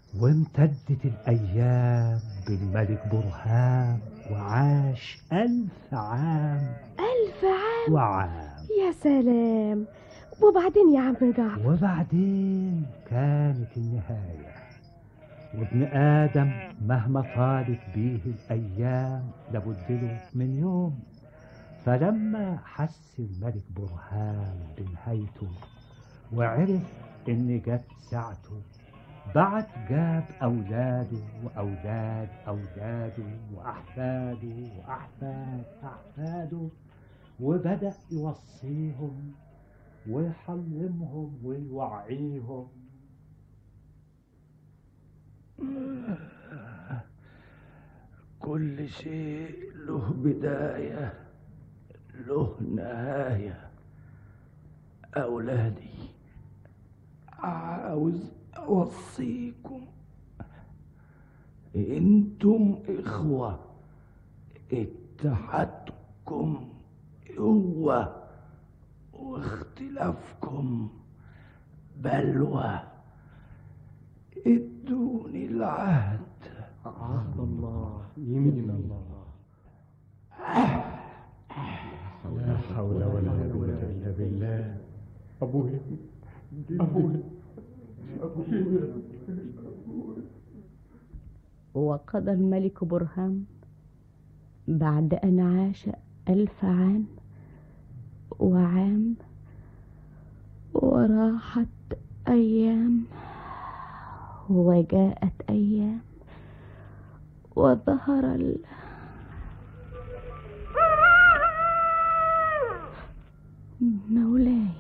وامتدت الأيام بالملك برهان وعاش ألف عام. ألف عام وعام. يا سلام. وبعدين يا عم جعفر؟ وبعدين كانت النهاية، وابن آدم مهما طالت بيه الأيام لابد له من يوم. فلما حس الملك برهان بنهايته وعرف إن جت ساعته، بعت جاب أولاده وأولاد أولاده وأحفاده وأحفاد أحفاده، وبدأ يوصيهم ويحلمهم ويوعيهم. كل شيء له بداية له نهاية. أولادي، عاوز أوصيكم، انتم إخوة، اتحادكم قوة واختلافكم بلوى. ادوني العهد. عهد الله يمين الله. لا حول ولا قوة إلا بالله. أبويا أبويا أبويا. وقضى الملك برهان بعد أن عاش ألف عام وعام، وراحت أيام وجاءت أيام، وظهر ال... مولاي.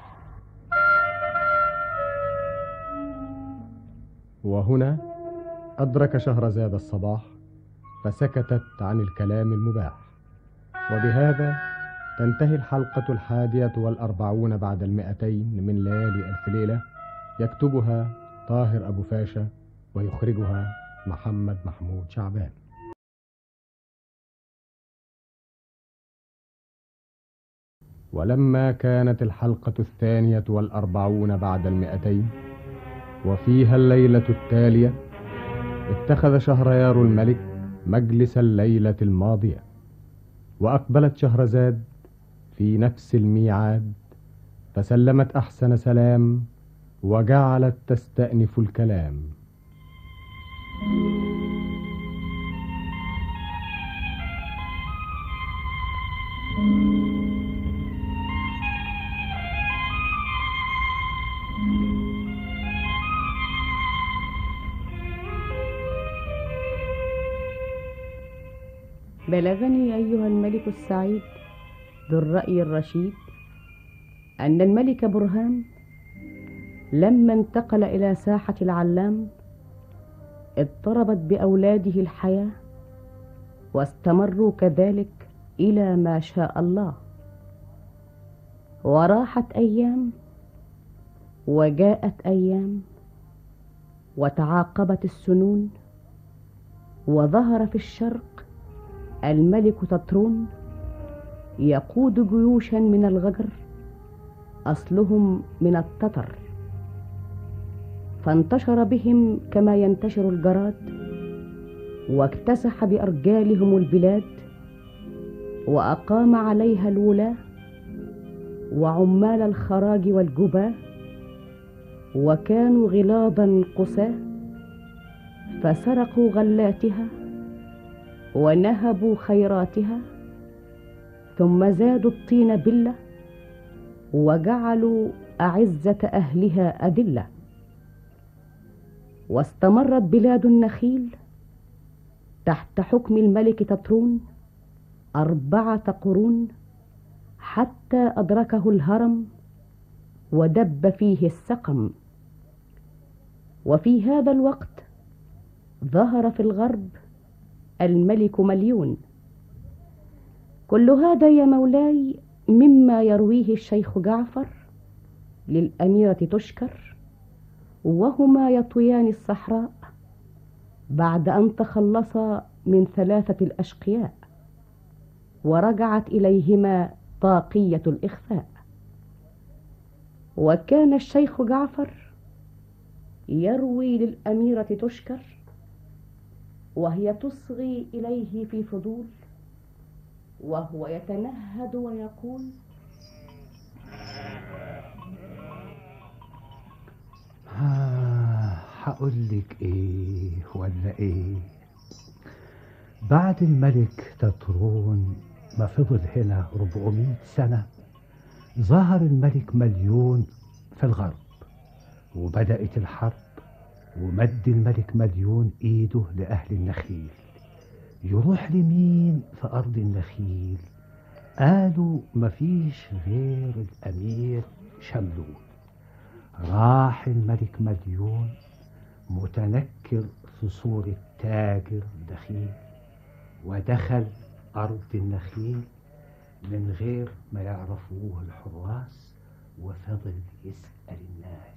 وهنا أدرك شهرزاد الصباح فسكتت عن الكلام المباح. وبهذا تنتهي الحلقة الحادية والأربعون بعد المئتين من ليالي ألف ليلة، يكتبها طاهر أبو فاشا ويخرجها محمد محمود شعبان. ولما كانت الحلقة الثانية والأربعون بعد المئتين وفيها الليلة التالية، اتخذ شهريار الملك مجلس الليلة الماضية، وأقبلت شهرزاد في نفس الميعاد، فسلمت أحسن سلام وجعلت تستأنف الكلام. بلغني أيها الملك السعيد ذو الرأي الرشيد أن الملك برهان لما انتقل إلى ساحة العلام اضطربت بأولاده الحياة، واستمروا كذلك إلى ما شاء الله. وراحت أيام وجاءت أيام، وتعاقبت السنون، وظهر في الشرق الملك تترون يقود جيوشا من الغجر أصلهم من التتر، فانتشر بهم كما ينتشر الجراد، واكتسح بأرجالهم البلاد، وأقام عليها الولاة وعمال الخراج والجباه، وكانوا غلاظا قساه، فسرقوا غلاتها ونهبوا خيراتها، ثم زادوا الطين بلة وجعلوا أعزة أهلها أذلة. واستمرت بلاد النخيل تحت حكم الملك تترون أربعة قرون، حتى أدركه الهرم ودب فيه السقم. وفي هذا الوقت ظهر في الغرب الملك مليون. كل هذا يا مولاي مما يرويه الشيخ جعفر للأميرة تشكر، وهما يطويان الصحراء بعد أن تخلصا من ثلاثة الأشقياء، ورجعت إليهما طاقية الإخفاء. وكان الشيخ جعفر يروي للأميرة تشكر وهي تصغي إليه في فضول، وهو يتنهد ويقول: آه هقول لك ايه ولا ايه؟ بعد الملك تترون ما فضل هنا أربعمائة سنة، ظهر الملك مليون في الغرب وبدأت الحرب، ومد الملك مليون ايده لأهل النخيل. يروح لمين في أرض النخيل؟ قالوا مفيش غير الأمير شملول. راح الملك مليون متنكر في صورة تاجر نخيل، ودخل أرض النخيل من غير ما يعرفوه الحراس، وفضل يسأل الناس.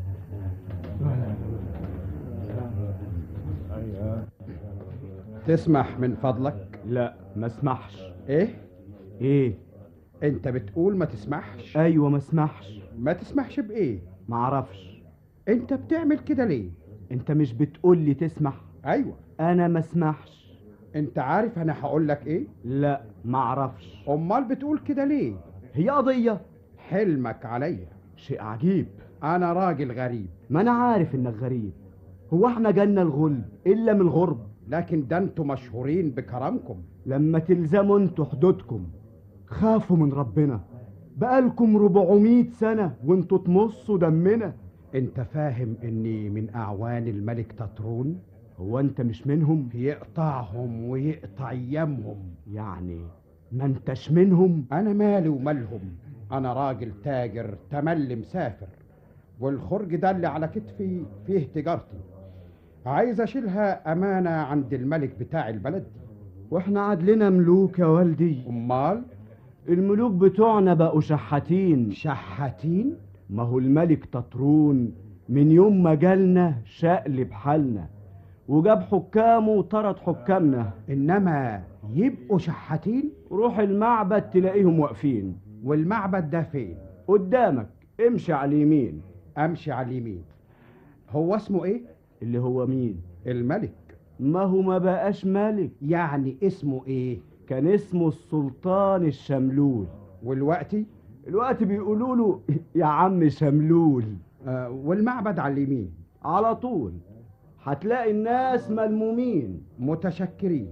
تسمح من فضلك؟ لا ما اسمحش. ايه ايه انت بتقول ما تسمحش؟ ايوه ما اسمحش. ما تسمحش بايه؟ ما اعرفش. انت بتعمل كده ليه؟ انت مش بتقول لي تسمح؟ ايوه. انا ما اسمحش. انت عارف انا هقول لك ايه؟ لا ما اعرفش. امال بتقول كده ليه؟ هي قضية. حلمك عليا شيء عجيب. انا راجل غريب. ما انا عارف انك غريب. هو احنا جالنا الغلب الا من الغرب؟ لكن ده انتوا مشهورين بكرمكم. لما تلزموا انتوا حدودكم خافوا من ربنا. بقالكم ربعمائة سنة وانتوا تمصوا دمنا. انت فاهم اني من اعوان الملك تترون؟ هو انت مش منهم؟ يقطعهم ويقطع ايامهم. يعني ما انتش منهم؟ انا مالي ومالهم. انا راجل تاجر تملي مسافر، والخرج ده اللي على كتفي فيه تجارتي، عايز اشيلها امانة عند الملك بتاع البلد دي. واحنا عدلنا ملوك يا والدي. امال الملوك بتوعنا بقوا شحاتين. شحاتين؟ ما هو الملك تترون من يوم ما جالنا شقلب حالنا وجاب حكامه وطرد حكامنا. انما يبقوا شحاتين؟ روح المعبد تلاقيهم واقفين. والمعبد ده فين؟ قدامك، امشي على اليمين. امشي على اليمين. هو اسمه ايه؟ اللي هو مين؟ الملك. ما هو ما بقاش ملك. يعني اسمه ايه؟ كان اسمه السلطان الشملول. والوقتي؟ الوقت بيقولوا له يا عم شملول. آه والمعبد على اليمين على طول. هتلاقي الناس ملمومين متشكرين.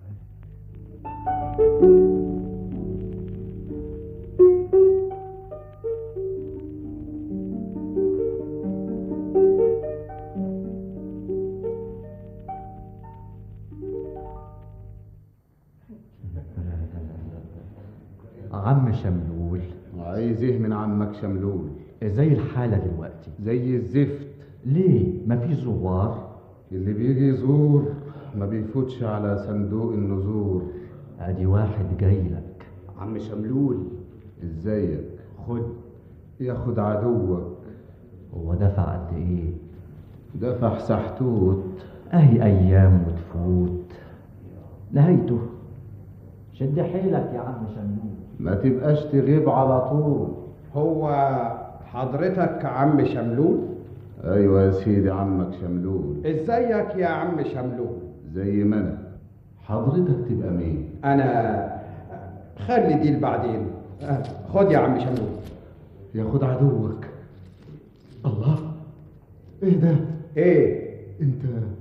عم شملول. عايز ايه من عمك شملول؟ زي الحالة دلوقتي. زي الزفت. ليه؟ ما في زوار؟ اللي بيجي يزور ما بيفوتش على صندوق النزور. ادي واحد جاي لك. عم شملول ازيك؟ خد. ياخد عدوك. هو دفع قد ايه؟ دفع سحتوت. اهي ايام وتفوت نهايته. شد حيلك يا عم شملول. ما تبقاش تغيب على طول. هو حضرتك عم شملول؟ ايوه يا سيدي عمك شملول. ازيك يا عم شملول؟ زي ما انا. حضرتك تبقى مين؟ انا خلي دي لبعدين. خد يا عم شملول. ياخد عدوك. الله، ايه ده؟ ايه انت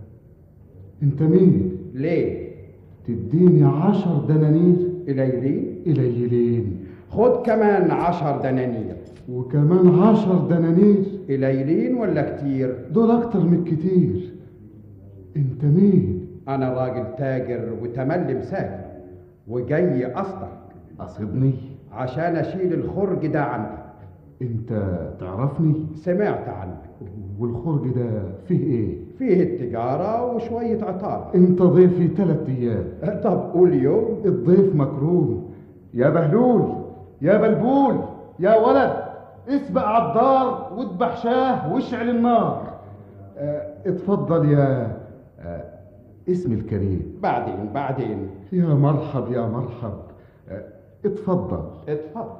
انت مين؟ ليه تديني عشر دنانير؟ قليلين؟ قليلين. خد كمان عشر دنانير. وكمان عشر دنانير؟ قليلين ولا كتير؟ دول اكتر من كتير. انت مين؟ انا راجل تاجر وتملي مسافر وجاي قصدك. قصدني؟ عشان اشيل الخرج ده عنك. انت تعرفني؟ سمعت عنك. والخرج ده فيه ايه؟ فيه التجارة وشوية عطار. انت ضيفي ثلاث ايام. طب قول يوم. الضيف مكروم. يا بهلول، يا بلبول، يا ولد، اسبق عالدار واذبح شاه واشعل النار. اه اتفضل يا اه اسم الكريم. بعدين بعدين. يا مرحب يا مرحب. اه اتفضل اتفضل.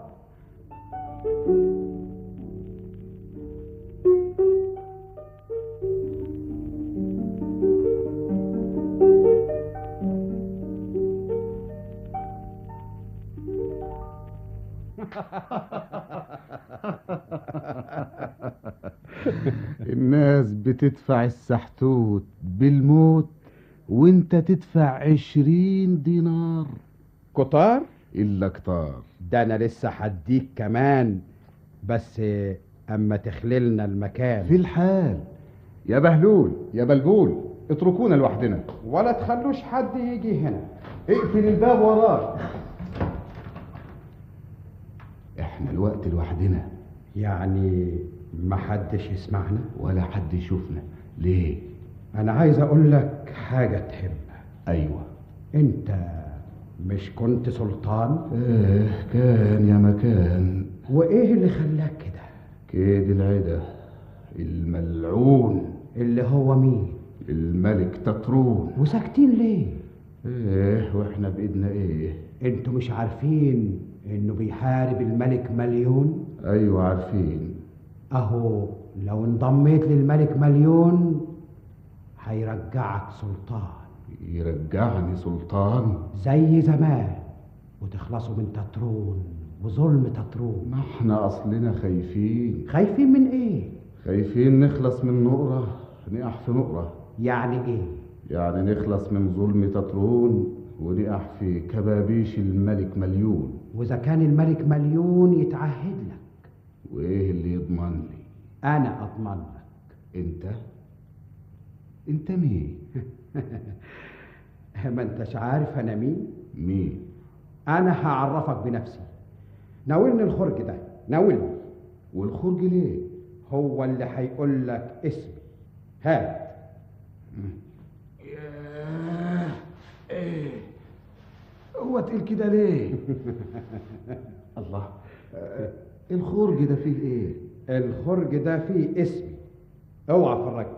الناس بتدفع السحتوت بالموت وانت تدفع عشرين دينار. كتار؟ إلا كتار. ده أنا لسه هديك كمان، بس أما تخللنا المكان. في الحال يا بهلول يا بلبول، اتركونا لوحدنا ولا تخلوش حد يجي هنا. اقفل الباب وراك. احنا الوقت لوحدنا. يعني ما حدش يسمعنا ولا حد يشوفنا. ليه؟ انا عايز اقول لك حاجة تهمها. ايوه. انت مش كنت سلطان؟ ايه كان يا مكان. وايه اللي خلاك كده؟ كيد العدا الملعون. اللي هو مين؟ الملك تطرون. وساكتين ليه؟ ايه واحنا بايدنا ايه؟ انتوا مش عارفين انه بيحارب الملك مليون؟ ايوه عارفين. اهو لو انضميت للملك مليون هيرجعك سلطان. يرجعني سلطان؟ زي زمان، وتخلصوا من تطرون وظلم تطرون. ما احنا اصلنا خايفين. خايفين من ايه؟ خايفين نخلص من نقرة نقع في نقرة. يعني ايه؟ يعني نخلص من ظلم تطرون ونقع في كبابيش الملك مليون. واذا كان الملك مليون يتعهد لك، وايه اللي يضمن لي؟ انا اضمن لك. انت انت مين؟ ما انتش عارف انا مين؟ مين؟ انا هعرفك بنفسي. ناولني الخرج ده، ناولني. والخرج ليه؟ هو اللي هيقول لك اسمي. هات. ياه ايه هو تقيل كده ليه؟ الله. الخرج ده فيه ايه؟ الخرج ده فيه اسمي. اوعى فرجني.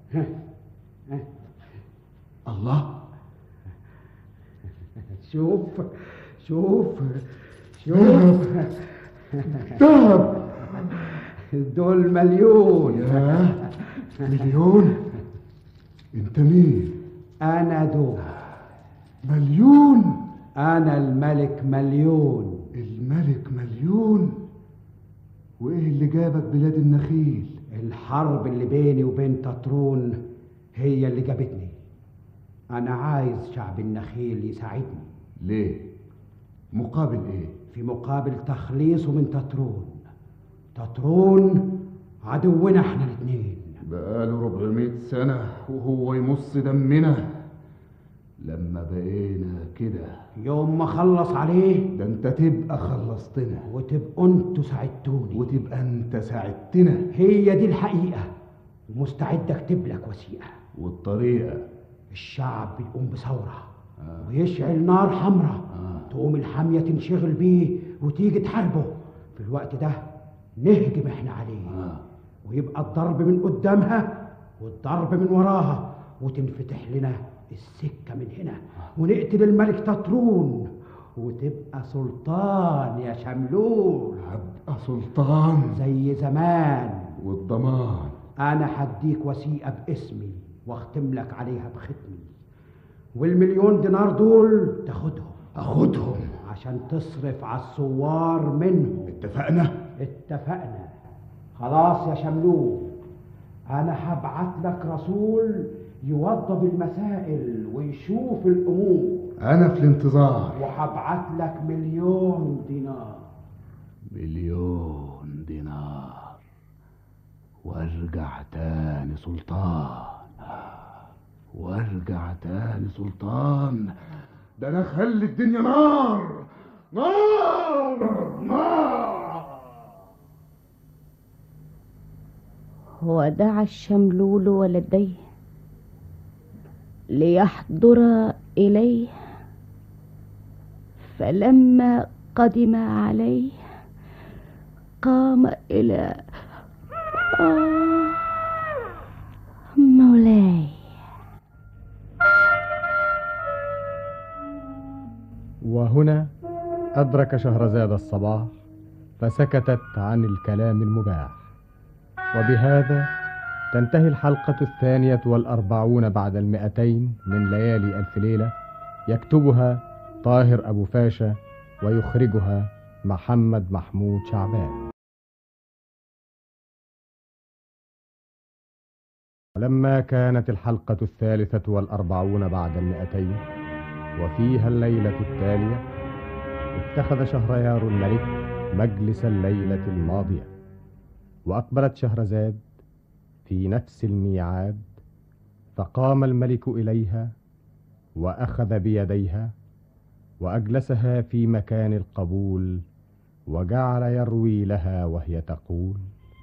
الله. شوف شوف شوف ذهب. دول مليون. ياه مليون؟ انت مين؟ انا دول مليون. انا الملك مليون. الملك مليون؟ وايه اللي جابك بلاد النخيل؟ الحرب اللي بيني وبين تطرون هي اللي جابتني. انا عايز شعب النخيل يساعدني. ليه؟ مقابل ايه؟ في مقابل تخليصه من تطرون. تطرون عدونا احنا الاثنين. بقاله ربعمية سنة وهو يمص دمنا. لما بقينا كده يوم ما خلص عليه ده انت تبقى خلصتنا، وتبقوا انتوا ساعدتوني، وتبقى انت ساعدتنا. هي دي الحقيقة، ومستعد اكتب لك وثيقة. والطريقة؟ الشعب بيقوم بثورة آه. ويشعل نار حمراء آه. تقوم الحامية تنشغل بيه وتيجي تحاربه. في الوقت ده نهجم احنا عليه آه. ويبقى الضرب من قدامها والضرب من وراها، وتنفتح لنا السكة من هنا ونقتل الملك تطرون وتبقى سلطان يا شملول. هبقى سلطان زي زمان. والضمان؟ انا هديك وثيقة باسمي واختم لك عليها بختمي، والمليون دينار دول تاخدهم. اخدهم عشان تصرف على الثوار منهم. اتفقنا؟ اتفقنا. خلاص يا شملول، انا هبعت لك رسول يوضب المسائل ويشوف الامور. انا في الانتظار. وهبعت لك مليون دينار. مليون دينار وارجع تاني سلطان. وارجع تاني سلطان. ده انا اخلي الدنيا نار نار نار. ودعا الشملول ولديه ليحضر إليه، فلما قدم عليه قام إلى آه مولاي. وهنا أدرك شهرزاد الصباح فسكتت عن الكلام المباح. وبهذا تنتهي الحلقة الثانية والأربعون بعد المئتين من ليالي ألف ليلة، يكتبها طاهر أبو فاشا ويخرجها محمد محمود شعبان. ولما كانت الحلقة الثالثة والأربعون بعد المئتين وفيها الليلة التالية، اتخذ شهريار الملك مجلس الليلة الماضية، وأقبلت شهرزاد في نفس الميعاد، فقام الملك إليها وأخذ بيديها وأجلسها في مكان القبول، وجعل يروي لها وهي تقول: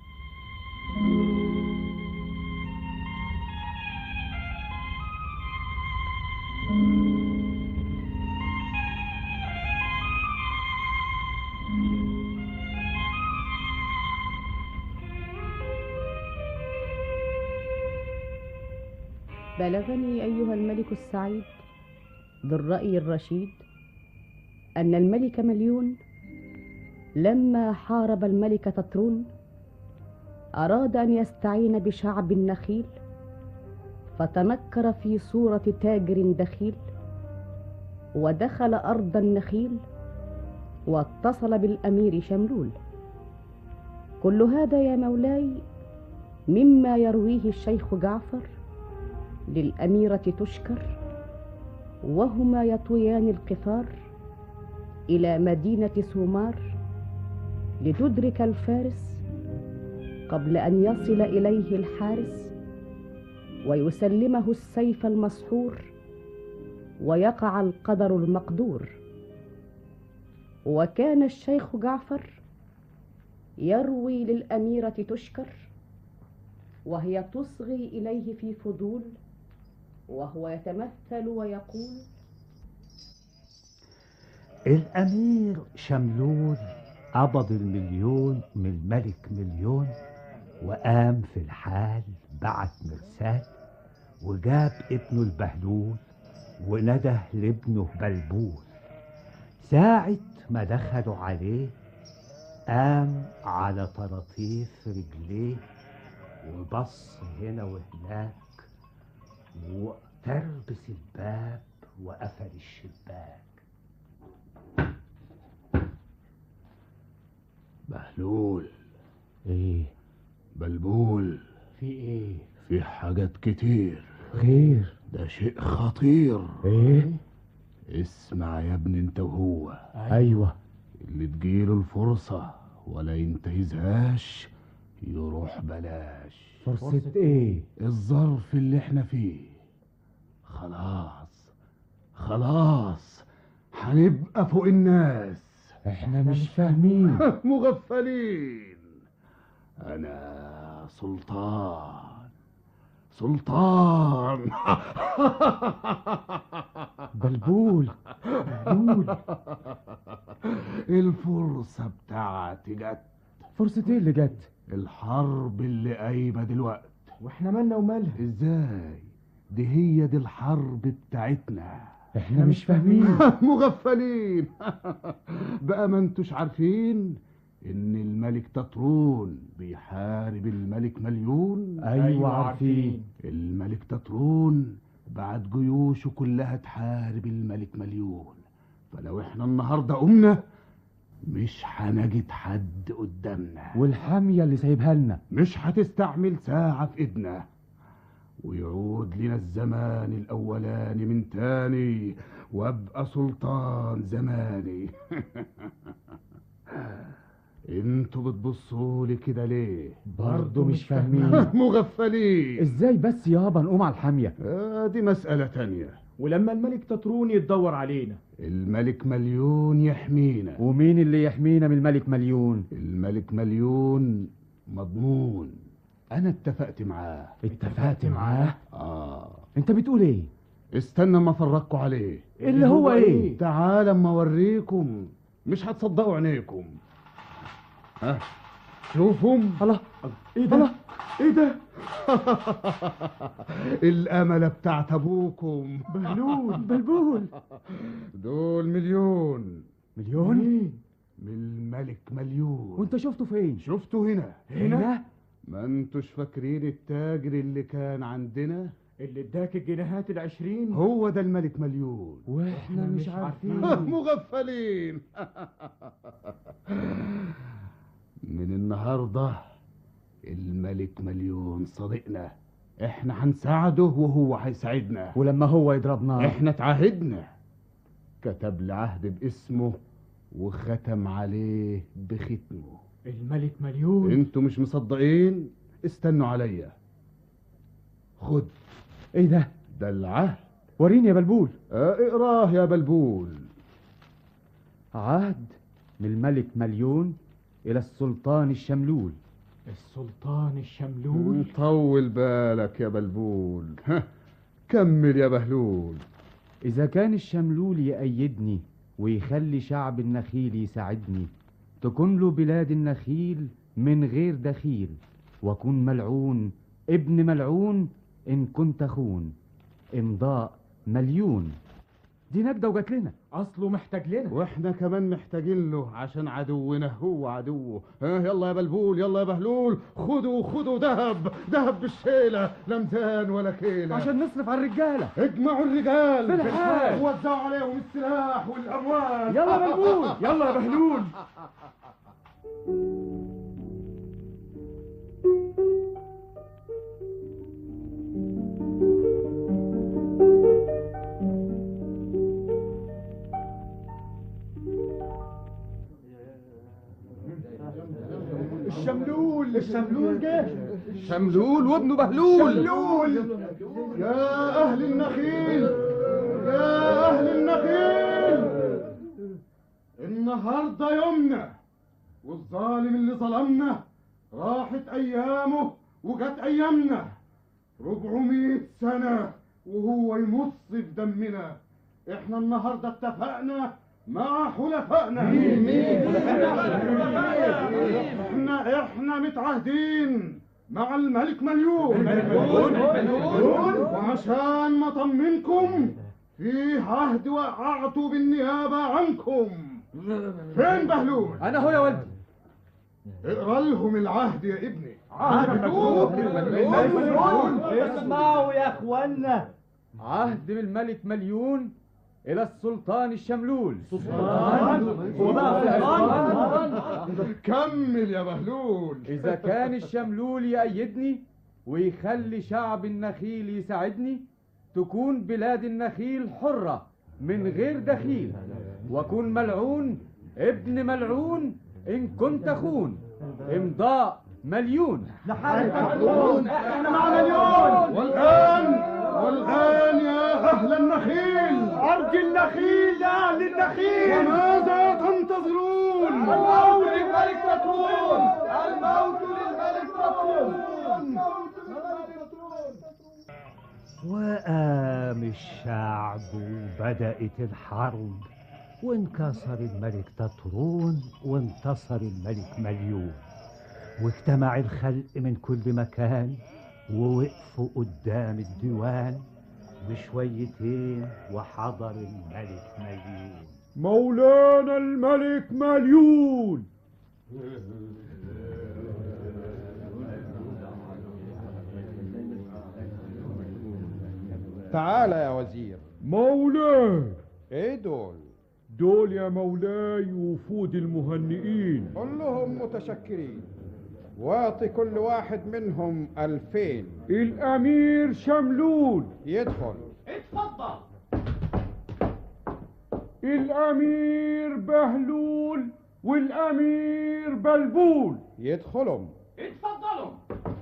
بلغني أيها الملك السعيد ذو الرأي الرشيد أن الملك مليون لما حارب الملك تترون أراد أن يستعين بشعب النخيل، فتنكر في صورة تاجر دخيل، ودخل أرض النخيل واتصل بالأمير شملول. كل هذا يا مولاي مما يرويه الشيخ جعفر للأميرة تشكر، وهما يطويان القفار إلى مدينة سومار لتدرك الفارس قبل أن يصل إليه الحارس ويسلمه السيف المسحور ويقع القدر المقدور. وكان الشيخ جعفر يروي للأميرة تشكر وهي تصغي إليه في فضول، وهو يتمثل ويقول: الأمير شملول قبض المليون من الملك مليون، وقام في الحال بعت مرسال وجاب ابنه البهلول ونده لابنه بلبول. ساعة ما دخلوا عليه قام على طراطيف رجليه وبص هنا وهناك وتربس الباب وقفل الشباك. بهلول. ايه؟ بلبول. في ايه؟ في حاجات كتير. خير؟ ده شيء خطير. ايه؟ اسمع يا ابني انت وهو. ايوه. اللي تجيله الفرصة ولا ينتهزهاش يروح بلاش. فرصة ايه؟ الظرف اللي احنا فيه. خلاص خلاص هنبقى فوق الناس. احنا مش فاهمين. مغفلين. انا سلطان سلطان. بلبول بلبول. الفرصة بتاعتي جت. فرصة ايه اللي جت؟ الحرب اللي قايمة دلوقتي. واحنا مالنا ومالها؟ ازاي؟ دي هي دي الحرب بتاعتنا. احنا مش فاهمين. مغفلين. بقى ما انتوش عارفين ان الملك تترون بيحارب الملك مليون؟ ايوه عارفين. الملك تترون بعت جيوشه كلها تحارب الملك مليون، فلو احنا النهارده قمنا مش هنجد حد قدامنا. والحامية اللي سايبها لنا مش هتستعمل ساعة في ايدنا، ويعود لنا الزمان الاولاني من تاني وابقى سلطان زماني. انتوا بتبصوا لي كده ليه؟ برضه مش فاهمين. مغفلين. ازاي بس يابا نقوم على الحامية؟ آه دي مسألة تانية. ولما الملك تترون يتدور علينا؟ الملك مليون يحمينا. ومين اللي يحمينا من الملك مليون؟ الملك مليون مضمون. انا اتفقت معاه. اتفقت معاه؟ اه. انت بتقول ايه؟ استنى ما افرجكوا عليه. اللي هو ايه؟ تعال اما اوريكم، مش هتصدقوا عينيكم. ها شوفهم. الله. ايه ده؟ الله. ايه ده؟ الأملة بتاعت أبوكم. بهلول. بلبول. دول مليون. مليون؟ من الملك مليون. وانت شفته فين؟ شفته هنا. هنا؟ ما انتوش فاكرين التاجر اللي كان عندنا اللي اداك الجنيهات العشرين؟ هو ده الملك مليون. واحنا مش عارفين. مغفلين. من النهارده الملك مليون صديقنا، احنا هنساعده وهو هيساعدنا. ولما هو يضربنا احنا اتعاهدنا، كتب لي عهد باسمه وختم عليه بختمه. الملك مليون. انتوا مش مصدقين؟ استنوا عليا. خد. ايه ده؟ ده العهد. وريني يا بلبول. اه اقراه يا بلبول. عهد من الملك مليون الى السلطان الشملول. السلطان الشملول. طول بالك يا بلبول. كمل يا بهلول. إذا كان الشملول يأيدني ويخلي شعب النخيل يساعدني، تكون له بلاد النخيل من غير دخيل، وكن ملعون ابن ملعون إن كنت أخون. إمضاء مليون. دي نجدة وجات لنا، أصله محتاج لنا، واحنا كمان محتاجين له عشان عدونا هو عدوه. ها يلا يا بلبول، يلا يا بهلول، خدوا خدوا دهب دهب بالشيلة، لا ميزان ولا كيلة، عشان نصرف على الرجالة. اجمعوا الرجال في الحال ووزعوا عليهم السلاح والأموال. يلا يا بلبول، يلا يا بهلول. الشملول الشملول جه. شملول وابنه بهلول. شملول. يا أهل النخيل، يا أهل النخيل، النهارده يومنا، والظالم اللي ظلمنا راحت أيامه وجت أيامنا. ربعمية سنة وهو يمص في دمنا. احنا النهارده اتفقنا مع حلفائنا. مين مين احنا احنا متعاهدين مع الملك مليون. وعشان ما اطمنكم في عهد وقعته بالنيابة عنكم. فين بهلول؟ أنا هو يا ولدي. اقرا لهم العهد يا ابني. عهد اسمعوا يا اخوانا. عهد من الملك مليون إلى السلطان الشملول. سلطان؟ هو بقى سلطان؟ كمل يا بهلول. إذا كان الشملول يأيدني ويخلي شعب النخيل يساعدني، تكون بلاد النخيل حرة من غير دخيل، وكن ملعون ابن ملعون إن كنت أخون. إمضاء مليون. مليون. احنا مع مليون. والآن والآن يا أهل النخيل، أرض النخيل، أهل النخيل، وماذا تنتظرون؟ الموت للملك مطرون، الموت للملك مطرون. وقام الشعب وبدأت الحرب، وانكسر الملك تطرون وانتصر الملك مليون، واجتمع الخلق من كل مكان ووقفوا قدام الديوان، بشويتين وحضر الملك مليون. مولانا الملك مليون. تعال يا وزير. مولاي. ايه دول؟ دول يا مولاي وفود المهنئين. كلهم متشكرين، واعطي كل واحد منهم ألفين. الأمير شملول يدخل. اتفضل. الأمير بهلول والأمير بلبول يدخلهم. اتفضلوا.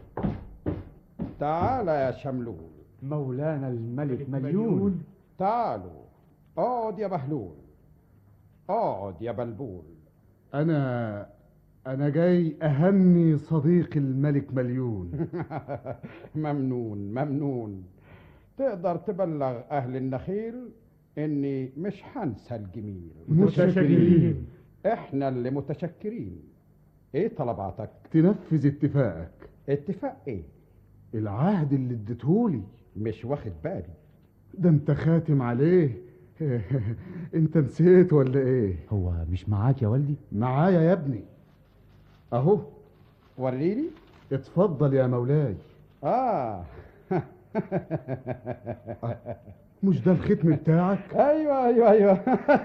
تعال يا شملول. مولانا الملك مليون. تعالوا. اقعد يا بهلول، اقعد يا بلبول. أنا أنا جاي أهني صديقي الملك مليون. ممنون ممنون. تقدر تبلغ أهل النخيل إني مش هنسى الجميل. متشكرين. إحنا اللي متشكرين. إيه طلباتك؟ تنفذ اتفاقك. اتفاق إيه؟ العهد اللي اديتهولي. مش واخد بالي. ده انت خاتم عليه. انت نسيت ولا ايه؟ هو مش معاك يا والدي؟ معايا يا ابني اهو. وريني. اتفضل يا مولاي. اه مش ده الختم بتاعك؟ ايوه ايوه ايوه.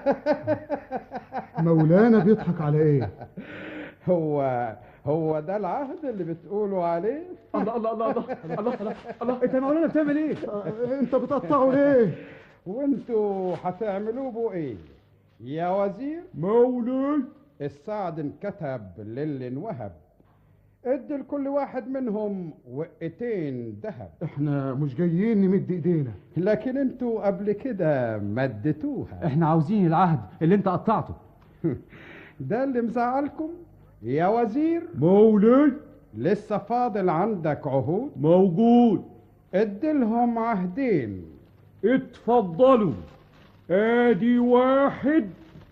مولانا بيضحك على ايه؟ هو هو ده العهد اللي بتقولوا عليه؟ الله الله الله الله الله الله الله انت يا مولانا بتعمل ايه؟ انت بتقطعه ليه؟ وانتوا هتعملوه بو ايه؟ يا وزير مولاي السعد انكتب للي انوهب، ادي لكل واحد منهم وقتين ذهب. احنا مش جايين نمد ايدينا، لكن انتوا قبل كده مدتوها. احنا عاوزين العهد اللي انت قطعته. ده اللي مزعلكم يا وزير؟ مولاي لسه فاضل عندك عهود؟ موجود. اديلهم عهدين. اتفضلوا، ادي واحد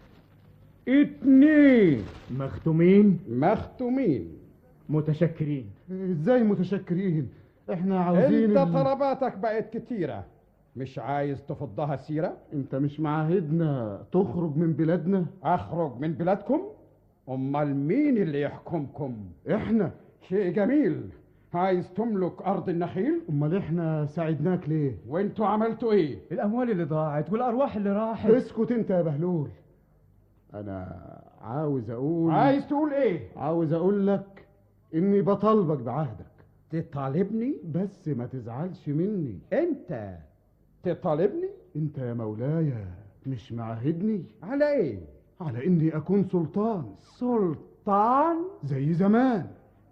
اتنين مختومين. مختومين. متشكرين. ازاي متشكرين؟ احنا عاوزين انت طلباتك بقت كتيرة، مش عايز تفضها سيرة؟ انت مش معاهدنا تخرج من بلادنا؟ اخرج من بلادكم؟ امال مين اللي يحكمكم؟ احنا. شيء جميل. عايز تملك ارض النخيل؟ امال احنا ساعدناك ليه؟ وانتوا عملتوا ايه؟ الاموال اللي ضاعت والارواح اللي راحت. اسكت انت يا بهلول. انا عاوز اقول. عايز تقول ايه؟ عاوز اقول لك اني بطالبك بعهدك. تطالبني؟ بس ما تزعلش مني. انت تطالبني؟ انت يا مولاي مش معاهدني على ايه؟ على اني اكون سلطان. سلطان؟ زي زمان.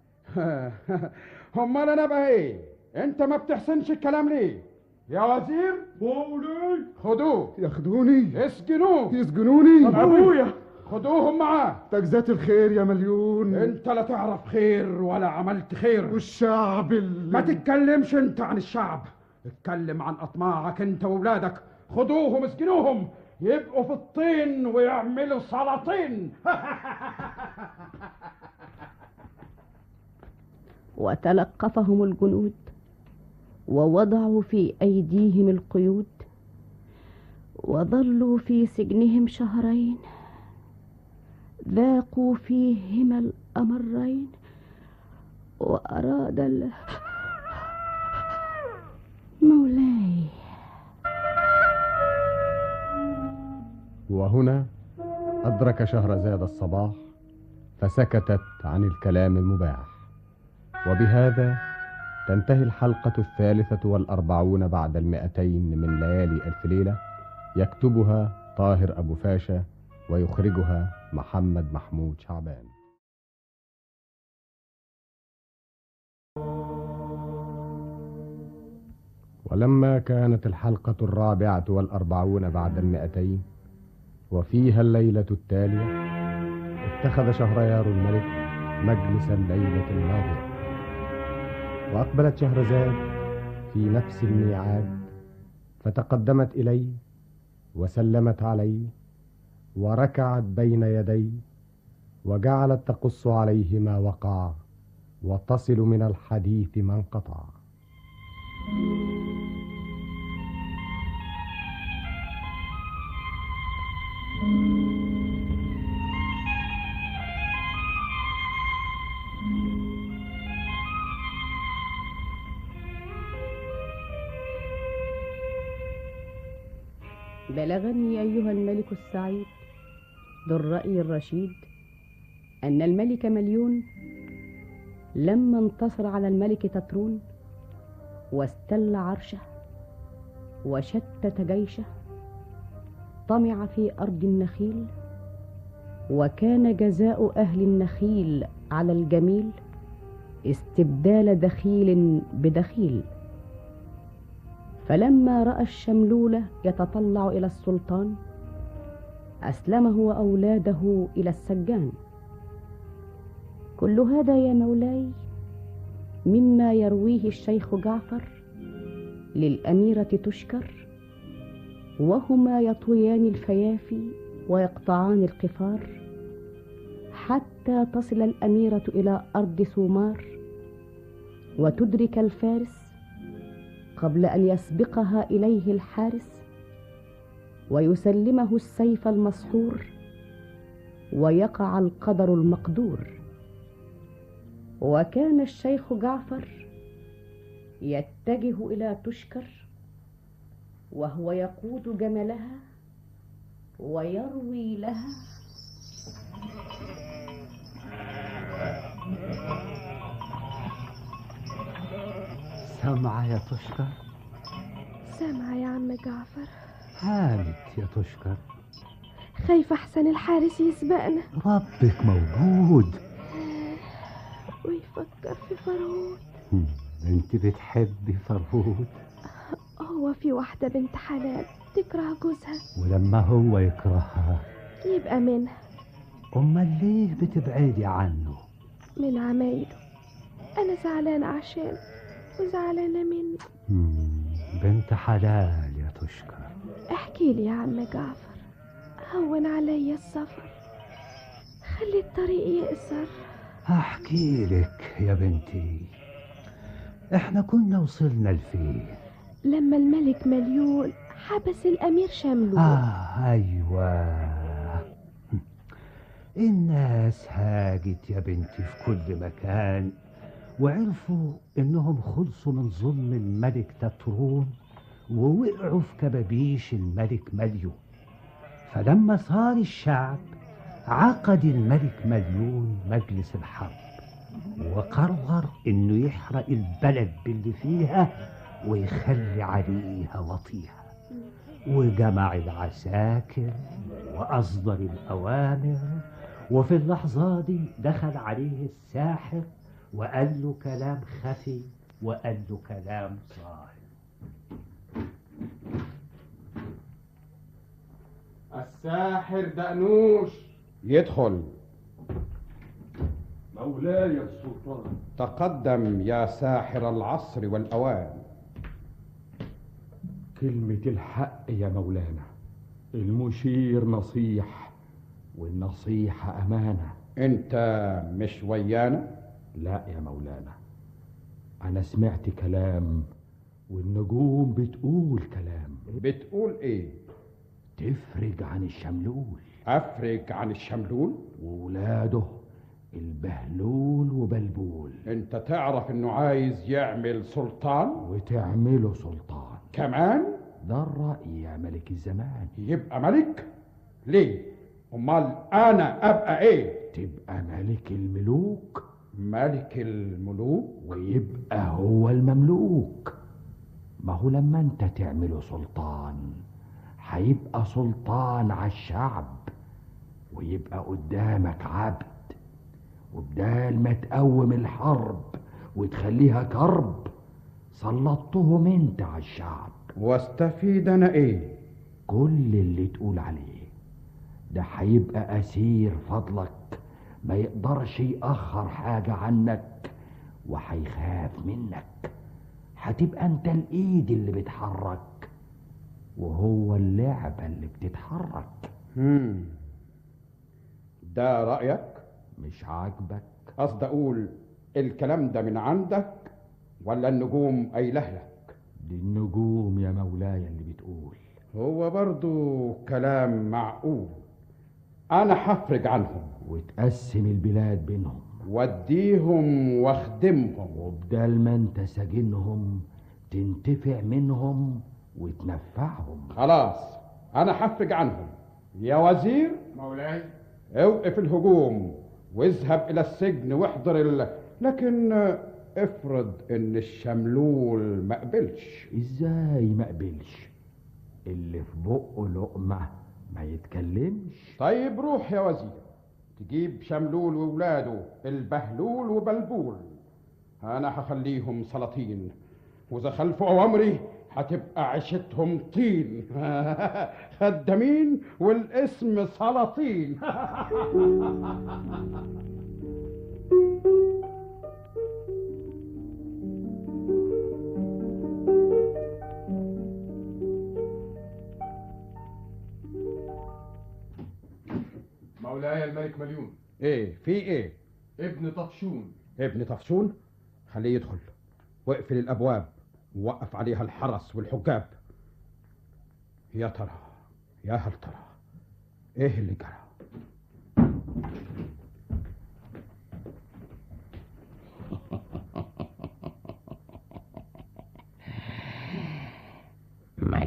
امال انا بقى ايه؟ انت ما بتحسنش الكلام ليه يا وزير؟ مولاي خدوه. ياخدوني؟ اسجنوه. يسجنوني؟ ابويا. خدوهم معاه. تجزات الخير يا مليون. انت لا تعرف خير ولا عملت خير. والشعب اللي... ما تتكلمش انت عن الشعب، اتكلم عن اطماعك انت واولادك. خدوهم اسجنوهم يبقوا في الطين ويعملوا سلاطين. وتلقفهم الجنود ووضعوا في أيديهم القيود وظلوا في سجنهم شهرين ذاقوا فيهما الأمرين وأراد ال... مولاي. وهنا أدرك شهرزاد الصباح فسكتت عن الكلام المباح. وبهذا تنتهي الحلقة الثالثة والأربعون بعد المئتين من ليالي ألف ليلة، يكتبها طاهر أبو فاشا ويخرجها محمد محمود شعبان. ولما كانت الحلقة الرابعة والأربعون بعد المئتين وفيها الليلة التالية، اتخذ شهريار الملك مجلس الليلة الناظرة، وأقبلت شهرزاد في نفس الميعاد فتقدمت إليه وسلمت عليه وركعت بين يديه وجعلت تقص عليه ما وقع وتصل من الحديث ما انقطع. بلغني أيها الملك السعيد ذو الرأي الرشيد أن الملك مليون لما انتصر على الملك تترون واستل عرشه وشتت جيشه طمع في أرض النخيل، وكان جزاء أهل النخيل على الجميل استبدال دخيل بدخيل. فلما رأى الشملول يتطلع إلى السلطان أسلمه وأولاده إلى السجان. كل هذا يا مولاي مما يرويه الشيخ جعفر للأميرة تشكر، وهما يطويان الفيافي ويقطعان القفار حتى تصل الأميرة إلى أرض سومار وتدرك الفارس قبل أن يسبقها إليه الحارس ويسلمه السيف المسحور ويقع القدر المقدور. وكان الشيخ جعفر يتجه إلى تشكر وهو يقود جملها ويروي لها: سامعة يا تشكر؟ سامعة يا عم جعفر. هانت يا تشكر. خايفة أحسن الحارس يسبقنا. ربك موجود ويفكر في فرهود. انت بتحبي فرهود؟ هو في واحدة بنت حلال تكره جوزها، ولما هو يكرهها يبقى منها. امال ليه بتبعدي عنه؟ من عمايله. أنا زعلانة عشان وزعلانة منه. بنت حلال يا تشكر. احكي لي يا عم جعفر، هون عليا السفر، خلي الطريق يقصر. احكي لك يا بنتي. احنا كنا وصلنا لفين؟ لما الملك مليون حبس الامير شملول. اه ايوه. الناس هاجت يا بنتي في كل مكان، وعرفوا انهم خلصوا من ظلم الملك تترون، ووقعوا في كبابيش الملك مليون. فلما صار الشعب عقد الملك مليون مجلس الحرب، وقرر انه يحرق البلد باللي فيها ويخلي عليها وطيها، وجمع العساكر واصدر الاوامر. وفي اللحظة دي دخل عليه الساحر وقال له كلام خفي وقال له كلام ظاهر. الساحر دقنوش يدخل. مولاي السلطان. تقدم يا ساحر العصر والأوان. كلمة الحق يا مولانا، المشير نصيح والنصيحة أمانة. انت مش ويانا؟ لا يا مولانا، أنا سمعت كلام والنجوم بتقول كلام. بتقول ايه؟ تفرج عن الشملول. افرج عن الشملول وولاده البهلول وبلبول. انت تعرف انه عايز يعمل سلطان وتعمله سلطان كمان؟ ده الرأي يا ملك الزمان. يبقى ملك؟ ليه؟ امال انا ابقى ايه؟ تبقى ملك الملوك. ملك الملوك؟ ويبقى هو المملوك. ما هو لما انت تعمله سلطان هيبقى سلطان على الشعب، ويبقى قدامك عبد، وبدال ما تقوم الحرب وتخليها كرب سلطتهم انت على الشعب. واستفيد انا ايه؟ كل اللي تقول عليه ده هيبقى اسير فضلك، ما يقدرش يأخر حاجة عنك وهيخاف منك. هتبقى انت الايد اللي بتحرك وهو اللعبة اللي بتتحرك. مم. ده رأيك؟ مش عاجبك؟ قصد اقول الكلام ده من عندك ولا النجوم قايله لك؟ دي النجوم يا مولاي اللي بتقول. هو برضو كلام معقول. انا هفرج عنهم وتقسم البلاد بينهم واديهم واخدمهم، وبدال ما انت ساجنهم تنتفع منهم وتنفعهم. خلاص انا هفرج عنهم. يا وزير مولاي، اوقف الهجوم واذهب الى السجن واحضر ال... لكن افرض ان الشملول ما قبلش. ازاي ما قبلش؟ اللي في بقه لقمة ما يتكلمش. طيب روح يا وزير تجيب شملول وولاده البهلول وبلبول، انا هخليهم سلاطين، واذا خلفوا اوامري هتبقى عيشتهم طين. خدامين والاسم سلاطين. مولاي الملك مليون. ايه في ايه؟ ابن طفشون. ابن طفشون؟ خليه يدخل واقفل الابواب ووقف عليها الحرس والحجاب. يا ترى يا هل ترى ايه اللي جرى؟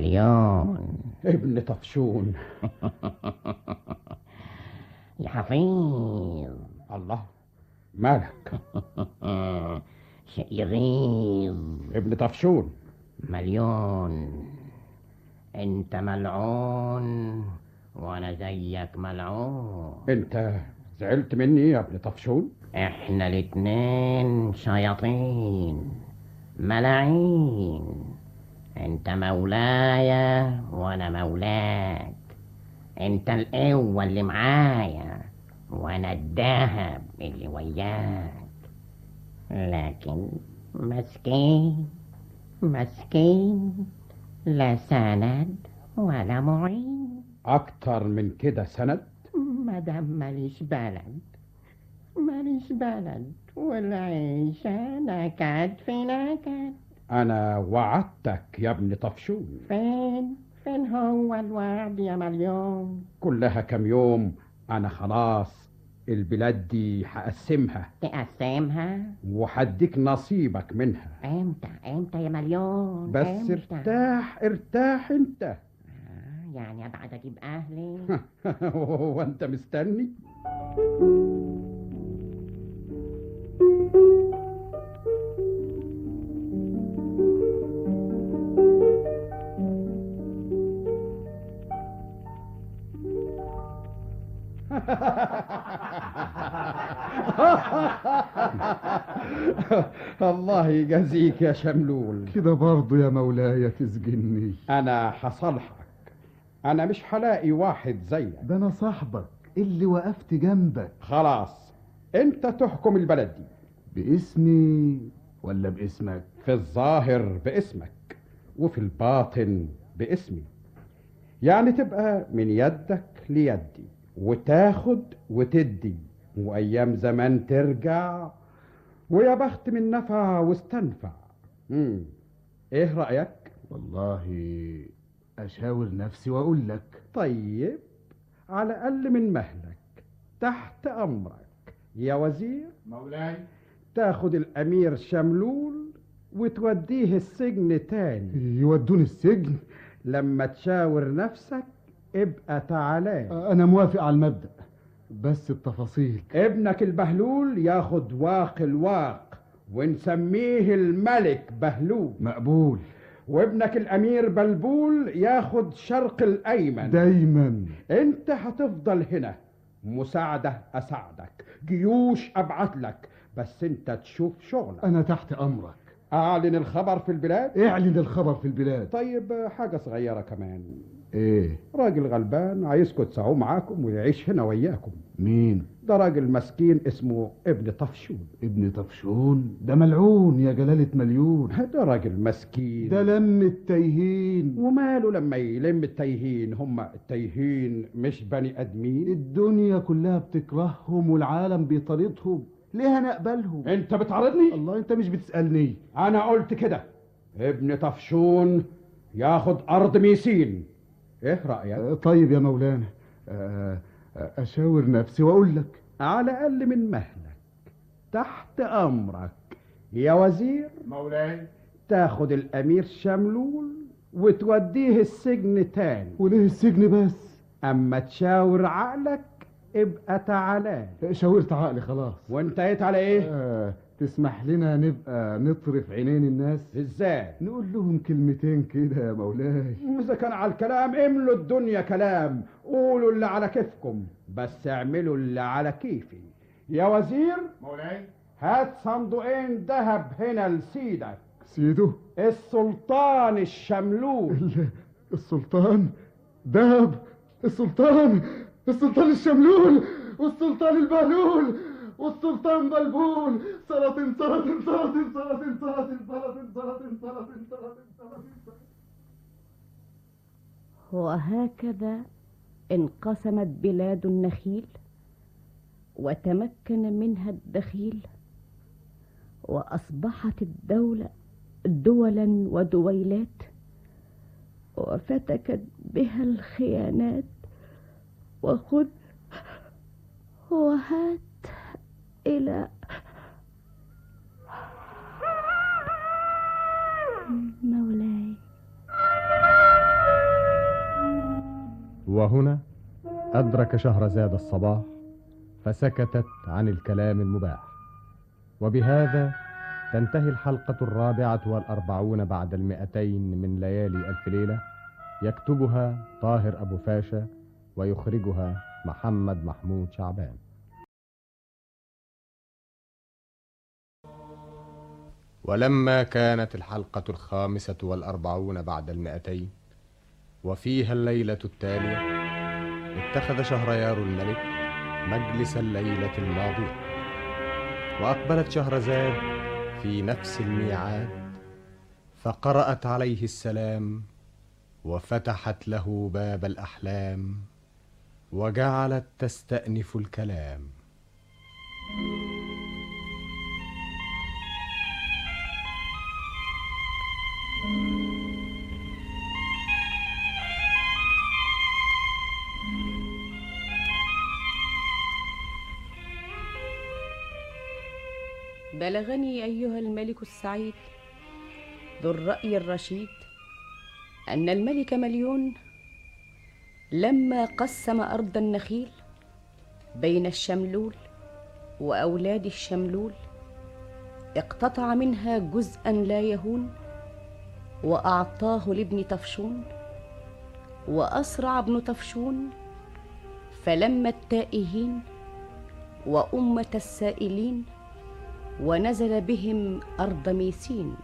مليون. ابن طفشون. يا حفيظ. الله، مالك؟ شيء يغيظ. ابن طفشون. مليون. انت ملعون وانا زيك ملعون. انت زعلت مني يا ابن طفشون؟ احنا الاتنين شياطين ملاعين. انت مولايا وانا مولاك. انت القوة اللي معايا وانا الذهب اللي وياك. لكن مسكين مسكين، لا سند ولا معين. اكتر من كده سند؟ مادام ماليش بلد ماليش بلد، والعيشة نكد في نكد. انا وعدتك يا ابن طفشون. فين فين هو الوعد يا مليون؟ كلها كم يوم، انا خلاص البلاد دي هقسمها. تقسمها؟ وحديك نصيبك منها. امتى امتى يا مليون؟ بس امتى؟ ارتاح ارتاح انت. آه يعني ابعد اجيب اهلي. هو انت مستني؟ الله يجازيك يا شملول. كده برضه يا مولاي تسجني. انا هصالحك، انا مش هلاقي واحد زيك. ده انا صاحبك اللي وقفت جنبك. خلاص انت تحكم البلد دي. باسمي ولا باسمك؟ في الظاهر باسمك وفي الباطن باسمي. يعني تبقى من يدك ليدي، وتاخد وتدي، وايام زمان ترجع، ويا بخت من نفع واستنفع. امم ايه رأيك؟ والله اشاور نفسي واقول لك. طيب على اقل من مهلك، تحت امرك يا وزير. مولاي. تاخد الامير شملول وتوديه السجن تاني. يودوني السجن؟ لما تشاور نفسك ابقى تعالى. انا موافق على المبدأ، بس التفاصيل. ابنك البهلول ياخد واق الواق ونسميه الملك بهلول. مقبول. وابنك الامير بلبول ياخد شرق الايمن. دايما. انت هتفضل هنا، مساعدة اساعدك، جيوش ابعت لك، بس انت تشوف شغلك. انا تحت امرك. اعلن الخبر في البلاد. اعلن الخبر في البلاد. طيب حاجة صغيرة كمان. ايه؟ راجل غلبان عايزكم تسعوه معاكم ويعيش هنا وياكم. مين؟ ده راجل مسكين اسمه ابن طفشون. ابن طفشون؟ ده ملعون يا جلالة مليون. ده راجل مسكين، ده لم التايهين. وماله لما يلم التايهين؟ هم التايهين مش بني ادمين؟ الدنيا كلها بتكرههم والعالم بيطاردهم، ليه هنقبلهم؟ انت بتعرضني؟ الله، انت مش بتسألني. انا قلت كده. ابن طفشون ياخد ارض ميسين. ايه رأيك؟ طيب يا مولانا، اشاور نفسي واقول لك. على اقل من مهلك، تحت امرك يا وزير. مولاي. تاخد الامير شملول وتوديه السجن تاني. وليه السجن بس؟ اما تشاور عقلك ابقى تعالى. شاورت عقلي خلاص. وانتهيت على ايه؟ آه تسمح لنا نبقى نطرف عينين الناس؟ ازاي؟ نقول لهم كلمتين كده يا مولاي. اذا كان على الكلام املوا الدنيا كلام، قولوا اللي على كيفكم، بس اعملوا اللي على كيفي. يا وزير. مولاي. هات صندوقين ذهب هنا لسيدك. سيده؟ السلطان الشملول. السلطان؟ ذهب؟ السلطان السلطان الشملول والسلطان البهلول والسلطان بلبول. سلاطين سلاطين سلاطين سلاطين سلاطين سلاطين سلاطين سلاطين سلاطين. وهكذا انقسمت بلاد النخيل، وتمكن منها الدخيل، وأصبحت الدولة دولا ودويلات، وفتكت بها الخيانات، وخذ وهات إلى مولاي. وهنا أدرك شهرزاد الصباح فسكتت عن الكلام المباح. وبهذا تنتهي الحلقة الرابعة والأربعون بعد المئتين من ليالي ألف ليلة، يكتبها طاهر أبو فاشا ويخرجها محمد محمود شعبان. ولما كانت الحلقة الخامسة والأربعون بعد المئتين وفيها الليلة التالية، اتخذ شهريار الملك مجلس الليلة الماضية، وأقبلت شهرزاد في نفس الميعاد فقرأت عليه السلام وفتحت له باب الأحلام وجعلت تستأنف الكلام. بلغني أيها الملك السعيد ذو الرأي الرشيد أن الملك مليون لما قسم أرض النخيل بين الشملول وأولاد الشملول اقتطع منها جزءا لا يهون وأعطاه لابن طفشون، وأسرع ابن طفشون فلم التائهين وأمة السائلين ونزل بهم أرض ميسين.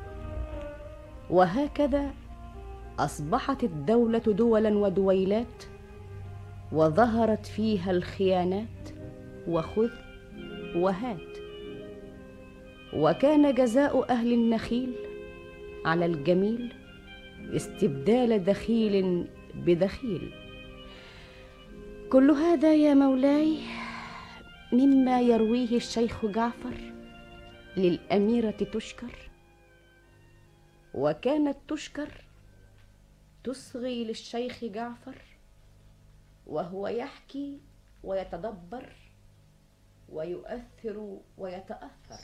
وهكذا أصبحت الدولة دولا ودويلات، وظهرت فيها الخيانات وخذ وهات. وكان جزاء أهل النخيل على الجميل استبدال دخيل بدخيل. كل هذا يا مولاي مما يرويه الشيخ جعفر للأميرة تشكر، وكانت تشكر تصغي للشيخ جعفر وهو يحكي ويتدبر ويؤثر ويتأثر.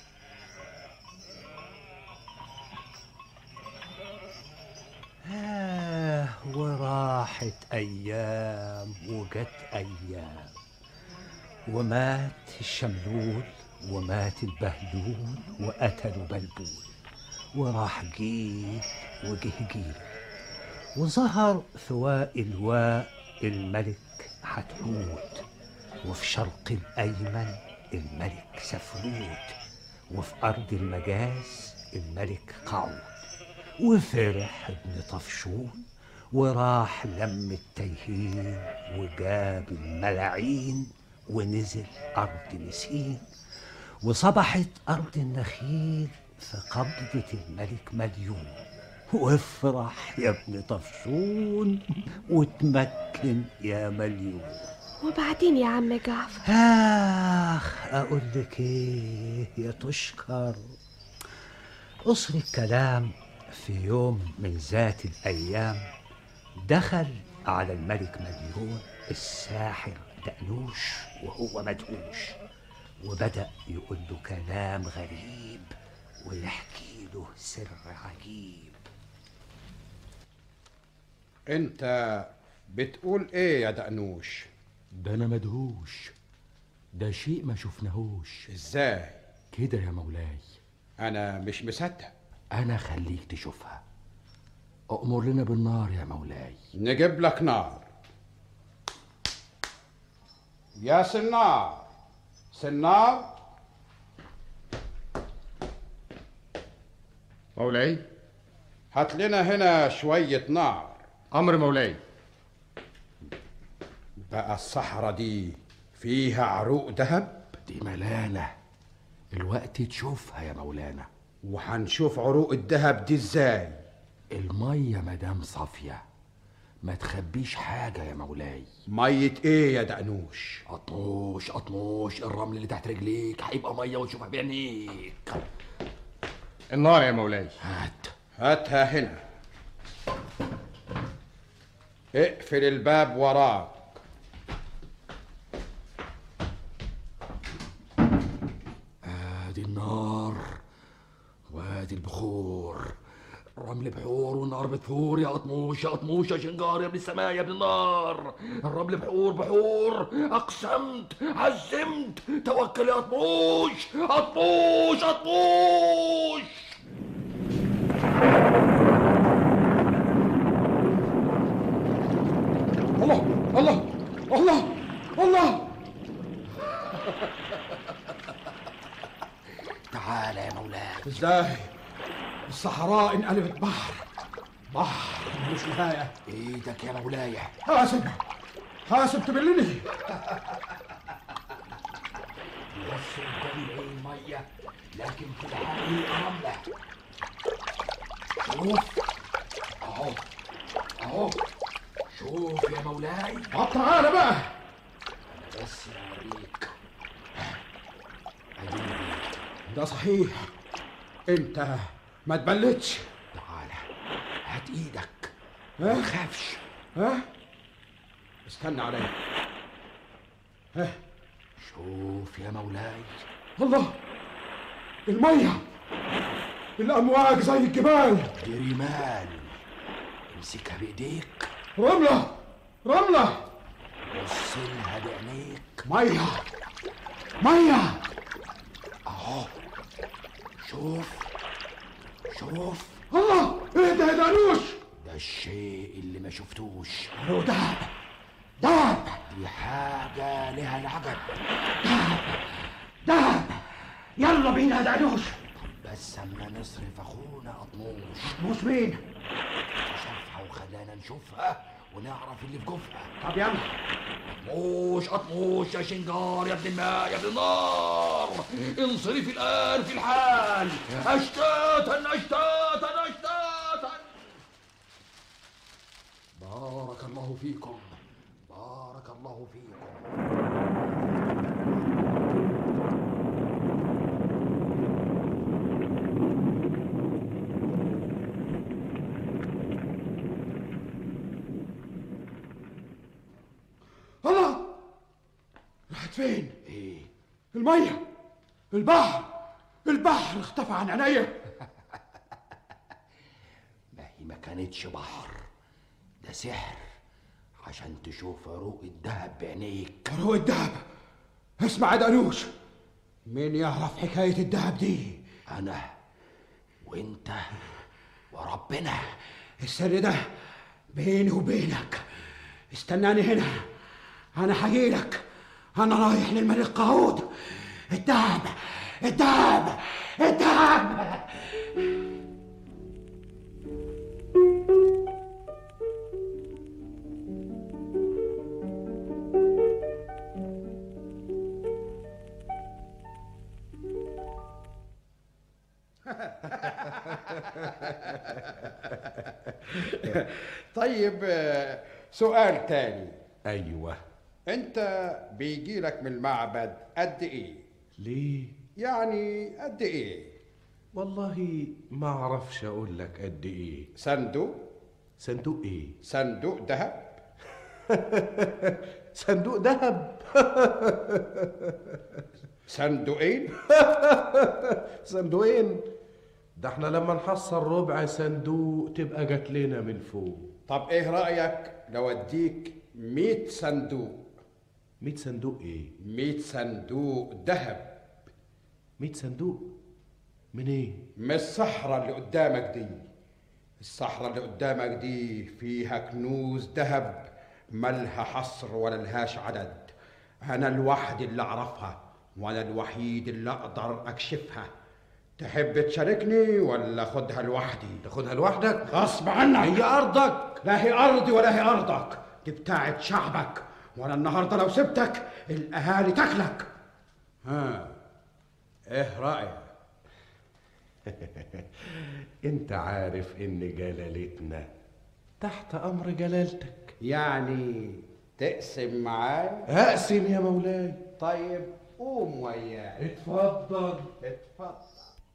آه وراحت أيام وجت أيام، ومات الشملول ومات البهلول وقتلوا بلبول، وراح جيل وجه جيل، وظهر ثواء الواء الملك حتحوت، وفي شرق الأيمن الملك سفروت، وفي أرض المجاز الملك قعود. وفرح ابن طفشون وراح لم التيهين وجاب الملاعين ونزل أرض نسين، وصبحت أرض النخيل في قبضة الملك مليون. وافرح يا ابن طفشون وتمكن يا مليون. وبعدين يا عم جعفر؟ آخ أقول لك إيه يا تشكر. قصر الكلام في يوم من ذات الأيام دخل على الملك مليون الساحر دقنوش وهو مدهوش، وبدأ يقول له كلام غريب ويحكي له سر عجيب. انت بتقول ايه يا دقنوش؟ ده انا مدهوش، ده شيء ما شفناهوش. ازاي كده يا مولاي؟ انا مش مصدق. انا خليك تشوفها. أأمر لنا بالنار يا مولاي. نجيب لك نار. يا سنار، سنار. مولاي، هات لنا هنا شوية نار. أمر مولاي. بقى الصحراء دي فيها عروق ذهب؟ دي ملانة، الوقت تشوفها يا مولانا. وهنشوف عروق الذهب دي ازاي؟ المية مدام صافية ما تخبيش حاجة يا مولاي. مية ايه يا دقنوش؟ قطنوش قطنوش، الرمل اللي تحت رجليك هيبقى مية وتشوفها بعينيك. النار يا مولاي. هات. هاتها هنا. اقفل الباب وراك. ادي النار وادي البخور، رمل بحور بحور والنار بتفور يا قطموش يا قطموش يا شنجار يا ابن السماء يا ابن النار. الرمل بحور بحور، اقسمت عزمت توكل يا قطموش قطموش قطموش. الله الله الله الله. تعال يا مولاي. ازاي الصحراء انقلبت بحر، بحر ملوش نهاية. ايدك يا مولاي. حاسب حاسب تبلني. بص قدامي العين مية لكن في الحقيقة رملة. شوف اهو اهو شوف يا مولاي. طب تعالى بقى. بس اوريك. ده صحيح انت ما تبلتش. تعالى هات ايدك ها؟ ما تخافش. ها استنى عليا. ها شوف يا مولاي. الله المية، الامواج زي الجبال. دي رمال امسكها بايديك. رملة رملة. بص لها بعينيك. مية مية اهو شوف شوف. الله ايه ده يا دانوش؟ ده الشيء اللي ما شفتوش. هو دهب دهب. دي حاجة لها العجب. دهب دهب. يلا بينا يا دانوش. بس اما نصرف اخونا قطموش. قطموش مين؟ شافها وخلانا نشوفها ونعرف اللي في جوفها. طب يلا. قطموش قطموش يا شنجار يا ابن الماء يا ابن النار، انصرف الآن في الحال أشتاتا أشتاتا أشتاتا. بارك الله فيكم بارك الله فيكم. الله راحت فين؟ ايه؟ المية، البحر البحر اختفى عن عينيا. ما هي ما كانتش بحر، ده سحر عشان تشوف عروق الدهب بعينيك. عروق الدهب؟ اسمع يا دانوش، مين يعرف حكاية الدهب دي؟ أنا وأنت وربنا. السر ده بيني وبينك. استناني هنا، أنا هجيلك. أنا رايح للملك قعود. الدهب الدهب الدهب. طيب سؤال تاني. ايوه. انت بيجي لك من المعبد قد ايه؟ ليه؟ يعني قد ايه؟ والله ما اعرفش اقول لك قد ايه. صندوق؟ صندوق ايه؟ صندوق ذهب. صندوق ذهب. صندوقين؟ صندوقين؟ ده احنا لما نحصل ربع صندوق تبقى جات لنا من فوق. طب ايه رأيك لو اديك مية صندوق؟ مية صندوق ايه؟ مية صندوق ذهب. مية صندوق؟ من ايه؟ من الصحراء اللي قدامك دي. الصحراء اللي قدامك دي فيها كنوز ذهب ملها حصر ولا لهاش عدد. انا الوحيد اللي اعرفها وانا الوحيد اللي اقدر اكشفها. تحب تشاركني ولا خدها لوحدي؟ تاخدها لوحدك؟ غصب عنك. هي ارضك. لا هي ارضي ولا هي ارضك، دي بتاعت شعبك، وانا النهارده لو سبتك الاهالي تاكلك. ها ايه رايك؟ انت عارف ان جلالتنا تحت امر جلالتك. يعني تقسم معايا؟ اقسم يا مولاي. طيب قوم وياي. اتفضل اتفضل.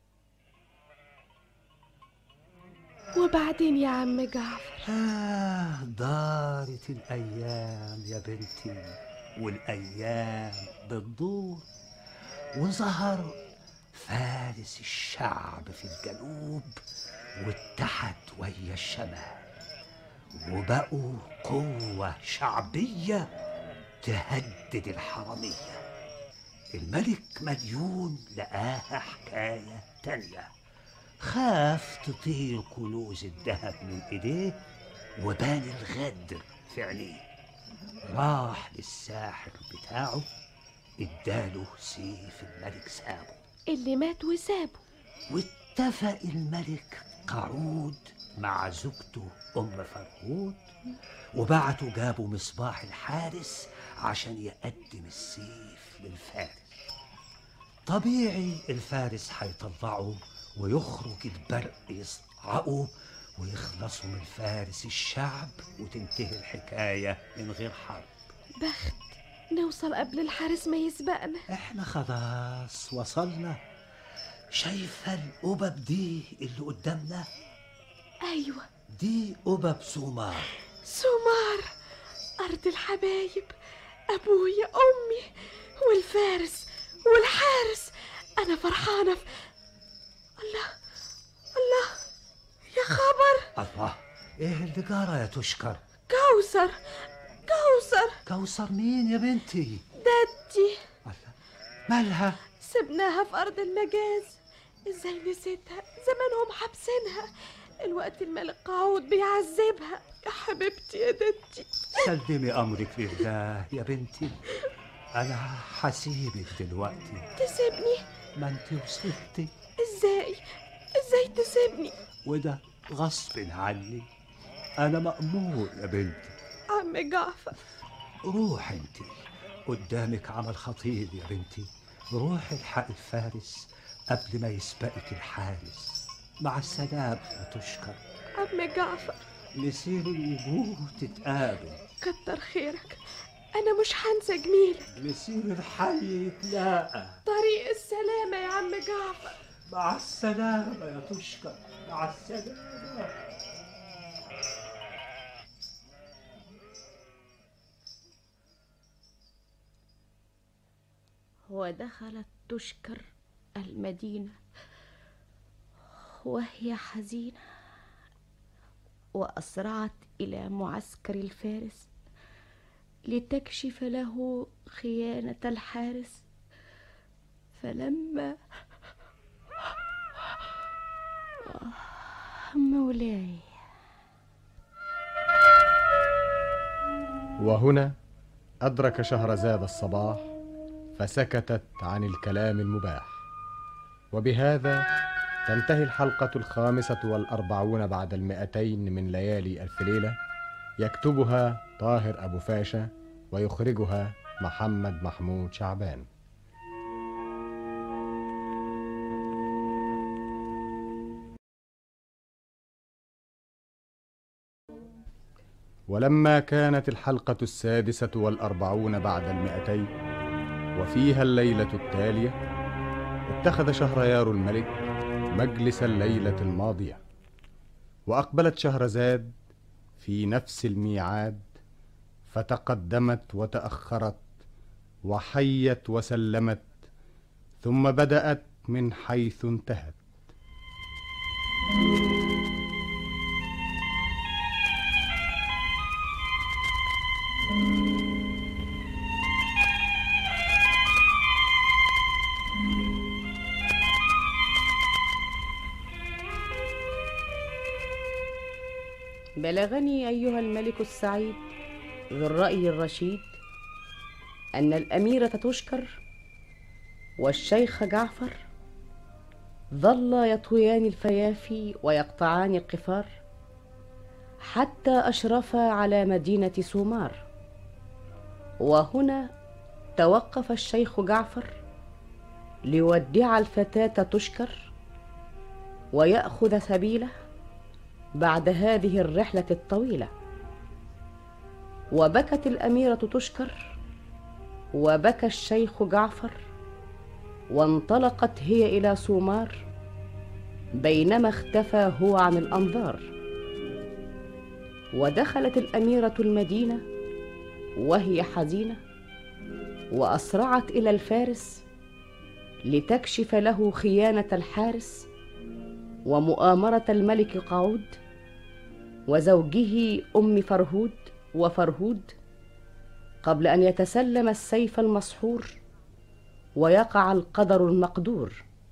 وبعدين يا عم جعفر؟ آه دارت الأيام يا بنتي، والأيام بتدور، وظهر فارس الشعب في الجنوب واتحد ويا الشمال، وبقوا قوة شعبية تهدد الحرامية. الملك مديون لقاها حكاية تانية، خاف تطير كنوز الذهب من ايديه وبان الغدر في عينيه. راح للساحر بتاعه اداله سيف الملك سابه اللي مات وسابه. واتفق الملك قعود مع زوجته ام فرهود، وبعتوا جابوا مصباح الحارس عشان يقدم السيف للفارس. طبيعي الفارس هيطلعه ويخرج البرق يصعقوا ويخلصوا من فارس الشعب وتنتهي الحكاية من غير حرب. بخت نوصل قبل الحارس ما يسبقنا. احنا خلاص وصلنا. شايفة القبب دي اللي قدامنا؟ ايوه دي قبب سومار. سومار ارض الحبايب، ابويا امي والفارس والحارس. انا فرحانه في... الله الله يا خبر. الله، ايه اللي جرى يا تشكر؟ كوثر كوثر. كوثر مين يا بنتي؟ دتي. مالها؟ سبناها في ارض المجاز. ازاي نسيتها؟ زمانهم حابسينها. الوقت الملك قعود بيعذبها. يا حبيبتي يا دتي. سلمي امرك لله يا بنتي، انا هسيبك دلوقتي. تسيبني؟ ما انت وصلتي. ازاي ازاي تسيبني؟ وده غصب عني، انا مأمور يا بنتي. عم جعفر روح انت، قدامك عمل خطير يا بنتي. روح الحق الفارس قبل ما يسبقك الحارس. مع السلامة يا تشكر. عم جعفر مسير الوجوه تتقابل. كتر خيرك، انا مش هنسى جميلك. مسير الحي يتلاقى. طريق السلامة يا عم جعفر. مع السلامة يا تشكر، مع السلامة. ودخلت تشكر المدينة وهي حزينة، وأسرعت إلى معسكر الفارس لتكشف له خيانة الحارس. فلما مولاي. وهنا أدرك شهرزاد الصباح فسكتت عن الكلام المباح. وبهذا تنتهي الحلقة الخامسة والأربعون بعد المئتين من ليالي ألف ليلة، يكتبها طاهر أبو فاشا ويخرجها محمد محمود شعبان. ولما كانت الحلقة السادسة والأربعون بعد المئتين وفيها الليلة التالية، اتخذ شهريار الملك مجلس الليلة الماضية، وأقبلت شهرزاد في نفس الميعاد، فتقدمت وتأخرت وحيت وسلمت، ثم بدأت من حيث انتهت. بلغني أيها الملك السعيد ذو الرأي الرشيد أن الأميرة تشكر والشيخ جعفر ظلا يطويان الفيافي ويقطعان القفار حتى أشرفا على مدينة سومار. وهنا توقف الشيخ جعفر ليودع الفتاة تشكر ويأخذ سبيله بعد هذه الرحلة الطويلة. وبكت الأميرة تشكر وبكى الشيخ جعفر، وانطلقت هي إلى سومار بينما اختفى هو عن الأنظار. ودخلت الأميرة المدينة وهي حزينة، وأسرعت إلى الفارس لتكشف له خيانة الحارس ومؤامرة الملك قعود وزوجه أم فرهود وفرهود قبل أن يتسلم السيف المسحور ويقع القدر المقدور.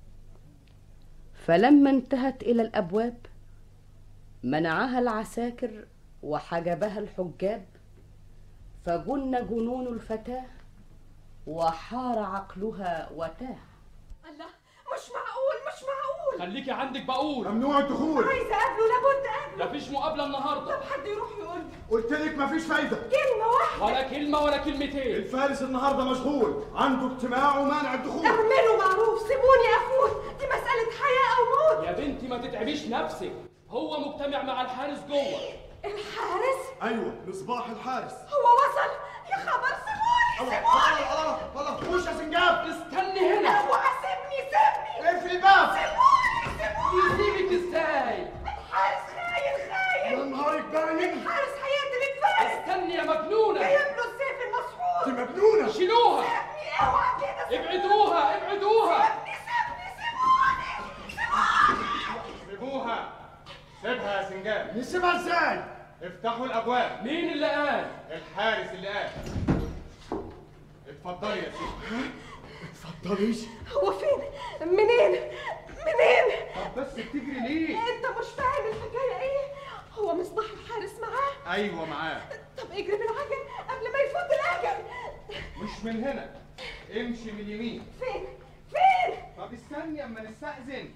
فلما انتهت إلى الأبواب منعها العساكر وحجبها الحجاب، فجن جنون الفتاة وحار عقلها وتاه. الله، مش معقول مش معقول. خليكي عندك بقول. ممنوع الدخول. عايزه اقابله، لابد اقابله. مفيش مقابله النهارده. طب حد يروح يقول لي. قلت لك مفيش فايده. كلمه واحده. ولا كلمه ولا كلمتين. الفارس النهارده مشغول، عنده اجتماع ومانع الدخول. اعملوا معروف، سيبوني افوت، دي مساله حياه او موت. يا بنتي ما تتعبيش نفسك، هو مجتمع مع الحارس جوه. الحارس؟ ايوه، مصباح الحارس. هو وصل؟ يا خبر، سيبوني سيبوني. الله الله الله، خش يا سنجاب. استني هنا. اوعى، سيبني سيبني. اقفل الباب. سيبوني سيبوني. يسيبك ازاي؟ الحارس خاين خاين. يا نهارك باين. الحارس هيقتل الفارس. استني يا مجنونه. جايب له السيف المسحور. دي مجنونه. شيلوها. سيبني، اوعى كده. ابعدوها ابعدوها. سيبني سيبني، سيبوني سيبوني. سيبوها. سيبها يا سنجاب. نسيبها ازاي؟ افتحوا الابواب. مين اللي قال؟ الحارس اللي قال. اتفضلي يا سيدي. اتفضليش. هو فين؟ منين؟ منين؟ طب بس بتجري ليه؟ انت مش فاهم الحكايه ايه؟ هو مصباح الحارس معاه؟ ايوه معاه. طب اجري بالعجل قبل ما يفوت الاجل. مش من هنا، امشي من اليمين. فين؟ فين؟ طب استني اما نستأذن.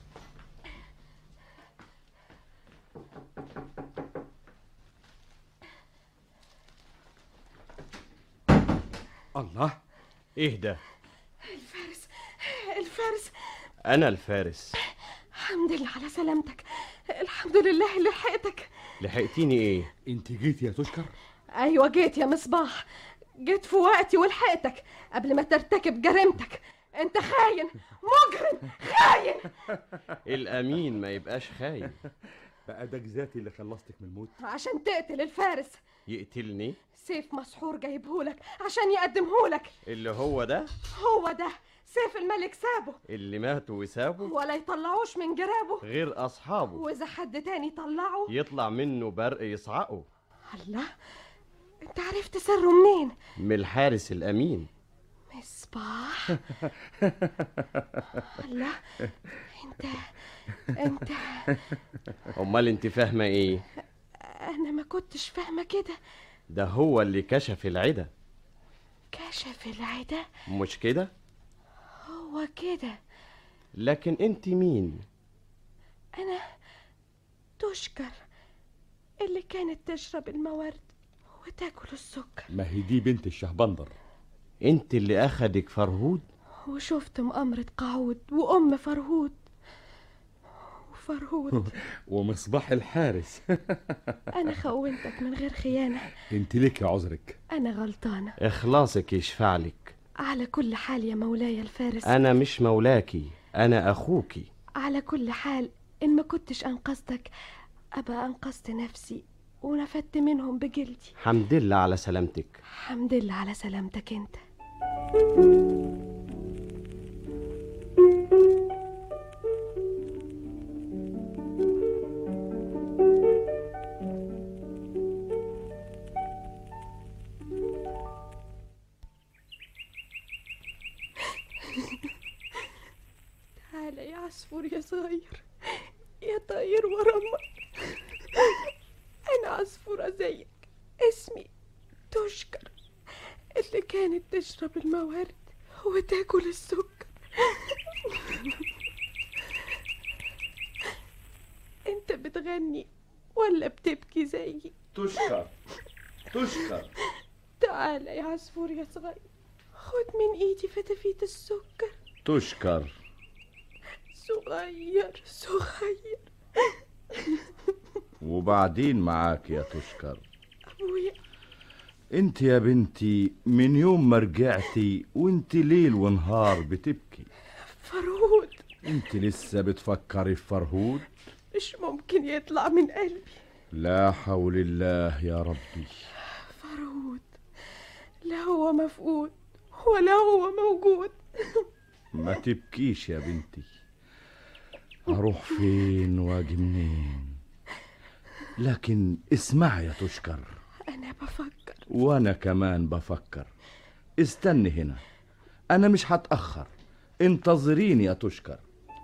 الله، ايه ده؟ الفارس الفارس. انا الفارس. الحمد لله على سلامتك. الحمد لله اللي لحقتك. لحقتيني ايه؟ انت جيت يا تشكر؟ ايوه جيت يا مصباح، جيت في وقتي ولحقتك قبل ما ترتكب جريمتك. انت خاين، مجرم، خاين. الامين ما يبقاش خاين. بقى ده جزاتي اللي خلصتك من الموت عشان تقتل الفارس. يقتلني؟ سيف مسحور جايبهولك عشان يقدمهولك. اللي هو ده؟ هو ده سيف الملك سابه. اللي ماتوا وسابوا؟ ولا يطلعوش من جرابه غير اصحابه. واذا حد تاني طلعه يطلع منه برق يصعقه. الله، انت عرفت سره منين؟ من الحارس الامين. مصباح. الله، انت انت امال انت فاهمه ايه؟ انا ما كنتش فاهمه كده. ده هو اللي كشف العدا. كشف العدا؟ مش كده؟ هو كده. لكن انت مين؟ انا تشكر اللي كانت تشرب الموارد وتاكل السكر. ما هي دي بنت الشهبندر. انت اللي اخدك فرهود؟ وشفت مؤامرة قعود وام فرهود وفرهود ومصباح الحارس. انا خونتك من غير خيانة. انت لك عذرك. انا غلطانة. اخلاصك يشفع لك. على كل حال يا مولاي الفارس. انا مش مولاكي، انا اخوكي. على كل حال ان ما كنتش انقذتك ابقى انقذت نفسي ونفدت منهم بجلدي. حمد لله على سلامتك. حمد لله على سلامتك انت. تعالى يا عصفور يا صغير، يا طاير ورا امك. انا عصفورة زيك، اسمي تشكر، اللي كانت تشرب الموارد وتاكل السكر. انت بتغني ولا بتبكي زيي؟ تشكر تشكر. تعالى يا عصفور يا صغير، خد من ايدي فتافيت السكر. تشكر. صغير صغير. وبعدين معاك يا تشكر. ابويا، انت يا بنتي من يوم ما رجعتي وانت ليل ونهار بتبكي. فرهود. انت لسه بتفكري في فرهود؟ مش ممكن يطلع من قلبي. لا حول الله يا ربي. فرهود لا هو مفقود ولا هو موجود. ما تبكيش يا بنتي. اروح فين واجي منين؟ لكن اسمع يا تشكر، أنا بفكر. وانا كمان بفكر. استني هنا، انا مش هتأخر، انتظريني يا تشكر.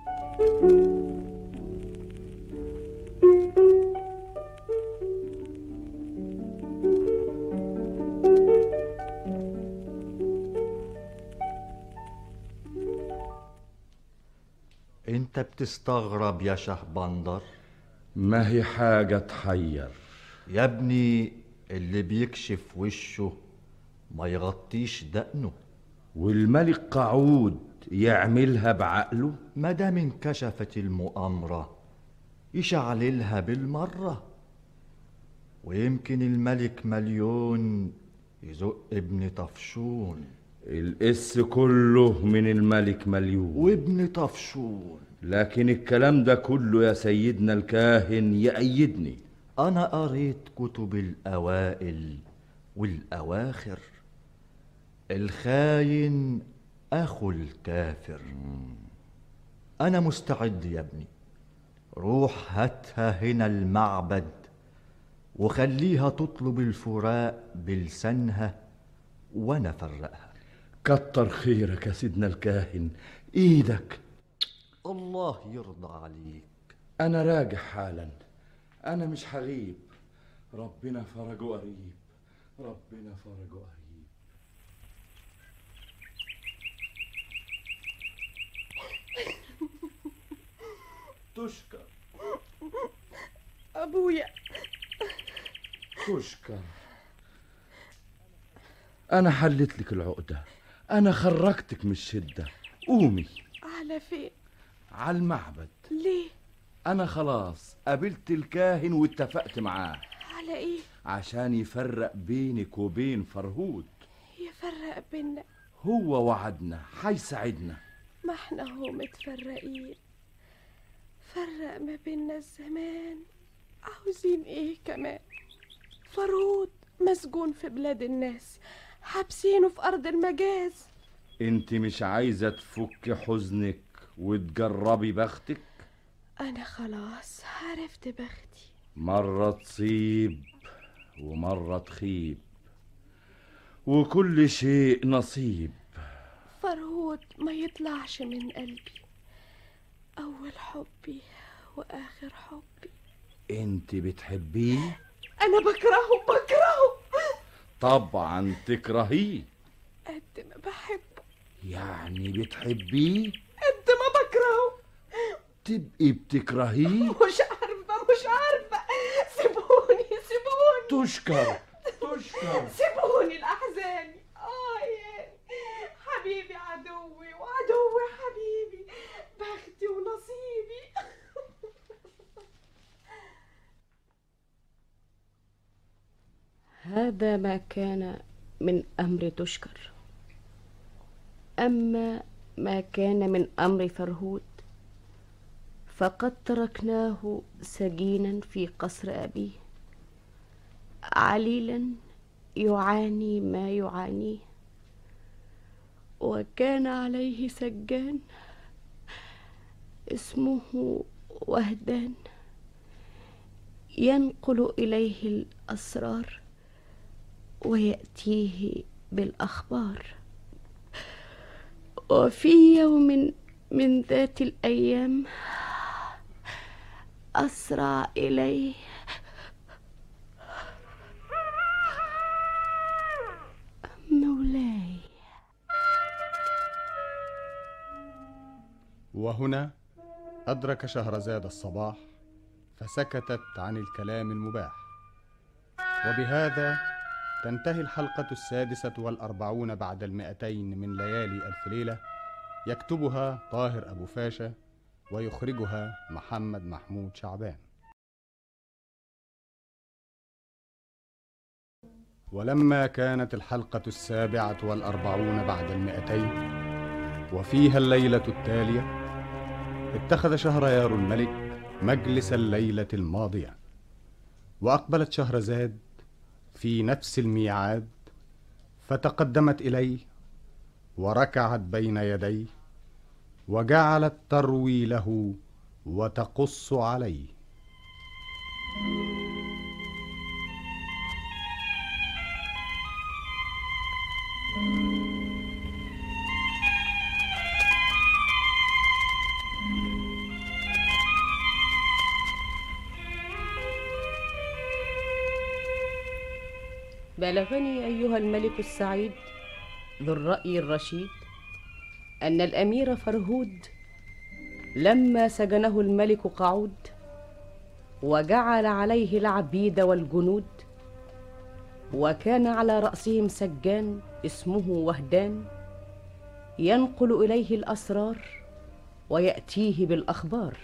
انت بتستغرب يا شهبندر؟ ما هي حاجة تحير يا ابني، اللي بيكشف وشه ما يغطيش دقنه. والملك قعود يعملها بعقله؟ ما دام انكشفت المؤامرة يشعللها بالمرة، ويمكن الملك مليون يزق ابن طفشون. القس كله من الملك مليون وابن طفشون. لكن الكلام ده كله يا سيدنا الكاهن يأيدني. أنا قريت كتب الأوائل والأواخر. الخاين أخو الكافر. أنا مستعد يا ابني، روح هاتها هنا المعبد وخليها تطلب الفراق بلسانها وأنا فرقها. كتر خيرك يا سيدنا الكاهن، ايدك. الله يرضى عليك. انا راجع حالا، انا مش هغيب. ربنا فرجه قريب، ربنا فرجه قريب. تشكر أبويا. تشكر. انا حلت لك العقدة، انا خرجتك من الشدة. قومي. على فين؟ على المعبد. ليه؟ انا خلاص قابلت الكاهن واتفقت معاه. على ايه؟ عشان يفرق بينك وبين فرهود. يفرق بينا؟ هو وعدنا هيساعدنا. ما احنا هو متفرقين. فرق ما بينا الزمان. عاوزين ايه كمان؟ فرهود مسجون في بلاد الناس، حابسينه في ارض المجاز. انت مش عايزة تفك حزنك وتجربي بختك؟ انا خلاص عرفت بختي. مرة تصيب ومرة تخيب، وكل شيء نصيب. فرهود ما يطلعش من قلبي، اول حبي واخر حبي. انت بتحبيه؟ انا بكرهه بكرهه. طبعا تكرهيه. قد ما بحبه. يعني بتحبيه قد ما بكرهه. تبقي بتكرهيه؟ مش عارفة مش عارفة. سيبوني سيبوني. تشكر تشكر. سيبوني لأحزاني. آه يا حبيبي عدوي وعدوي حبيبي، بختي ونصيبي. هذا ما كان من أمر تشكر. أما ما كان من أمر فرهود فقد تركناه سجينا في قصر أبيه، عليلا يعاني ما يعانيه. وكان عليه سجان اسمه وهدان ينقل إليه الأسرار ويأتيه بالأخبار. وفي يوم من ذات الأيام أسرع إليه مولاي. وهنا أدرك شهرزاد الصباح فسكتت عن الكلام المباح. وبهذا تنتهي الحلقة السادسة والأربعون بعد المئتين من ليالي ألف ليلة، يكتبها طاهر أبو فاشا ويخرجها محمد محمود شعبان. ولما كانت الحلقة السابعة والأربعون بعد المئتين وفيها الليلة التالية، اتخذ شهريار الملك مجلس الليلة الماضية، وأقبلت شهرزاد في نفس الميعاد، فتقدمت إليه وركعت بين يديه وجعلت تروي له وتقص عليه. بلغني أيها الملك السعيد ذو الرأي الرشيد أن الأمير فرهود لما سجنه الملك قعود وجعل عليه العبيد والجنود، وكان على رأسهم سجان اسمه وهدان ينقل إليه الأسرار ويأتيه بالأخبار.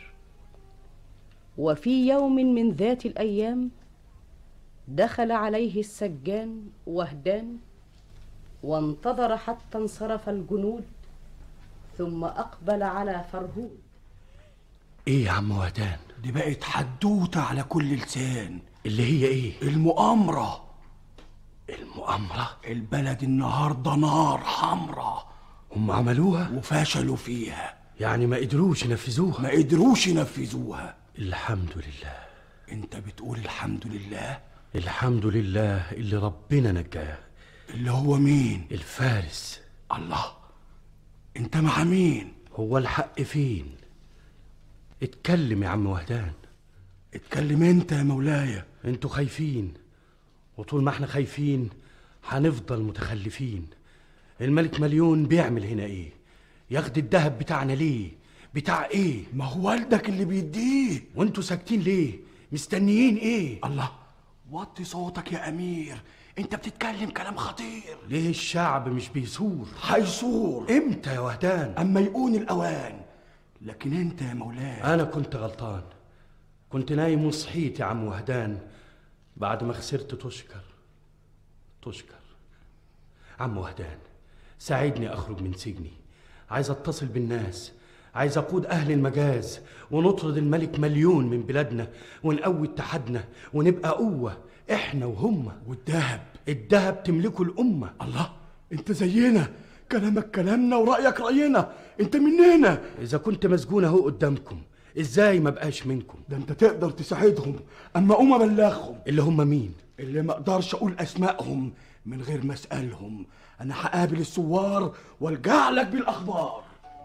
وفي يوم من ذات الأيام دخل عليه السجان وهدان وانتظر حتى انصرف الجنود، ثم أقبل على فرهود. ايه يا عم وهدان؟ دي بقت حدوته على كل لسان. اللي هي ايه؟ المؤامرة. المؤامرة؟ البلد النهاردة نار حمرة. هم عملوها وفشلوا فيها. يعني ما قدروش ينفذوها؟ ما قدروش ينفذوها. الحمد لله. انت بتقول الحمد لله؟ الحمد لله اللي ربنا نجاه. اللي هو مين؟ الفارس. الله، انت مع مين؟ هو الحق فين؟ اتكلم يا عم وهدان. اتكلم انت يا مولاي. انتوا خايفين، وطول ما احنا خايفين هنفضل متخلفين. الملك مليون بيعمل هنا ايه؟ ياخد الذهب بتاعنا ليه؟ بتاع ايه؟ ما هو والدك اللي بيديه. وانتوا ساكتين ليه؟ مستنيين ايه؟ الله، وطي صوتك يا امير، انت بتتكلم كلام خطير. ليه الشعب مش بيثور؟ هيثور امتى يا وهدان؟ اما يكون الاوان. لكن انت يا مولاي. انا كنت غلطان، كنت نايم وصحيت يا عم وهدان بعد ما خسرت. تشكر تشكر عم وهدان، ساعدني اخرج من سجني. عايز اتصل بالناس، عايز اقود اهل المجاز ونطرد الملك مليون من بلادنا ونقوي اتحادنا ونبقى قوة احنا وهم. والذهب، الذهب تملكه الامة. الله، انت زينا، كلامك كلامنا ورأيك رأينا، انت مننا. اذا كنت مسجون اهو قدامكم، ازاي ما بقاش منكم؟ ده انت تقدر تساعدهم، اما قوم ابلغهم. اللي هم مين؟ اللي ما اقدرش اقول اسمائهم من غير ما اسالهم. انا هقابل الثوار والجع لك بالاخبار.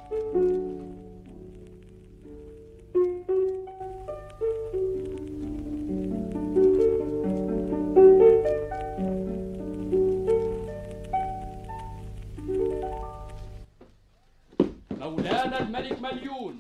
مولانا الملك مليون.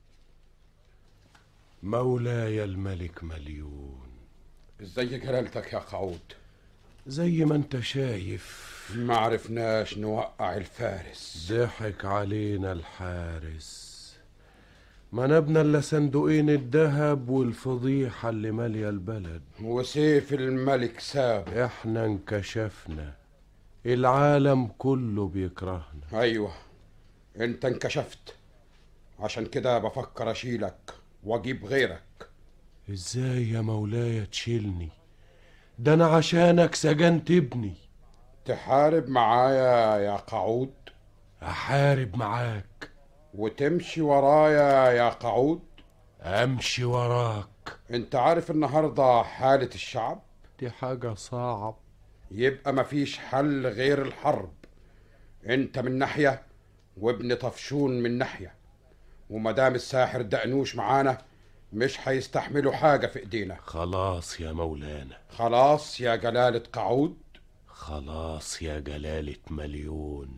مولاي الملك مليون. ازاي جلالتك يا قعود؟ زي ما انت شايف ما عرفناش نوقع الفارس. ضحك علينا الحارس، ما نبنى الا صندوقين الذهب والفضيحة اللي مالية البلد، وسيف الملك ساب. احنا انكشفنا، العالم كله بيكرهنا. ايوه انت انكشفت، عشان كده بفكر اشيلك واجيب غيرك. ازاي يا مولاي تشيلني؟ ده انا عشانك سجنت ابني. تحارب معايا يا قعود؟ احارب معاك وتمشي ورايا يا قعود؟ امشي وراك. انت عارف النهاردة حالة الشعب؟ دي حاجة صعب. يبقى مفيش حل غير الحرب. انت من ناحية وابن طفشون من ناحية، ومدام الساحر دقنوش معانا مش هيستحملوا حاجة في ايدينا. خلاص يا مولانا. خلاص يا جلالة قعود. خلاص يا جلالة مليون.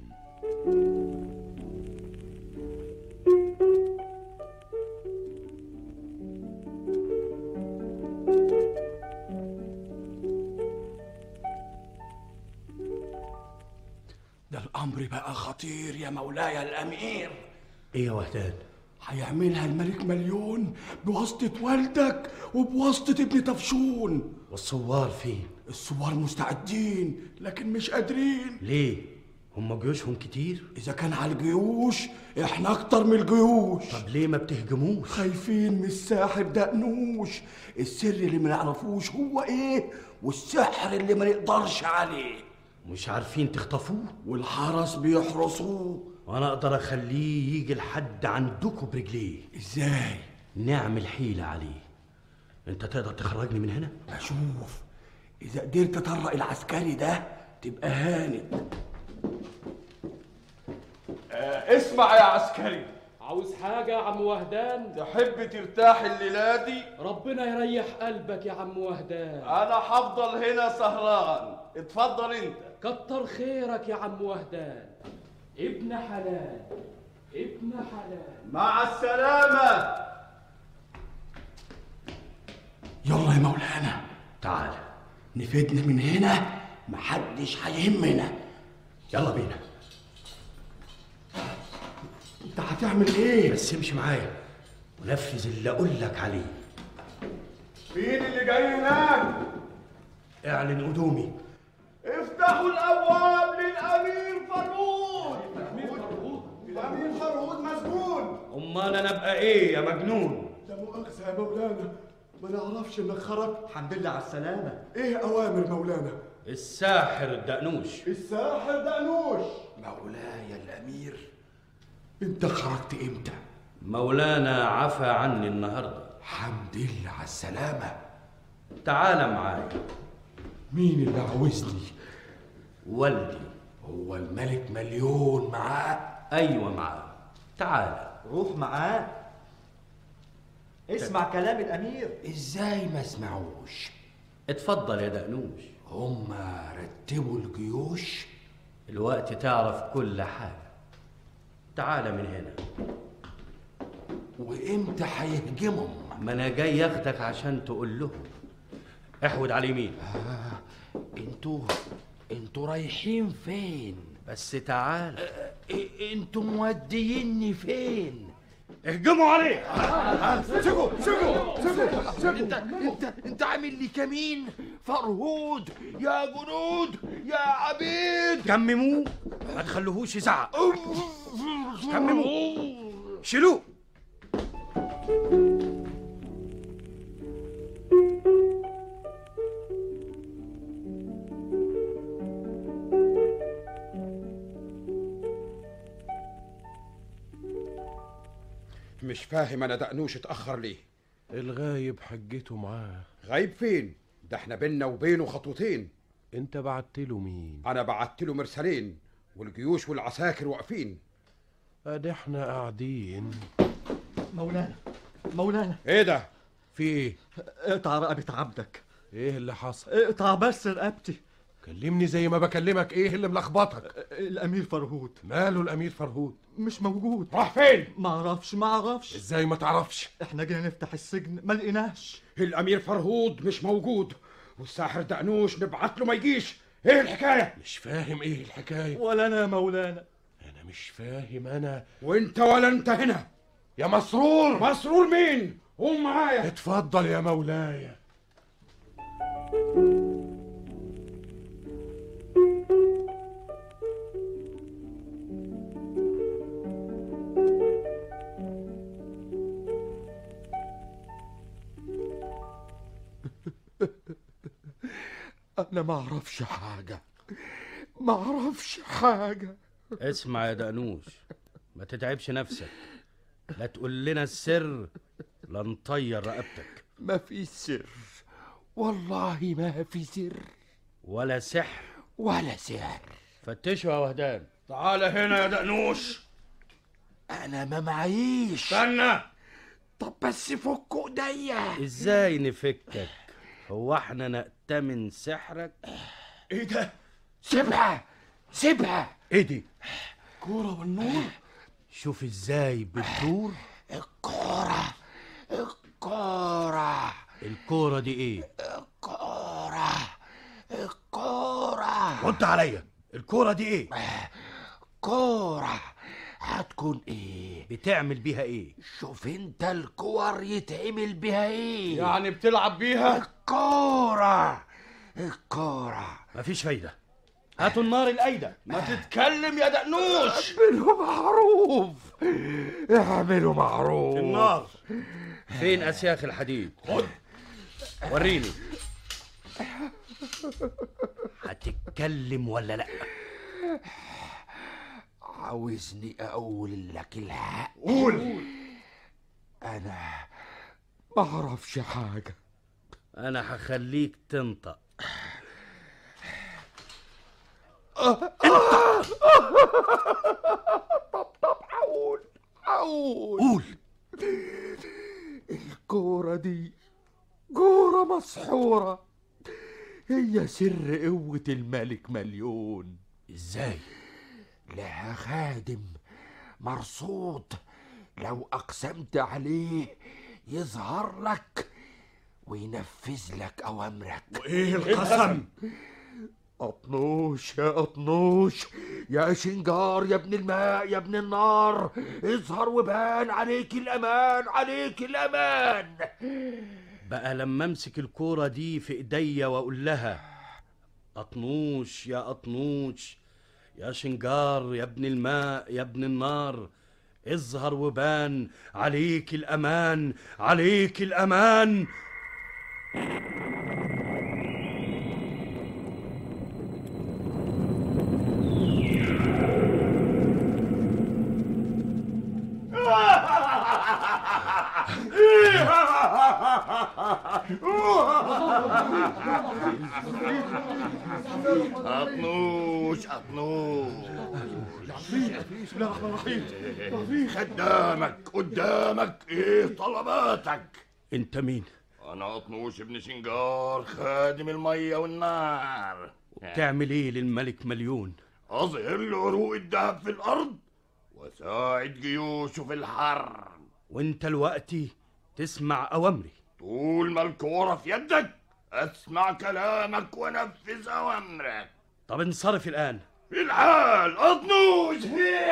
ده الامر بقى خطير يا مولاي الامير. ايه يا وهدان؟ هيعملها الملك مليون بواسطة والدك وبواسطة ابن طفشون. والثوار فين؟ الثوار مستعدين لكن مش قادرين. ليه؟ هم جيوشهم كتير؟ إذا كان على الجيوش إحنا أكتر من الجيوش. طب ليه ما بتهجموش؟ خايفين من الساحر دقنوش. السر اللي ما نعرفوش هو إيه، والسحر اللي ما نقدرش عليه. مش عارفين تخطفوه؟ والحرس بيحرسوه. وانا اقدر اخليه يجي لحد عندكم برجليه. ازاي؟ نعمل حيلة عليه. انت تقدر تخرجني من هنا؟ اشوف اذا قدرت اطرق العسكري ده تبقى هانت. آه اسمع يا عسكري، عاوز حاجة يا عم وهدان؟ تحب ترتاح الليلة دي؟ ربنا يريح قلبك يا عم وهدان. أنا هفضل هنا سهران، اتفضل أنت. كتر خيرك يا عم وهدان، ابن حلال ابن حلال. مع السلامة. يلا يا مولانا تعال نفدنا من هنا، محدش هيهمنا. يلا بينا. انت هتعمل ايه؟ بس امشي معايا ونفذ اللي اقول لك عليه. مين اللي جاي هناك؟ اعلن قدومي. افتحوا الابواب للامير فرهود. الامير فرهود مسجون. امال انا ابقى ايه يا مجنون؟ لا مؤاخذة يا مولانا، ما نعرفش انك خرجت. الحمد لله على السلامة. ايه اوامر مولانا؟ الساحر الدقنوش. الساحر دقنوش. مولاي الامير، انت خرجت امتى؟ مولانا عفى عني النهارده. حمد لله على السلامة. تعال معايا. مين اللي عاوزني؟ والدي. هو الملك مليون معاه؟ ايوه معاه. تعال. روح معاه. اسمع كلام الامير. ازاي ما اسمعوش؟ اتفضل يا دقنوش. هم رتبوا الجيوش؟ الوقت تعرف كل حاجة. تعال من هنا. وامتى هيهجمهم؟ ما انا جاي ياخدك عشان تقول لهم. احود على اليمين. آه. انتوا انتوا رايحين فين؟ بس تعال. آه. انتوا موديني فين؟ اهجموا عليه. سيبوا سيبوا سيبوا سيبوا. انت انت انت عامل لي كمين؟ فرهود يا جنود يا عبيد. كمموه ما تخلوهوش يزعق. كمموه شيلوه. مش فاهم انا دقنوش اتأخر ليه؟ الغايب حجته معاه. غايب فين؟ ده احنا بينا وبينه خطوتين. انت بعت له مين؟ انا بعت له مرسلين والجيوش والعساكر واقفين. ادي احنا قاعدين. مولانا مولانا. ايه ده؟ في ايه؟ اقطع رقبة عبدك. ايه اللي حصل؟ اقطع بس رقبتي. كلمني زي ما بكلمك. ايه اللي ملخبطك؟ الامير فرهود. ماله الامير فرهود؟ مش موجود. راح فين؟ ما اعرفش ما اعرفش. ازاي ما تعرفش؟ احنا جينا نفتح السجن ما لقيناش. الامير فرهود مش موجود والساحر دقنوش نبعت له ما يجيش. ايه الحكايه؟ مش فاهم ايه الحكايه. ولا انا يا مولانا. انا مش فاهم انا. وانت ولا انت هنا يا مسرور. مسرور مين؟ قوم معايا. اتفضل يا مولاي. انا ما اعرفش حاجه ما اعرفش حاجه. اسمع يا دقنوش، ما تتعبش نفسك. لا تقول لنا السر لا نطير رقبتك. ما في سر، والله ما في سر ولا سحر ولا سحر. فتشوا يا وهدان. تعال هنا يا دقنوش. انا ما معيش. استنى. طب بس فكوا ايديا. ازاي نفكك؟ هو احنا نأتمن سحرك؟ ايه ده؟ سيبها سيبها. ايه دي؟ كورة والنور. شوف ازاي بتدور. الكورة الكورة الكورة دي ايه؟ الكورة الكورة. رد عليا. الكورة دي ايه؟ كورة. هتكون ايه؟ بتعمل بيها ايه؟ شوف انت الكور يتعمل بيها ايه؟ يعني بتلعب بيها؟ الكورة الكورة. مفيش فايدة. هاتوا النار الأيدة. ما تتكلم يا دقنوش. اعملوا معروف اعملوا معروف. النار فين أسياخ الحديد؟ خد وريني. هتتكلم ولا لأ؟ عاوزني اقول لك الحق؟ قول. انا ما اعرفش حاجه. انا هخليك تنطق. طب طب حقول حقول قول. الكورة دي كورة مسحورة، هي سر قوة الملك مليون. ازاي؟ لها خادم مرصود، لو أقسمت عليه يظهر لك وينفذ لك أوامرك. وإيه القسم؟ أطنوش يا أطنوش يا شنجار يا ابن الماء يا ابن النار، اظهر وبان عليك الأمان، عليك الأمان. بقى لما امسك الكورة دي في ايديا واقول لها أطنوش يا أطنوش يا شنجار يا ابن الماء يا ابن النار، اظهر وبان عليك الأمان، عليك الأمان. أطنوش أطنوش بسم الله الرحمن الرحيم. خدامك قدامك، ايه طلباتك؟ انت مين؟ انا أطنوش ابن شنجار، خادم المية والنار. تعمل ايه للملك مليون؟ اظهر له عروق الذهب في الارض وساعد جيوشه في الحرب. وانت الوقتي تسمع اوامري. طول ما الكورة في يدك اسمع كلامك ونفذ اوامرك. طب انصرف الان. في الحال أطنوش.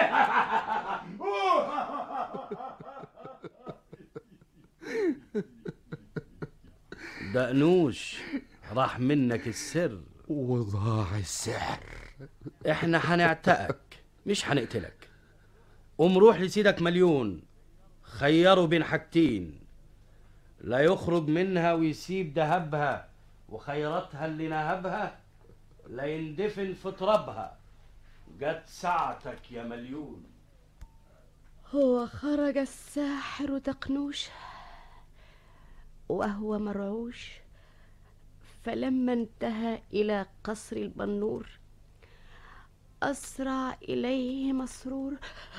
دقنوش راح منك السر وضاع السحر. احنا هنعتقك مش هنقتلك. قوم روح لسيدك مليون، خيره بين حاجتين، لا يخرج منها ويسيب دهبها وخيراتها اللي نهبها، لا يندفن في ترابها. جت ساعتك يا مليون. هو خرج الساحر دقنوش وهو مرعوش، فلما انتهى إلى قصر البنور أسرع إليه مسرور.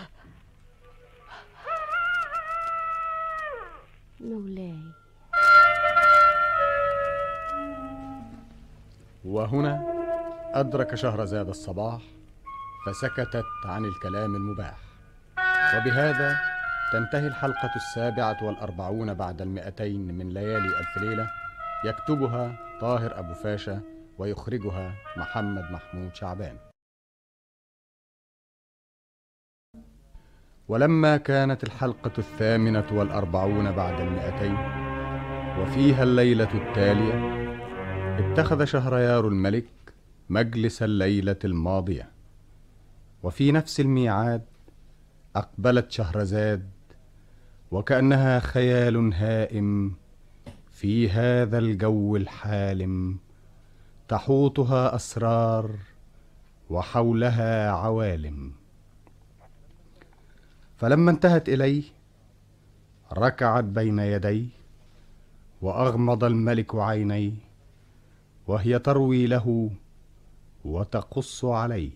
مولاي. وهنا أدرك شهرزاد الصباح فسكتت عن الكلام المباح. وبهذا تنتهي الحلقة السابعة والأربعون بعد المئتين من ليالي ألف ليلة، يكتبها طاهر أبو فاشا ويخرجها محمد محمود شعبان. ولما كانت الحلقة الثامنة والأربعون بعد المئتين وفيها الليلة التالية، اتخذ شهريار الملك مجلس الليلة الماضية، وفي نفس الميعاد أقبلت شهرزاد وكأنها خيال هائم في هذا الجو الحالم، تحوطها أسرار وحولها عوالم. فلما انتهت إليه ركعت بين يديه وأغمض الملك عينيه وهي تروي له وتقص عليه.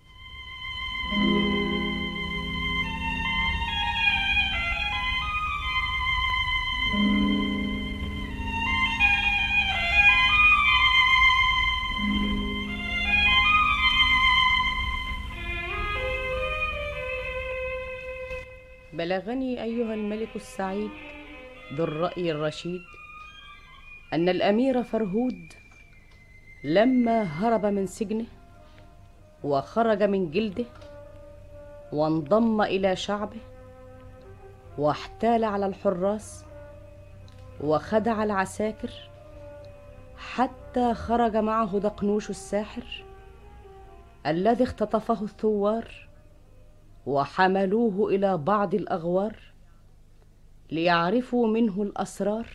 بلغني أيها الملك السعيد ذو الرأي الرشيد أن الأمير فرهود لما هرب من سجنه وخرج من جلده وانضم إلى شعبه واحتال على الحراس وخدع العساكر حتى خرج معه دقنوش الساحر الذي اختطفه الثوار وحملوه إلى بعض الأغوار ليعرفوا منه الأسرار،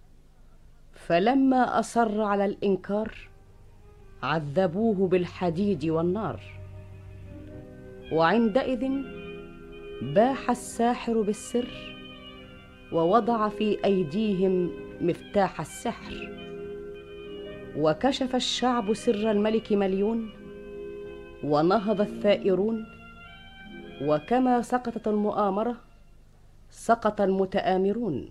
فلما أصر على الإنكار عذبوه بالحديد والنار. وعندئذ باح الساحر بالسر ووضع في أيديهم مفتاح السحر، وكشف الشعب سر الملك مليون، ونهض الثائرون، وكما سقطت المؤامرة سقط المتآمرون.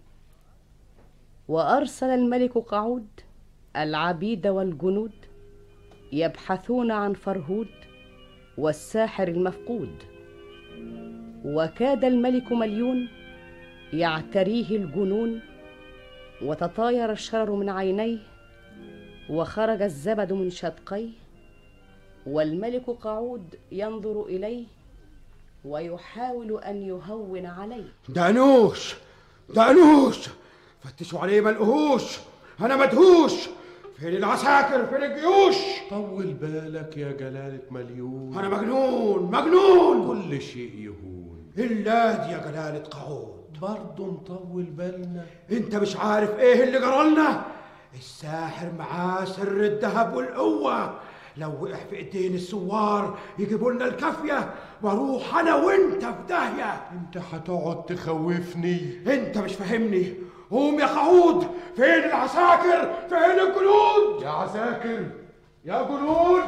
وأرسل الملك قعود العبيد والجنود يبحثون عن فرهود والساحر المفقود، وكاد الملك مليون يعتريه الجنون، وتطاير الشرر من عينيه، وخرج الزبد من شدقيه، والملك قعود ينظر إليه ويحاول أن يهون عليه. دانوش دانوش فتشوا عليه ما لقوهوش، أنا مدهوش. فين العساكر؟ فين الجيوش؟ طول بالك يا جلالة مليون، أنا مجنون مجنون. كل شيء يهون إلا دي يا جلالة قعود. برضه مطول بالنا. انت مش عارف ايه اللي جرالنا؟ الساحر معاه سر الذهب والقوة، لو وقع في ايدين السوار يجيبوا لنا الكافية واروح انا وانت في داهية. انت هتقعد تخوفني؟ انت مش فاهمني. قوم يا قعود، فين العساكر؟ فين الجنود؟ يا عساكر يا جنود.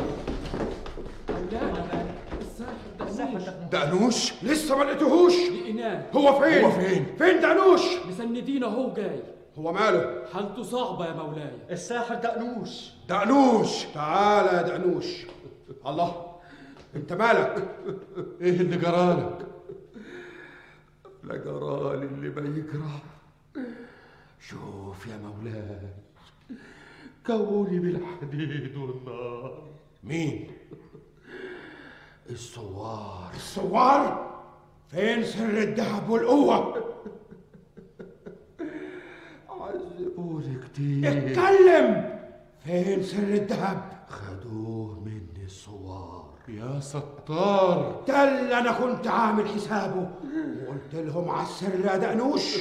دقنوش لسه ما لقيتهوش. لقيناه. هو فين؟ هو فين؟ فين دقنوش؟ مسندينه اهو جاي. هو ماله؟ حالته صعبة يا مولاي. الساحر دقنوش. دقنوش تعالى يا دقنوش. الله، انت مالك؟ ايه اللي جرالك؟ لا جرالي اللي ما يجرى. شوف يا مولاي، كوني بالحديد والنار. مين؟ الثوار. الثوار؟ فين سر الذهب والقوة؟ عذبوني كتير. اتكلم، فين سر الذهب؟ خدوه مني الثوار يا ستار. ده اللي انا كنت عامل حسابه وقلت لهم على السر يا دقنوش.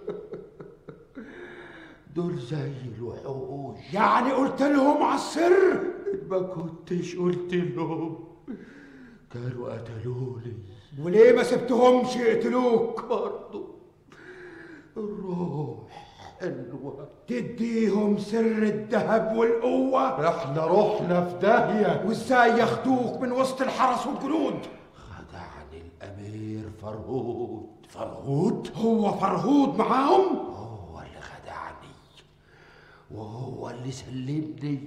دول زي الوحوش. يعني قلت لهم على السر؟ ما كنتش قلت لهم كانوا قتلوني. وليه ما سبتهمش يقتلوك؟ برضو الروح حلوة. تديهم سر الذهب والقوة؟ احنا رحنا في داهية. وازاي ياخدوك من وسط الحرس والجنود؟ خدعني الأمير فرهود. فرهود؟ هو فرهود معاهم؟ هو اللي خدعني وهو اللي سلمني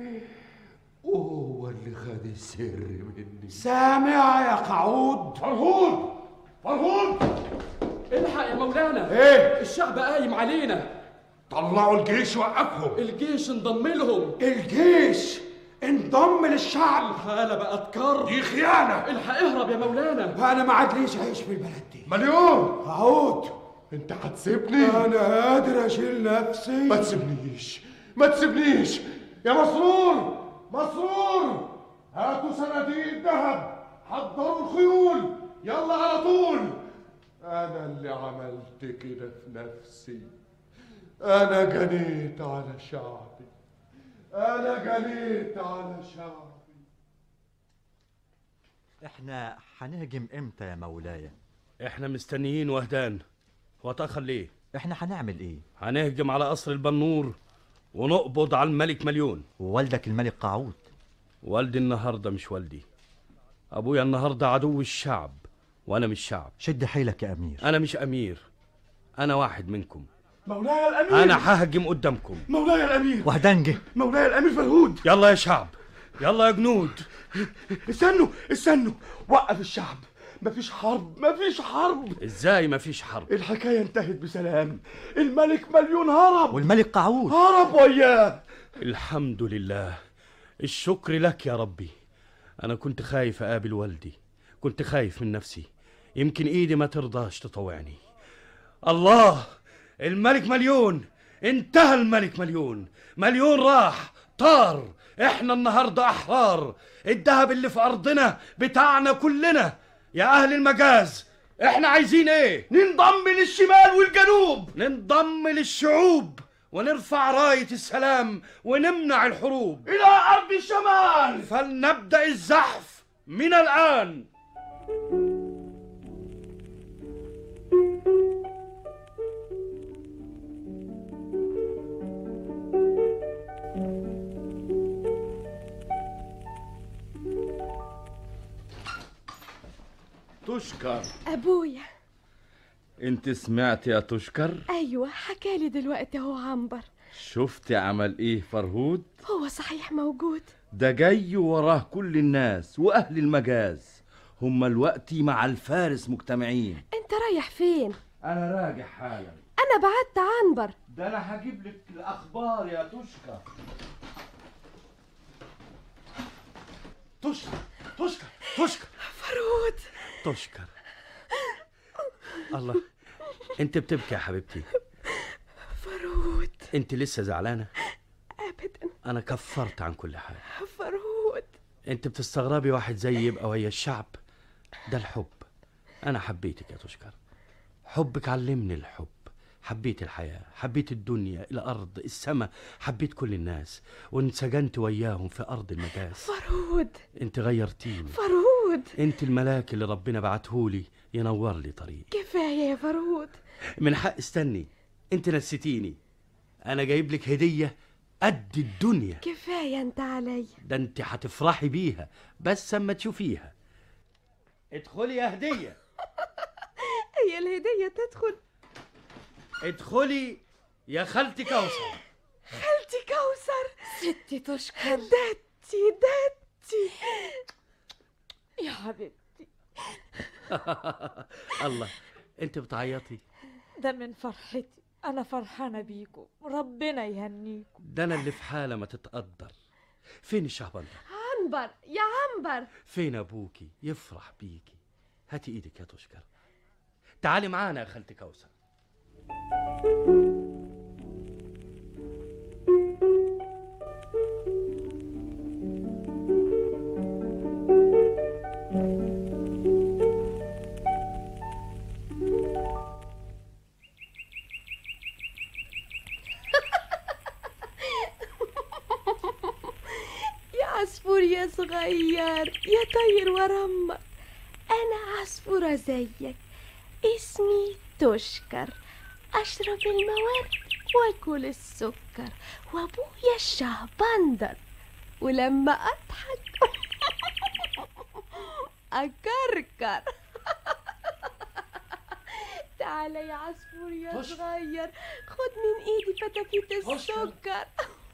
وهو اللي خد السر مني. سامع يا قعود؟ فرهود فرهود الحق يا مولانا. ايه؟ الشعب قايم علينا. طلعوا الجيش وقفهم. الجيش انضم لهم. الجيش انضم للشعب؟ الحالة بقت كر. دي خيانة. الحق اهرب يا مولانا. انا ما عادليش اعيش في البلد دي. مليون قعود، انت هتسيبني؟ انا قادر اشيل نفسي. ما تسيبنيش ما تسيبنيش يا مسرور. مسرور، هاتوا صناديق ذهب، حضروا الخيول، يلا على طول. انا اللي عملت كده في نفسي. انا جنيت على شعبي. انا جنيت على شعبي. احنا هنهجم امتى يا مولاي؟ احنا مستنيين وهدان. هو اتأخر ليه؟ احنا هنعمل ايه؟ هنهجم على قصر البنور ونقبض على الملك مليون. ووالدك الملك قعود؟ والدي النهارده مش والدي. ابويا النهارده عدو الشعب وانا مش شعب. شد حيلك يا امير. انا مش امير، انا واحد منكم. مولاي الامير. انا ههجم قدامكم. مولاي الامير. وهدان جه. مولاي الامير فرهود. يلا يا شعب، يلا يا جنود. استنوا استنوا، وقف الشعب. مفيش حرب مفيش حرب. ازاي مفيش حرب؟ الحكاية انتهت بسلام. الملك مليون هرب. والملك قعود هرب وياه. الحمد لله، الشكر لك يا ربي. انا كنت خايف اقابل والدي، كنت خايف من نفسي، يمكن ايدي ما ترضاش تطوعني. الله، الملك مليون انتهى. الملك مليون مليون راح طار. احنا النهارده احرار. الذهب اللي في ارضنا بتاعنا كلنا. يا اهل المجاز، احنا عايزين ايه؟ ننضم للشمال والجنوب، ننضم للشعوب ونرفع راية السلام ونمنع الحروب الى ارض الشمال. فلنبدأ الزحف من الان. تشكر. ابويا. انت سمعت يا تشكر؟ ايوه حكالي دلوقتي اهو عنبر. شفت عمل ايه فرهود؟ هو صحيح موجود؟ ده جاي وراه كل الناس واهل المجاز، هما الوقتي مع الفارس مجتمعين. انت رايح فين؟ انا راجع حالا. انا بعت عنبر. ده انا هجيب لك الاخبار يا تشكر. تشكر تشكر تشكر فرهود. تشكر. الله، انت بتبكي يا حبيبتي؟ فرهود. انت لسه زعلانه؟ ابدا. انا كفرت عن كل حاجه. فرهود. انت بتستغربي واحد زي يبقى ويا الشعب؟ ده الحب. انا حبيتك يا تشكر، حبك علمني الحب. حبيت الحياة، حبيت الدنيا، الأرض، السماء، حبيت كل الناس وانسجنت وياهم في أرض المجاز. فرهود. انت غيرتيني فرهود. انت الملاك اللي ربنا بعتهولي ينور لي طريق. كفاية يا فرهود. من حق استني، انت نسيتيني. انا جايب لك هدية قد الدنيا. كفاية انت عليا. ده انت هتفرحي بيها بس اما تشوفيها. ادخلي يا هدية. هي الهدية تدخل؟ ادخلي يا خالتي كوثر. خالتي كوثر. ستي تشكر. دتي دتي يا حبيبتي. الله، انت بتعيطي؟ ده من فرحتي، انا فرحانه بيكم، ربنا يهنيكم. ده انا اللي في حاله ما تتقدر. فين الشهبندر؟ عنبر يا عنبر. فين ابوكي يفرح بيكي؟ هاتي ايدك يا تشكر، تعالي معانا يا خالتي كوثر. يا عصفور يا صغير يا طير ورمك، أنا عصفورة زيك اسمي تشكر، أشرب المواد وأكل السكر، وأبويا الشهبندر، ولما أضحك أكركر. تعالى يا عصفور يا صغير، خد من إيدي فتافيت السكر.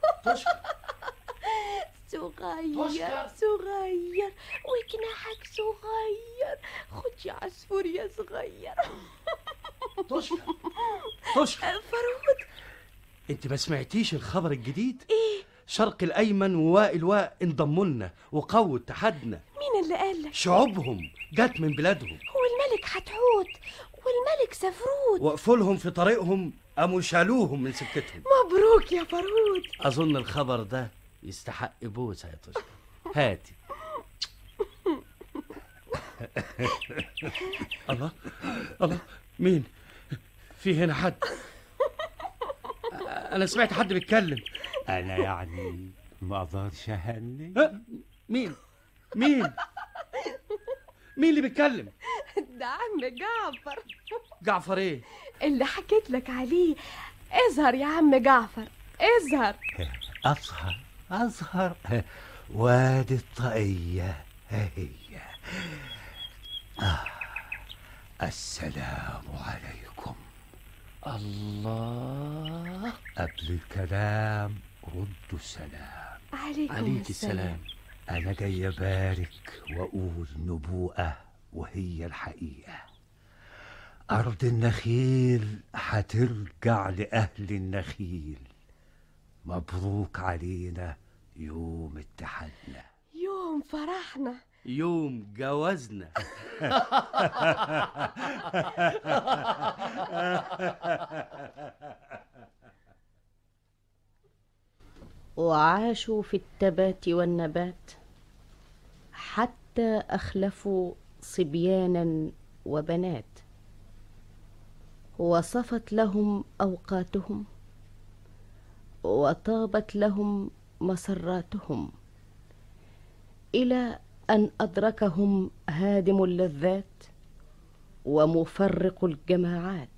صغير صغير وجناحك صغير، خد يا عصفور يا صغير. تشكر تشكر. فرهود، انت ما سمعتيش الخبر الجديد؟ ايه؟ شرق الايمن ووائل واء انضموا لنا وقووا اتحادنا. مين اللي قالك؟ شعوبهم جت من بلادهم، والملك حتحوت والملك سفرود وقفوا لهم في طريقهم، قاموا شالوهم من سكتهم. مبروك يا فرهود. اظن الخبر ده يستحق بوسه يا تشكر. هاتي. الله الله، مين في هنا؟ حد؟ انا سمعت حد بيتكلم. انا يعني ما اقدرش اهني. مين مين مين اللي بيتكلم؟ ده عم جعفر. جعفر ايه؟ اللي حكيت لك عليه. اظهر يا عم جعفر، اظهر. اظهر اظهر. وادي الطاقية هي. آه. السلام عليكم. الله، قبل الكلام ردوا السلام. عليكم عليك السلام. أنا جاي أبارك وأقول نبوءة وهي الحقيقة. أرض النخيل هترجع لأهل النخيل. مبروك علينا يوم اتحادنا، يوم فرحنا، يوم جوازنا. وعاشوا في التبات والنبات حتى أخلفوا صبيانا وبنات، وصفت لهم أوقاتهم وطابت لهم مسراتهم، إلى أن أدركهم هادم اللذات ومفرق الجماعات.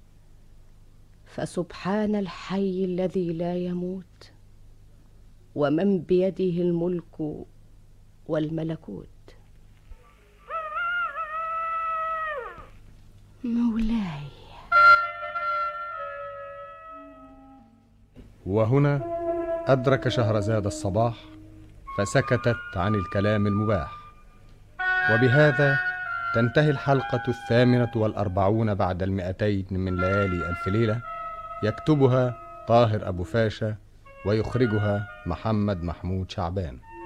فسبحان الحي الذي لا يموت، ومن بيده الملك والملكوت. مولاي. وهنا أدرك شهرزاد الصباح فسكتت عن الكلام المباح. وبهذا تنتهي الحلقة الثامنة والأربعون بعد المئتين من ليالي ألف ليلة، يكتبها طاهر أبو فاشا ويخرجها محمد محمود شعبان.